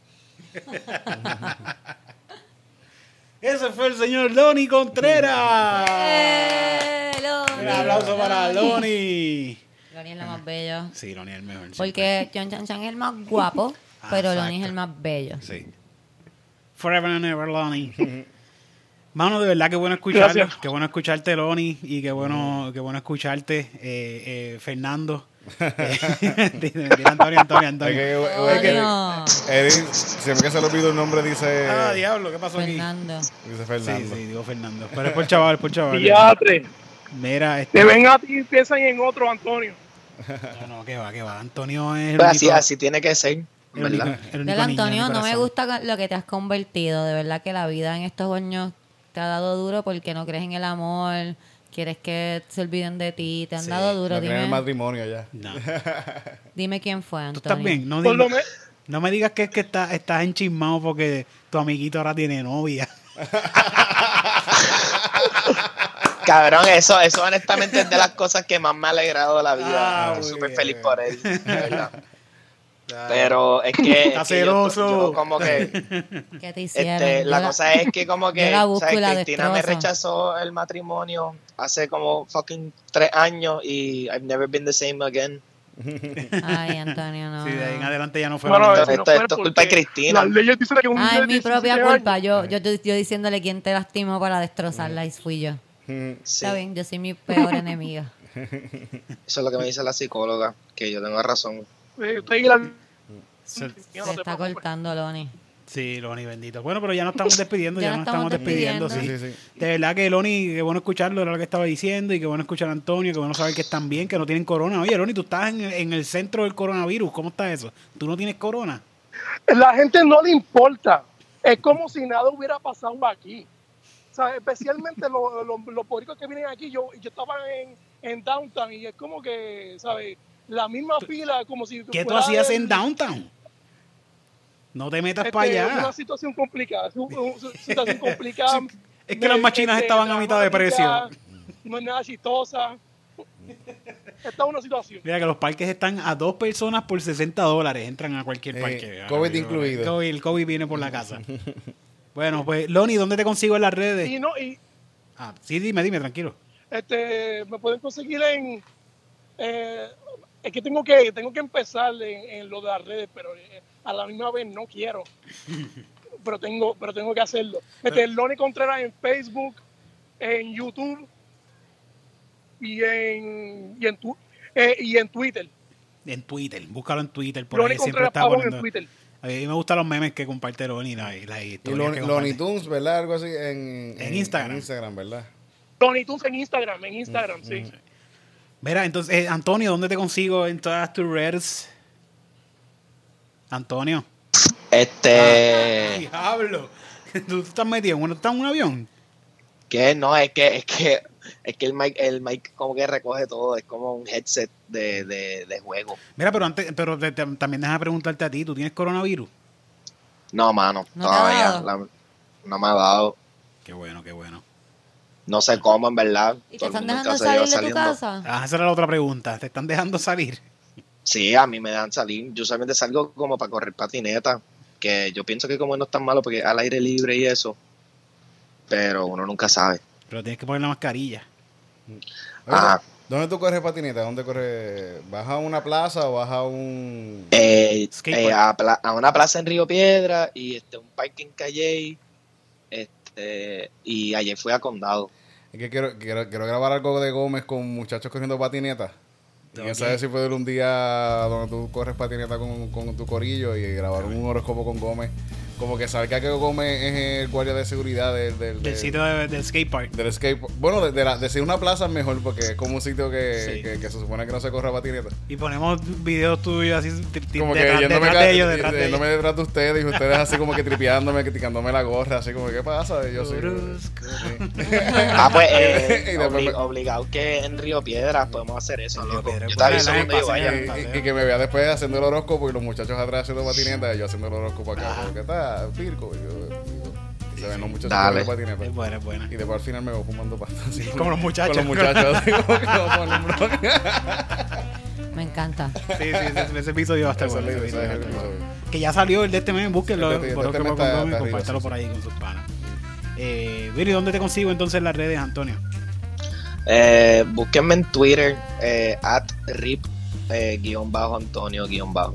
Speaker 5: Ese fue el señor Loni Contreras. Un aplauso para Loni.
Speaker 2: Loni es lo más bello.
Speaker 5: Sí, Loni es el mejor.
Speaker 2: Porque John Chan Chan es el más guapo, pero Loni es el más bello.
Speaker 5: Sí. Forever and ever, Loni. Mano, de verdad, qué bueno escucharte. Gracias. Qué bueno escucharte, Loni. Y qué bueno escucharte, Fernando. Antonio.
Speaker 3: Siempre que se le olvida el nombre dice...
Speaker 5: diablo, ¿qué pasó
Speaker 2: Fernando.
Speaker 5: aquí?
Speaker 3: Dice Fernando.
Speaker 5: Sí, digo Fernando. Pero es por chaval,
Speaker 4: Diatre.
Speaker 5: Mira,
Speaker 4: te ven a ti y piensan en otro, Antonio.
Speaker 5: No, qué va. Antonio es
Speaker 7: pues así tiene que ser, ¿verdad?
Speaker 2: Del Antonio, no me gusta lo que te has convertido. De verdad que la vida en estos años te ha dado duro porque no crees en el amor. Quieres que se olviden de ti. Te han dado duro.
Speaker 3: No
Speaker 2: dime.
Speaker 3: tienen el matrimonio ya.
Speaker 5: No.
Speaker 2: Dime quién fue, Antonio.
Speaker 5: ¿Tú estás bien? No me digas que es que estás enchismado porque tu amiguito ahora tiene novia.
Speaker 7: Cabrón, eso honestamente es de las cosas que más me ha alegrado la vida. Estoy súper feliz por él, de verdad. Pero es que, yo como que
Speaker 2: ¿qué te hicieron?
Speaker 7: La cosa es que como que Cristina me
Speaker 2: destrozo.
Speaker 7: rechazó el matrimonio hace como fucking 3 años y I've never been the same again.
Speaker 2: Ay, Antonio, no.
Speaker 5: Sí, de ahí en adelante ya no fue.
Speaker 7: Esto es culpa de Cristina.
Speaker 4: Las leyes dicen que
Speaker 2: es mi propia culpa. Yo diciéndole quién te lastimó para destrozarla y fui yo.
Speaker 7: Sí.
Speaker 2: Está bien, yo soy mi peor enemiga.
Speaker 7: Eso es lo que me dice la psicóloga, que yo tengo razón.
Speaker 2: Se está cortando, Loni.
Speaker 5: Sí, Loni, bendito. Bueno, pero ya nos estamos despidiendo.
Speaker 2: ya nos estamos despidiendo.
Speaker 5: Sí. De verdad que Loni, qué bueno escucharlo, era lo que estaba diciendo, y qué bueno escuchar a Antonio, qué bueno saber que están bien, que no tienen corona. Oye, Loni, tú estás en el centro del coronavirus. ¿Cómo está eso? ¿Tú no tienes corona?
Speaker 4: La gente no le importa. Es como si nada hubiera pasado aquí. O sea, especialmente los boricos que vienen aquí. Yo estaba en Downtown y es como que, ¿sabes? La misma fila, como si...
Speaker 5: ¿Qué tú hacías en Downtown? No te metas para allá.
Speaker 4: Es una situación complicada.
Speaker 5: Es que las machinas estaban a mitad de precio.
Speaker 4: No es nada chistosa. Esta es una situación.
Speaker 5: Mira que los parques están a 2 personas por $60. Entran a cualquier parque.
Speaker 3: COVID incluido.
Speaker 5: El COVID viene por la casa. Bueno, pues, Loni, ¿dónde te consigo en las redes? Sí, dime, tranquilo.
Speaker 4: Me pueden conseguir en... es que tengo que empezar en lo de las redes, pero a la misma vez no quiero. pero tengo que hacerlo. Loni Contreras en Facebook, en YouTube y en Twitter.
Speaker 5: En Twitter, búscalo en Twitter. Por
Speaker 4: Loni
Speaker 5: ahí siempre
Speaker 4: Contreras
Speaker 5: está
Speaker 4: Pavón
Speaker 5: poniendo.
Speaker 4: en Twitter.
Speaker 5: A mí me gustan los memes que comparte Lonnie y
Speaker 3: Looney Tunes, ¿verdad? Algo así en
Speaker 5: Instagram.
Speaker 3: En Instagram, ¿verdad?
Speaker 4: Looney Tunes en Instagram, sí.
Speaker 5: Mira, entonces, Antonio, ¿dónde te consigo en todas tus redes? Antonio. Diablo. ¿Tú estás metido estás en un avión?
Speaker 7: ¿Qué? No, es que el mic como que recoge todo, es como un headset de juego.
Speaker 5: Mira, pero también déjame preguntarte a ti, ¿tú tienes coronavirus?
Speaker 7: No, mano,
Speaker 2: ¿No
Speaker 7: todavía no me ha dado.
Speaker 5: Qué bueno.
Speaker 7: No sé cómo, en verdad.
Speaker 2: ¿Y te
Speaker 7: Todo el
Speaker 2: están
Speaker 7: mundo en
Speaker 2: dejando
Speaker 7: casa
Speaker 2: salir
Speaker 7: lleva
Speaker 2: de tu
Speaker 7: saliendo.
Speaker 2: casa?
Speaker 5: Esa era la otra pregunta. ¿Te están dejando salir?
Speaker 7: Sí, a mí me dan salir. Yo solamente salgo como para correr patineta, que yo pienso que como no es tan malo porque al aire libre y eso, pero uno nunca sabe.
Speaker 5: Pero tienes que poner la mascarilla.
Speaker 7: Ajá.
Speaker 3: ¿Dónde tú corres patineta? ¿Dónde corres? ¿Vas a una plaza o vas a un...?
Speaker 7: A una plaza en Río Piedra y un parque en Calley, y ayer fui a Condado.
Speaker 3: Es que quiero grabar algo de Gómez con muchachos corriendo patineta. Y quiero saber si puedo ir un día donde tú corres patineta con tu corillo y grabar un horóscopo con Gómez. Como que salga que Gómez es el guardia de seguridad del
Speaker 5: sitio del skate park.
Speaker 3: Del skate park. Bueno, de ser una plaza es mejor porque es como un sitio que se supone que no se corre patineta.
Speaker 5: Y ponemos videos tuyos así
Speaker 3: como
Speaker 5: detrás de ellos.
Speaker 3: Detrás de ustedes y ustedes así como que tripeándome, criticándome la gorra, así como, ¿qué pasa? Y yo sí.
Speaker 7: Pues obligado que en Río Piedras podemos hacer eso, loco. Yo te aviso cuando yo vaya.
Speaker 3: Y que me vea después haciendo el horóscopo y los muchachos atrás haciendo patineta y yo haciendo el horóscopo acá. ¿Qué tal? Pirco. Y se ven los muchachos corriendo patineta.
Speaker 5: Es buena.
Speaker 3: Y después al final me voy fumando pasta. Así,
Speaker 5: como los muchachos.
Speaker 3: Con los muchachos. Así como que no ponen bronca.
Speaker 2: Me encanta.
Speaker 5: Sí, ese episodio va a estar bueno. Que ya salió el de este mes, búsquenlo. Compártalo por ahí con sus panas. Viri, ¿dónde te consigo entonces en las redes, Antonio?
Speaker 7: Búsquenme en Twitter, @rip_Antonio_.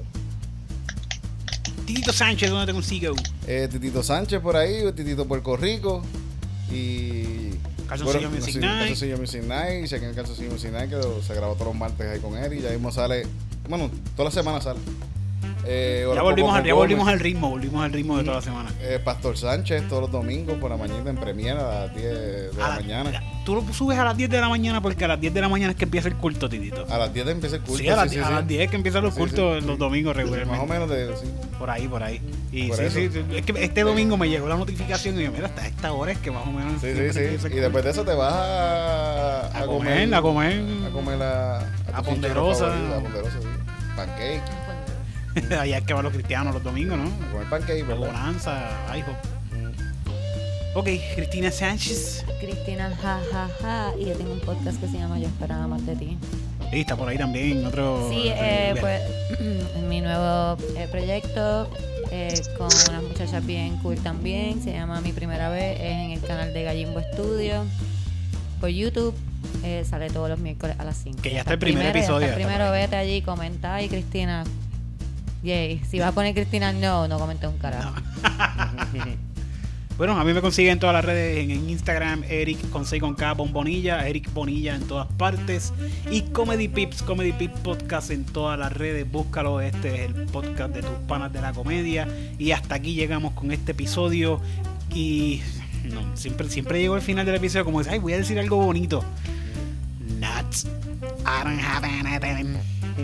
Speaker 5: Titito Sánchez, ¿dónde te consigo?
Speaker 3: Titito Sánchez por ahí, Titito Puerto Rico. Y
Speaker 5: Calzoncillo Music Night.
Speaker 3: Calzoncillo Music Night. Y chequen Calzoncillo Music Night, que se grabó todos los martes ahí con él. Y ya mismo sale, bueno, toda la semana sale.
Speaker 5: Ya volvimos al ritmo de toda la semana.
Speaker 3: Pastor Sánchez todos los domingos por la mañana en Premiere a las 10 de la mañana.
Speaker 5: Tú lo subes a las 10 de la mañana porque a las 10 de la mañana es que empieza el culto, Titito.
Speaker 3: A las 10 empieza el culto.
Speaker 5: Sí, a las 10 es que empiezan los cultos los domingos regularmente.
Speaker 3: Más o menos sí.
Speaker 5: Por ahí. Y
Speaker 3: por
Speaker 5: sí, es que este domingo me llegó la notificación y yo, mira, hasta esta hora es que más o menos.
Speaker 3: Sí. Y después de eso te vas a comer.
Speaker 5: A comer
Speaker 3: a
Speaker 5: Ponderosa.
Speaker 3: A Ponderosa, sí. Pancake.
Speaker 5: Allá es que van los cristianos los domingos, ¿no?
Speaker 3: A comer pancake, ¿verdad?
Speaker 5: Bonanza, hijo. Ok, Cristina Sánchez.
Speaker 2: Cristina, ja. Y yo tengo un podcast que se llama Yo esperaba más de ti.
Speaker 5: Y está por ahí también otro.
Speaker 2: Sí, pues en mi nuevo proyecto con unas muchachas bien cool también. Se llama Mi Primera Vez. Es en el canal de Gallimbo Studio por YouTube. Sale todos los miércoles a las 5.
Speaker 5: Que ya está el primer episodio.
Speaker 2: Primero vete allí, comenta y Cristina. Yay. Si vas a poner Cristina, no comentes un carajo.
Speaker 5: No. Bueno, a mí me consiguen en todas las redes, en Instagram, Eric con 6K Bonilla, Eric Bonilla en todas partes. Y Comedy Pips Podcast en todas las redes. Búscalo, este es el podcast de tus panas de la comedia. Y hasta aquí llegamos con este episodio. Y no, siempre llego al final del episodio como dice, ay, voy a decir algo bonito. Nuts. I don't have anything.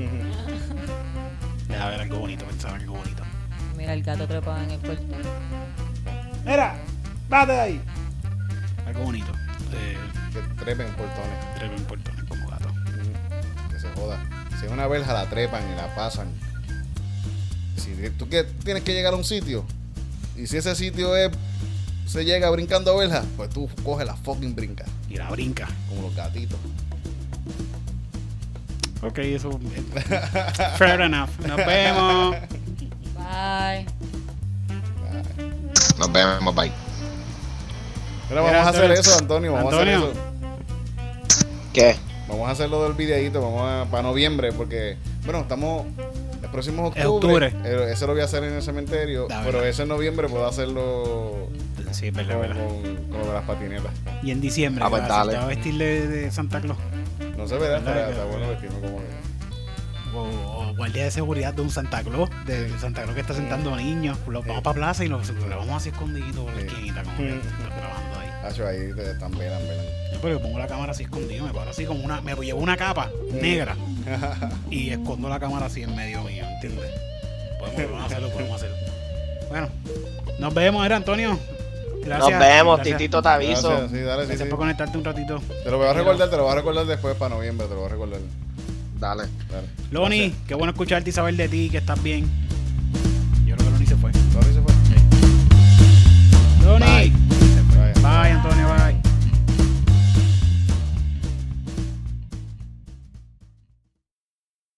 Speaker 5: A ver, algo bonito, pensaba algo bonito.
Speaker 2: Mira, el gato trepado en el puerto.
Speaker 5: Mira, bate ahí. Algo bonito.
Speaker 3: Que trepen portones.
Speaker 5: Trepen portones como gato.
Speaker 3: Que se joda. Si es una verja la trepan y la pasan. Si tú tienes que llegar a un sitio y si ese sitio se llega brincando verja, pues tú coges la fucking brinca.
Speaker 5: Y la brinca.
Speaker 3: Como los gatitos.
Speaker 5: Ok, eso. Fair enough. Nos vemos.
Speaker 2: Bye.
Speaker 7: Nos vemos, bye.
Speaker 3: Mira, vamos a hacer eso, Antonio. Vamos a hacer eso.
Speaker 7: ¿Qué?
Speaker 3: Vamos a hacerlo del videíto. Para noviembre, porque, bueno, estamos. El próximo octubre. Ese lo voy a hacer en el cementerio. Pero ese en noviembre puedo hacerlo.
Speaker 5: Sí, verdad.
Speaker 3: Con lo de las patinetas.
Speaker 5: Y en diciembre,
Speaker 7: pues dale.
Speaker 5: ¿te va a vestir de Santa Claus?
Speaker 3: No se verá, está bueno vestirme como que.
Speaker 5: o guardia de seguridad de un Santa Claus, de Santa Claus que está sentando niños. Vamos para plaza y lo vamos así escondido por la esquinita, como que grabando ahí.
Speaker 3: Hacho, ahí están velan.
Speaker 5: Pero yo pongo la cámara así escondido, me paro así como me llevo una capa negra y escondo la cámara así en medio mío, ¿entiendes? Podemos hacerlo. Bueno, nos vemos, Antonio. Gracias.
Speaker 7: Nos vemos,
Speaker 5: Gracias.
Speaker 7: Titito, te aviso.
Speaker 3: Gracias, sí, dale,
Speaker 5: Gracias por conectarte un ratito.
Speaker 3: Te lo voy a recordar después para noviembre, te lo voy a recordar.
Speaker 7: Dale.
Speaker 5: Loni,
Speaker 3: Gracias.
Speaker 5: qué bueno escucharte y saber de ti, que estás bien.